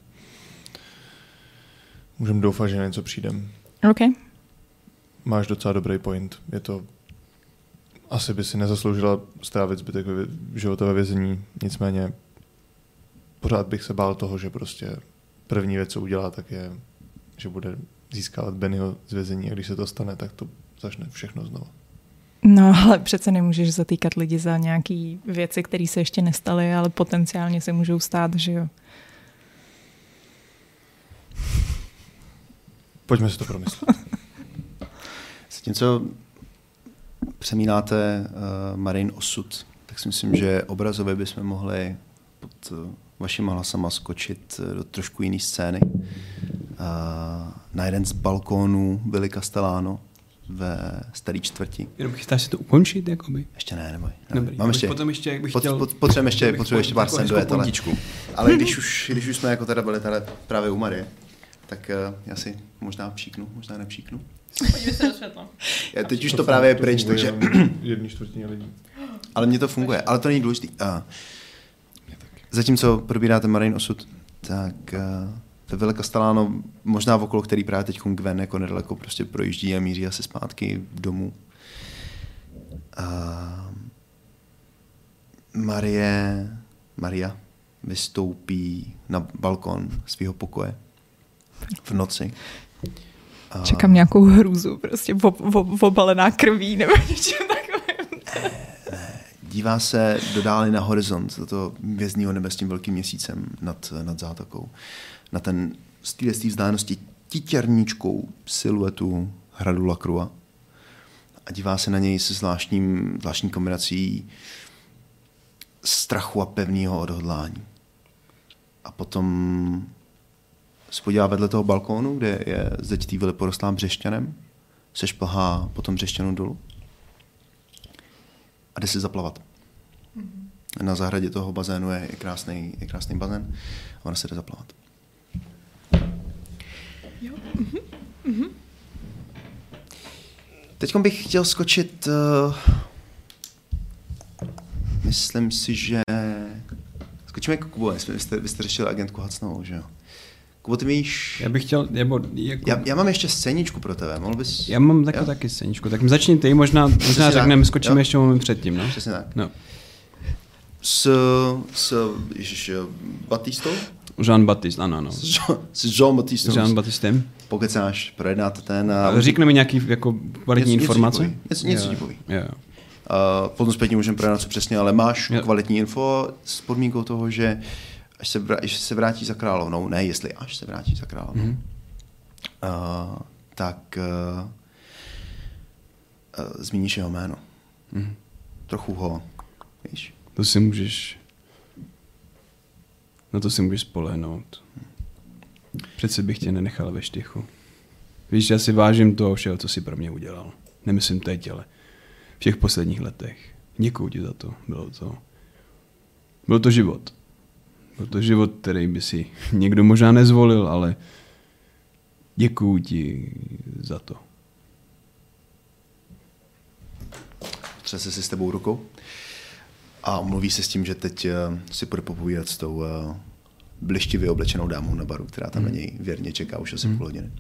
můžeme doufat, že na něco přijdem. OK. Máš docela dobrý point. Je to, asi by si nezasloužila strávit zbytek života ve vězení, nicméně pořád bych se bál toho, že prostě první věc, co udělá, tak je, že bude získávat Bennyho z vězení a když se to stane, tak to začne všechno znovu. No, ale přece nemůžeš zatýkat lidi za nějaký věci, které se ještě nestaly, ale potenciálně se můžou stát, že jo. Pojďme si to promyslet. Zatímco přemínáte Marin osud, tak si myslím, že obrazově bychom mohli pod vašima hlasama skočit do trošku jiné scény. Na jeden z balkónů Billy Castellano ve Staré čtvrti. Jenom chystáš si to ukončit, jakoby? Ještě ne, neboj. Dobrý. Mám ještě, potom ještě, jak bych chtěl... Potřebujeme ještě pár senduet, ale když už jsme jako teda byli tady právě u Marie, tak já si možná pšíknu, možná nepšíknu. Podívej se do světla. Teď už to právě je pryč, takže... 1/4 lidí. Ale mně to funguje, ale to není důležitý. Zatímco probíráte Marin osud, tak ve Villa Castellano, možná v okolo, který právě teď Gwen jako nedaleko prostě projíždí a míří asi zpátky domů. Maria vystoupí na balkon svého pokoje v noci. Čekám nějakou hrůzu, prostě obalená krví nebo něčem takovým. Dívá se do dále na horizont, do toho vězního nebe s tím velkým měsícem nad zátokou. Na ten z té vzdálenosti titěrničkou siluetu hradu Lacroix. A dívá se na něj se zvláštní kombinací strachu a pevného odhodlání. A potom se podívá vedle toho balkónu, kde je zeď té vily porostlá břešťanem, se šplhá po tom břešťanu dolů a jde si zaplavat. Na zahradě toho bazénu je krásný bazén a ona se jde zaplavat. Jo. Teď bych chtěl skočit, myslím si, že skočíme k Kubo, vy jste řešili agentku Hacnovou, že jo? Kubo, ty víš... Já bych chtěl, nebo jako... Já mám ještě scéničku pro tebe, mohl bys... Já mám taky scéničku, tak začni ty, možná řekneme, skočíme ještě moment předtím, no? Přesně tak. No. S Batistou? Jean-Baptiste, ano. S Jean-Baptistou. Jean-Baptistem. Pokecáš, projednáte ten... Řekne mi nějaký jako kvalitní informace? Něco ti poví. Jo. Potom zpětně můžeme projednat, co přesně, ale máš kvalitní info s podmínkou toho, že až se vrátí za královnou, ne jestli až se vrátí za královnou, tak zmíníš jeho jméno. Trochu ho, víš. Na to si můžeš spolehnout. Přece bych tě nenechal ve štychu. Víš, já si vážím toho všeho, co jsi pro mě udělal. Nemyslím teď, ale v těch posledních letech. Děkuju ti za to. Byl to život. Byl to život, který by si někdo možná nezvolil, ale děkuju ti za to. Třese si s tebou rukou a mluví se s tím, že teď si bude popovídat s tou blištivě oblečenou dámou na baru, která tam na něj věrně čeká už asi půl hodiny.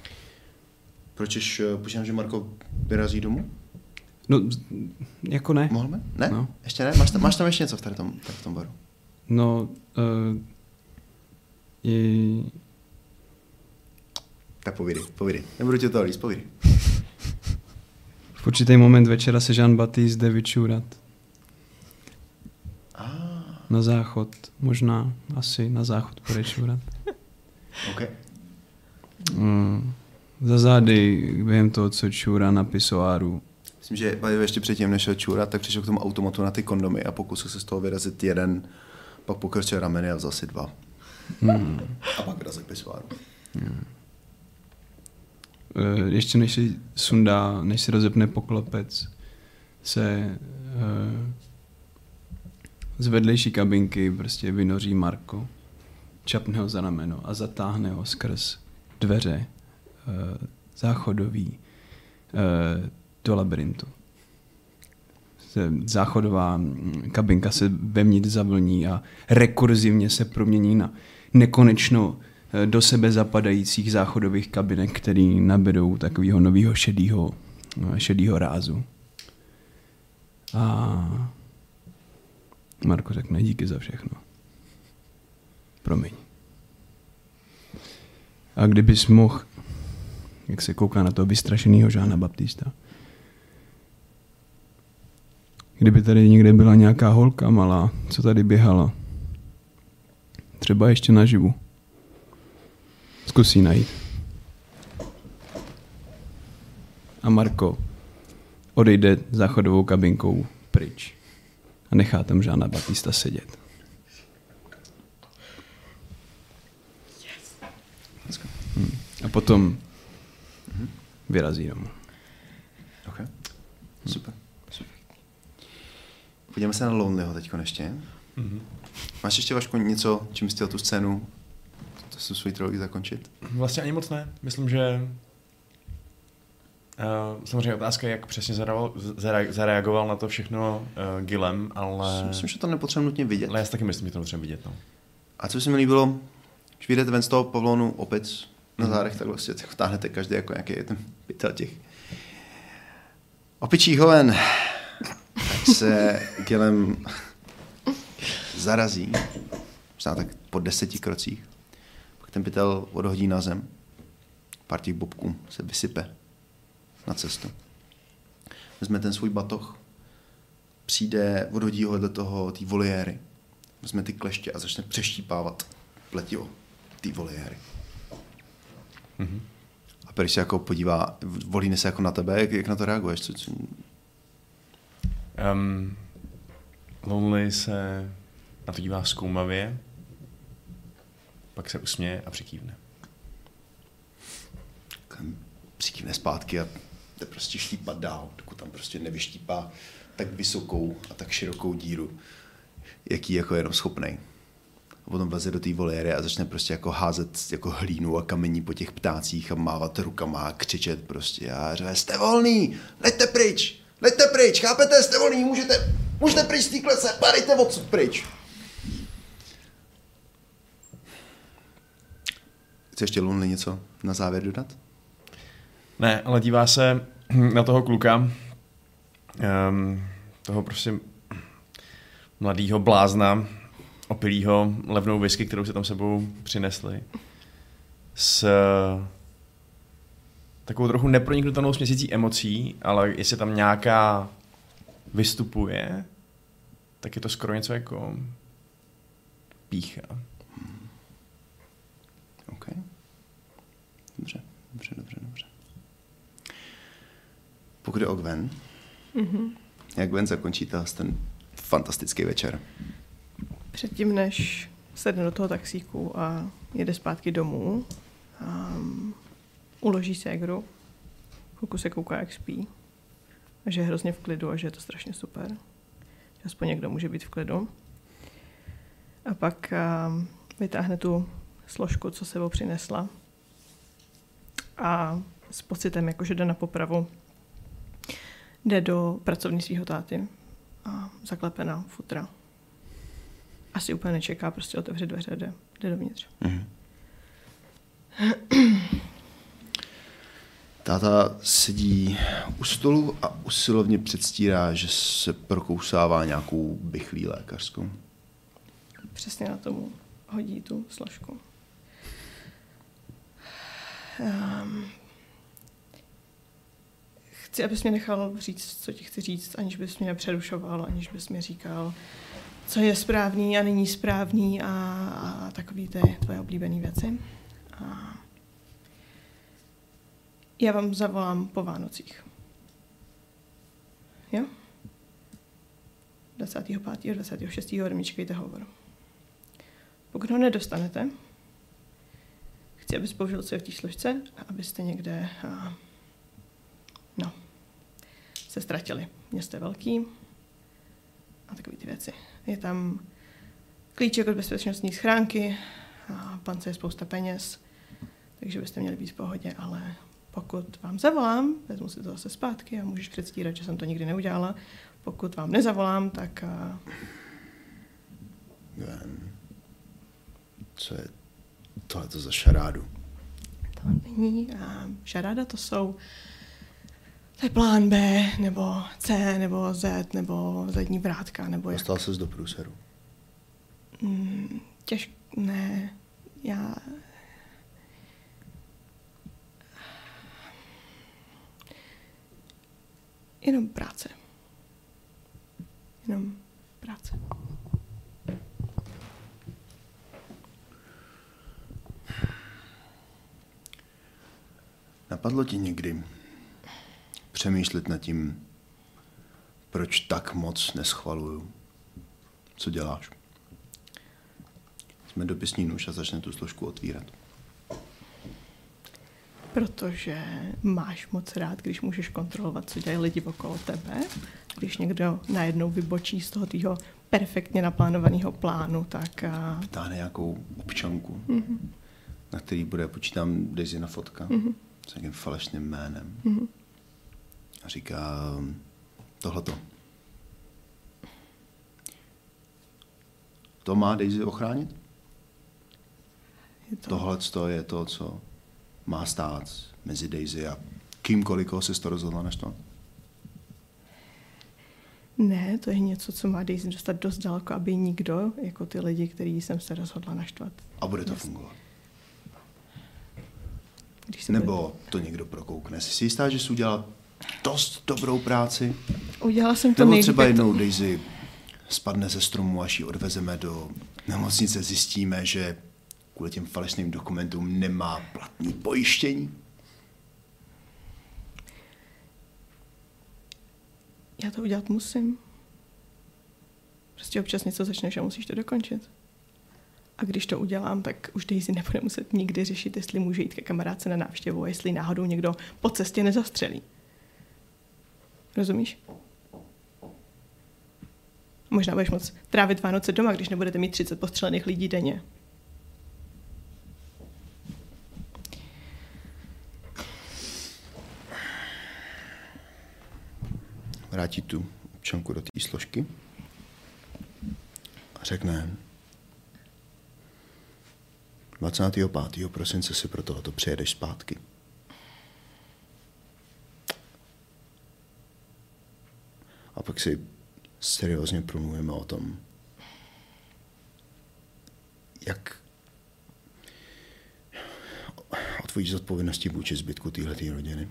Proč počítám, že Marko vyrazí domů? No, jako ne. Mohl? Ne? No. Ještě ne? Máš tam ještě něco v tom baru? No, Tak povídej. Nebudu tě toho líst, povídej. V určitý moment večera se Jean-Baptiste jde vyčůrat. Na záchod, možná, asi na záchod bude čůrat. Okay. Za zády během toho, co čůra na pisoáru. Myslím, že ještě předtím, než šel čůrat, tak přišel k tomu automatu na ty kondomy a pokusil se z toho vyrazit jeden, pak pokrčil rameny a vzal si dva. A pak vyrazil k pisoáru. Ještě než si sundá, než si rozepne poklopec, se z vedlejší kabinky prostě vynoří Marko, čapne ho za rameno a zatáhne ho skrz dveře záchodový do labirintu. Záchodová kabinka se vevnitř zavlní a rekurzivně se promění na nekonečno do sebe zapadajících záchodových kabinek, který nabedou takového nového šedýho rázu. A Marko řekne díky za všechno. Promiň. A kdybys mohl, jak se kouká na toho vystrašenýho Jeana Baptista, kdyby tady někde byla nějaká holka malá, co tady běhala, třeba ještě naživu, zkusí najít. A Marko odejde záchodovou kabinkou pryč a nechá tam Jeana Baptista sedět. A potom vyrazí domů. Okay. Super. Podíváme se na Lonelyho teďko ještě. Máš ještě, Vašku, něco, čím jsi chtěl tu scénu, tu svou trilogii zakončit? Vlastně ani moc ne. Myslím, že samozřejmě otázka je, jak přesně zareagoval na to všechno Gilem, ale... Myslím, že to nepotřebujeme nutně vidět. Ale já si taky myslím, že to potřebujeme vidět. No. A co se mi líbilo, když vyjdete ven z toho pavilonu opic na zádech, tak vlastně táhnete každý jako nějaký ten pytel těch opičích hoven. Tak se Gilem zarazí, možná tak po 10 krocích. Pak ten pytel odhodí na zem. Pár těch bobků se vysype na cestu. Vezme ten svůj batoh, přijde, odhodí ho vedle toho, té voliéry. Vezme ty kleště a začne přeštípávat pletivo té voliéry. A Perry se jako podívá, volí se jako na tebe, jak na to reaguješ? Lonely se na to dívá zkoumavě, pak se usměje a přikývne. přikývne zpátky a jde prostě štípat dál, dokud tam prostě nevyštípá tak vysokou a tak širokou díru, jaký jako jenom schopnej. A potom vleze do té voliéry a začne prostě jako házet jako hlínu a kamení po těch ptácích a mávat rukama a křičet prostě a řve, jste volný, leďte pryč, chápete, jste volný, můžete pryč z té klece, padejte odsud pryč. Chce ještě Lonely něco na závěr dodat? Ne, ale dívá se na toho kluka, toho prostě mladýho blázna, opilýho levnou whisky, kterou se tam sebou přinesli. S takovou trochu neproniknutelnou směsící emocí, ale jestli tam nějaká vystupuje, tak je to skoro něco jako pýcha. OK. Dobře. Pokud je o Gwen, jak Gwen zakončí ten fantastický večer? Předtím, než sedne do toho taxíku a jede zpátky domů, uloží ségru, chvilku se kouká, jak spí, a že je hrozně v klidu a že je to strašně super. Že aspoň někdo může být v klidu. A pak vytáhne tu složku, co sebou přinesla, a s pocitem, jako že jde na popravu, jde do pracovní svého táty a zaklepe na futra. Asi úplně nečeká, prostě otevře dveře, jde dovnitř. Táta sedí u stolu a usilovně předstírá, že se prokousává nějakou bychlí lékařskou. Přesně na tomu hodí tu složku. Chci, abys mě nechal říct, co ti chci říct, aniž bys mě přerušoval, aniž bys mi říkal, co je správný a není správný a takový ty tvoje oblíbené věci. A já vám zavolám po Vánocích. Jo? 25. a 26. ode mě čekejte hovor. Pokud ho nedostanete, chci, abys použil, co je v té složce, a abyste někde se ztratili. Město je velký a takové ty věci. Je tam klíček od bezpečnostní schránky, a bance je spousta peněz, takže byste měli být v pohodě, ale pokud vám zavolám, vezmu si to zase zpátky a můžeš předstírat, že jsem to nikdy neudělala. Pokud vám nezavolám, tak... Co je tohleto za šarádu? To není šaráda, to je plán B, nebo C, nebo Z, nebo zadní vrátka, nebo jak. Dostal ses do průseru? Ne, já... Jenom práce. Napadlo ti někdy přemýšlet nad tím, proč tak moc neschvaluju, co děláš? Jsme dopisní nůž a začne tu složku otvírat. Protože máš moc rád, když můžeš kontrolovat, co dělají lidi okolo tebe. Když někdo najednou vybočí z toho tvýho perfektně naplánovaného plánu, tak... Vytáhne nějakou občanku, na který bude, počítám, Daisyna fotka s nějakým falešným jménem. A říká tohleto. To má Daisy ochránit? Tohleto je to, co má stát mezi Daisy a kýmkoliv, koho jsi to rozhodla naštvat? Ne, to je něco, co má Daisy dostat dost daleko, aby nikdo, jako ty lidi, který jsem se rozhodla naštvat. A bude to fungovat? Nebo to někdo prokoukne? Jsi si jistá, že jsi udělala dost dobrou práci? Udělala jsem to Nebo nejvíc. třeba jednou Daisy spadne ze stromu, až ji odvezeme do nemocnice, zjistíme, že kvůli těm falešným dokumentům nemá platný pojištění? Já to udělat musím. Prostě občas něco začneš a musíš to dokončit. A když to udělám, tak už Daisy nebude muset nikdy řešit, jestli může jít ke kamarádce na návštěvu a jestli náhodou někdo po cestě nezastřelí. Rozumíš? Možná budeš moc trávit Vánoce doma, když nebudete mít 30 postřelených lidí denně. Vrátí tu občanku do té složky a řekne 25. prosince si pro tohoto přijedeš zpátky. A pak si seriózně promluvíme o tom, jak o tvojí zodpovědnosti vůči zbytku téhletý rodiny.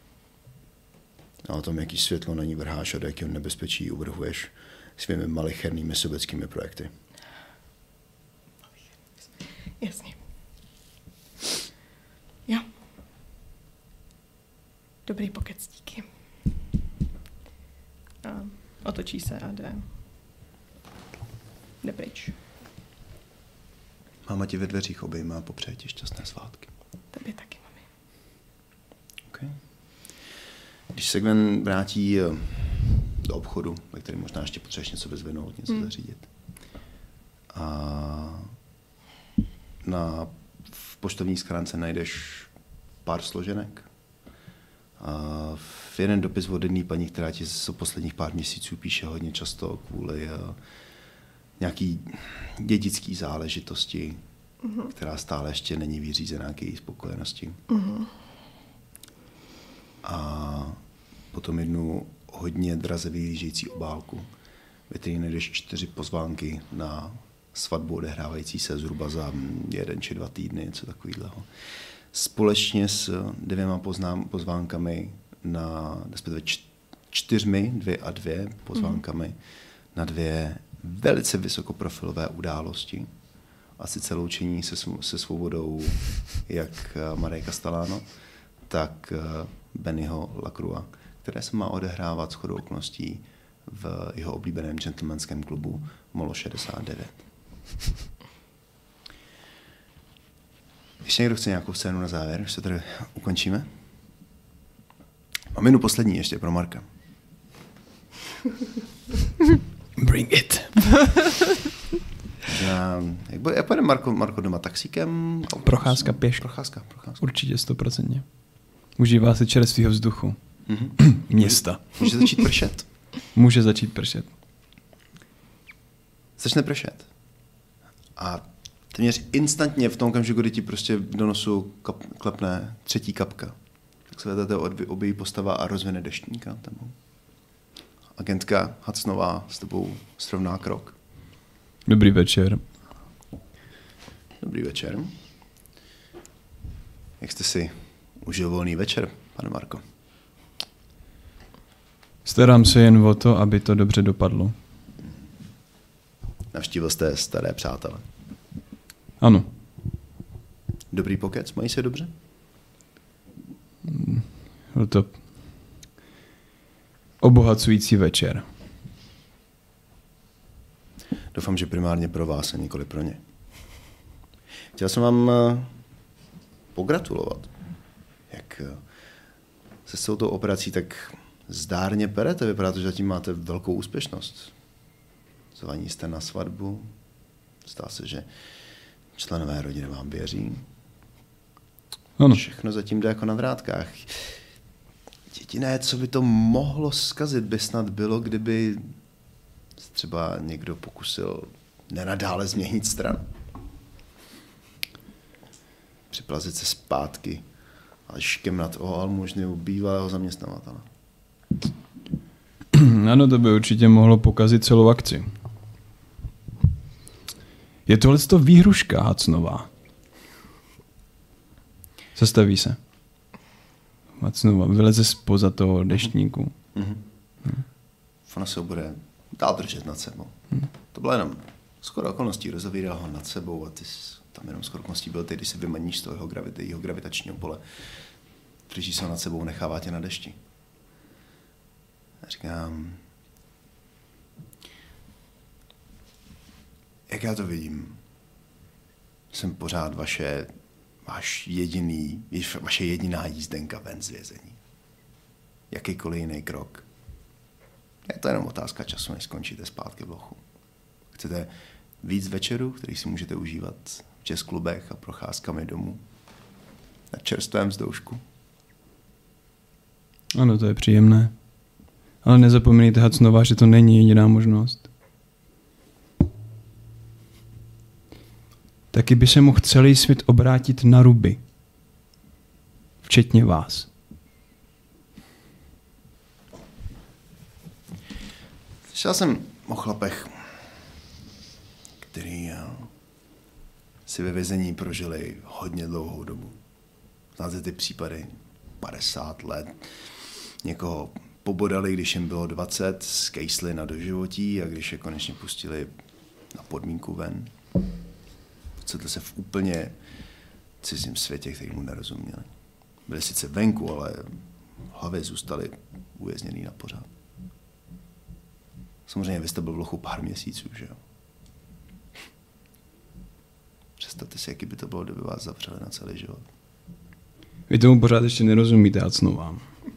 A o tom, jaký světlo na ní vrháš a do jakého nebezpečí uvrhuješ svými malichernými sobeckými projekty. Jasně. Jo. Dobrý pokec, díky. A otočí se a jde pryč. Máma ti ve dveřích obejme a popřeje ti šťastné svátky. Tobě taky, mami. Okay. Když se Gwen vrátí do obchodu, ve kterém možná ještě potřebuješ něco vyzvednout, něco zařídit. A v poštovní schránce najdeš pár složenek. A v jeden dopis od jedné paní, která ti z posledních pár měsíců píše hodně často kvůli nějaký dědický záležitosti, která stále ještě není vyřízená k její spokojenosti. A potom jednu hodně draze vyhlížející obálku, ve které najdeš 4 pozvánky na svatbu odehrávající se zhruba za 1 či 2 týdny, něco takového. Společně s 2 pozvánkami respektive 4, 2 a 2 pozvánkami na 2 velice vysokoprofilové události. A sice loučení se svobodou jak Marie Castellano, tak Bennyho Lacroix, které se má odehrávat shodou okolností v jeho oblíbeném gentlemanském klubu Molo 69. Ještě někdo chce nějakou scénu na závěr, už se tady ukončíme? Mám jednu poslední ještě pro Marka. Bring it. Jak pojede Marko doma taxíkem? Procházka pěšky. Procházka. Určitě 100%. Užívá se čerstvého vzduchu. Města. Může začít pršet? Může začít pršet. Začne pršet. A téměř instantně v tom okamžiku, kdy ti prostě do nosu klepne 3. kapka, tak se vedete objeví postava a rozvine deštníka tebou. Agentka Hudsonová s tebou srovná krok. Dobrý večer. Dobrý večer. Jak jste si užil volný večer, pane Marko? Starám se jen o to, aby to dobře dopadlo. Navštívil jste staré přátele? Ano. Dobrý pokec, mají se dobře? Byl to obohacující večer. Doufám, že primárně pro vás a nikoli pro ně. Chtěl jsem vám pogratulovat. Jak se s tou operací tak zdárně perete. Vypadá to, že zatím máte velkou úspěšnost. Zvaní jste na svatbu. Zdá se, že členové rodiny vám věří. Ano. Všechno zatím jde jako na vrátkách. Jediné, co by to mohlo zkazit, by snad bylo, kdyby třeba někdo pokusil nenadále změnit stranu. Připlazit se zpátky a škemnat o almužny bývalého zaměstnavatele. Ano, to by určitě mohlo pokazit celou akci. Je tohleto výhruška Hudsonová. Zastaví se. Hudsonová vyleze zpoza toho deštníku. Ona se ho bude dál držet nad sebou. To bylo jenom skoro okolností, rozovíral ho nad sebou a ty tam jenom skoro okolností byl ty, když se vymaníš z toho jeho gravitačního pole. Drží se ho nad sebou, nechává tě na dešti. A říkám, jak já to vidím, jsem pořád vaše jediná jízdenka ven z vězení. Jakýkoliv jiný krok. Je to jenom otázka času, než skončíte zpátky v lochu. Chcete víc večerů, který si můžete užívat v jazzklubech a procházkami domů? Na čerstvém vzdušku? Ano, to je příjemné. Ale nezapomeňte, Hudsonova, že to není jediná možnost. Taky by se mohl celý svět obrátit na ruby. Včetně vás. Slyšel jsem o chlapech, který si ve vězení prožili hodně dlouhou dobu. Znáte ty případy? 50 let. Někoho pobodali, když jim bylo 20, skejsli na doživotí a když je konečně pustili na podmínku ven. Ocitli se v úplně cizím světě, který mu nerozuměli. Byli sice venku, ale hlavy zůstali uvězněný na pořád. Samozřejmě vy jste byl v lochu pár měsíců, že jo? Představte si, jaký by to bylo, kdyby vás zavřeli na celý život. Vy tomu pořád ještě nerozumíte, Hudsonova.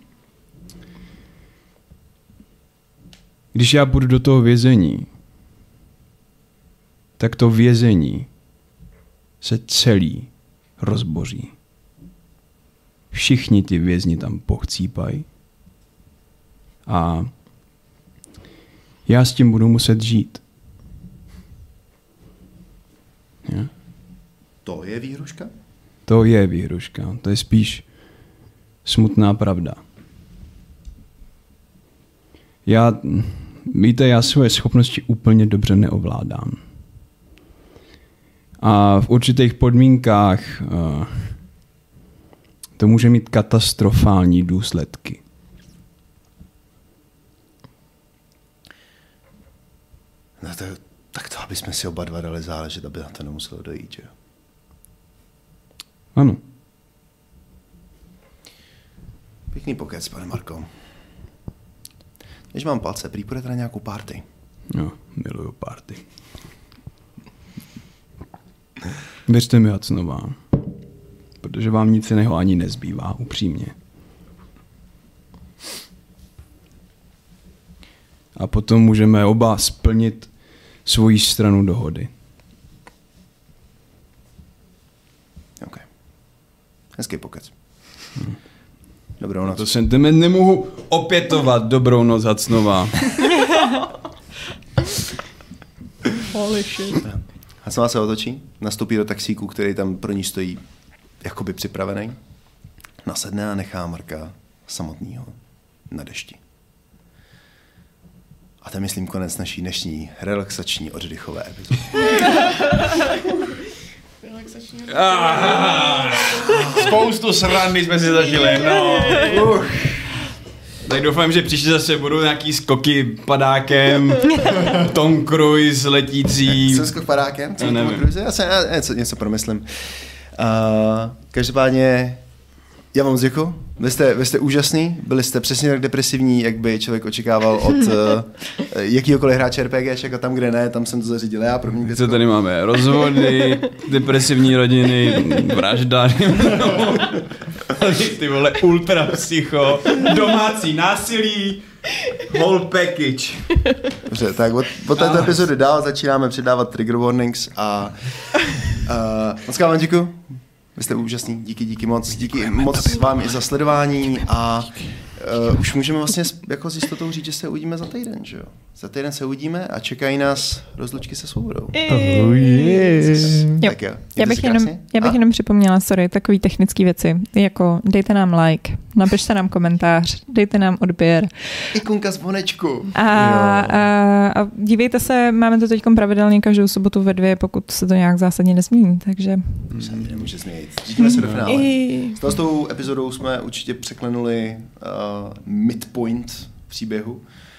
Když já půjdu do toho vězení, tak to vězení se celý rozboří. Všichni ti vězni tam pochcípají a já s tím budu muset žít. Ja? To je výhruška? To je výhruška. To je spíš smutná pravda. Víte, já svoje schopnosti úplně dobře neovládám. A v určitých podmínkách to může mít katastrofální důsledky. No tak to, aby jsme si oba dva dali záležet, aby na to nemuselo dojít, jo? Ano. Pěkný pokec, pane Marko. Když mám palce, prý půjdete na nějakou party. Jo, miluju party. Věřte mi, Hudsonová, protože vám nic jiného ani nezbývá, upřímně. A potom můžeme oba splnit svoji stranu dohody. OK. Hezký pokec. Dobrou noc. To sentiment nemohu opětovat. Dobrou noc, Hudsonová. Holy shit. Hudsonová se otočí, nastoupí do taxíku, který tam pro ní stojí jakoby připravený, nasedne a nechá Marka samotného na dešti. A to je, myslím, konec naší dnešní relaxační oddychové epizody. Spoustu srandy jsme si zažili. No. Tak doufám, že příště zase budou nějaký skoky padákem, Tom Cruise letící. Co skok padákem? Co Tom Cruise? Já se něco promyslím. Každopádně já vám děkuju. Vy jste úžasný, byli jste přesně tak depresivní, jak by člověk očekával od jakýhokoliv hráče RPGček a tam, kde ne, tam jsem to zařídil já. Co tady máme? Rozvody, depresivní rodiny, vražda, ty vole, ultra psycho, domácí násilí, whole package. Dobře, tak od této epizody dál začínáme předávat trigger warnings a moc vám děkuju. Vy jste úžasný, díky moc, díky moc vám i za sledování a už můžeme vlastně jako s jistotou říct, že se uvidíme za týden, že jo? Za týden se uvidíme a čekají nás rozlučky se svobodou. Oh yeah. Tak jo. Já bych jenom připomněla, takový technické věci, jako dejte nám like, napište nám komentář, dejte nám odběr. Ikonka zvonečku. A dívejte se, máme to teď pravidelně každou sobotu ve 2, pokud se to nějak zásadně nezmění, takže... Se nemůže změnit. Díky se do finále. S tou epizodou jsme určitě překlenuli midpoint příběhu.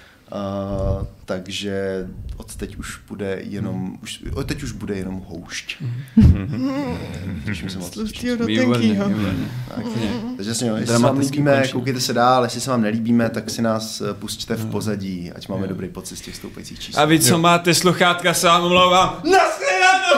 Takže od teď už bude jenom houšť. Těším se moc. Tlustýho do tenkýho. Takže si jestli se vám líbíme, koukejte se dál, jestli se vám nelíbíme, tak si nás pusťte v pozadí, ať máme dobrý pocit z těch stoupajících čísel. A vy, co máte sluchátka, se vám omlouvám. Naschledanou!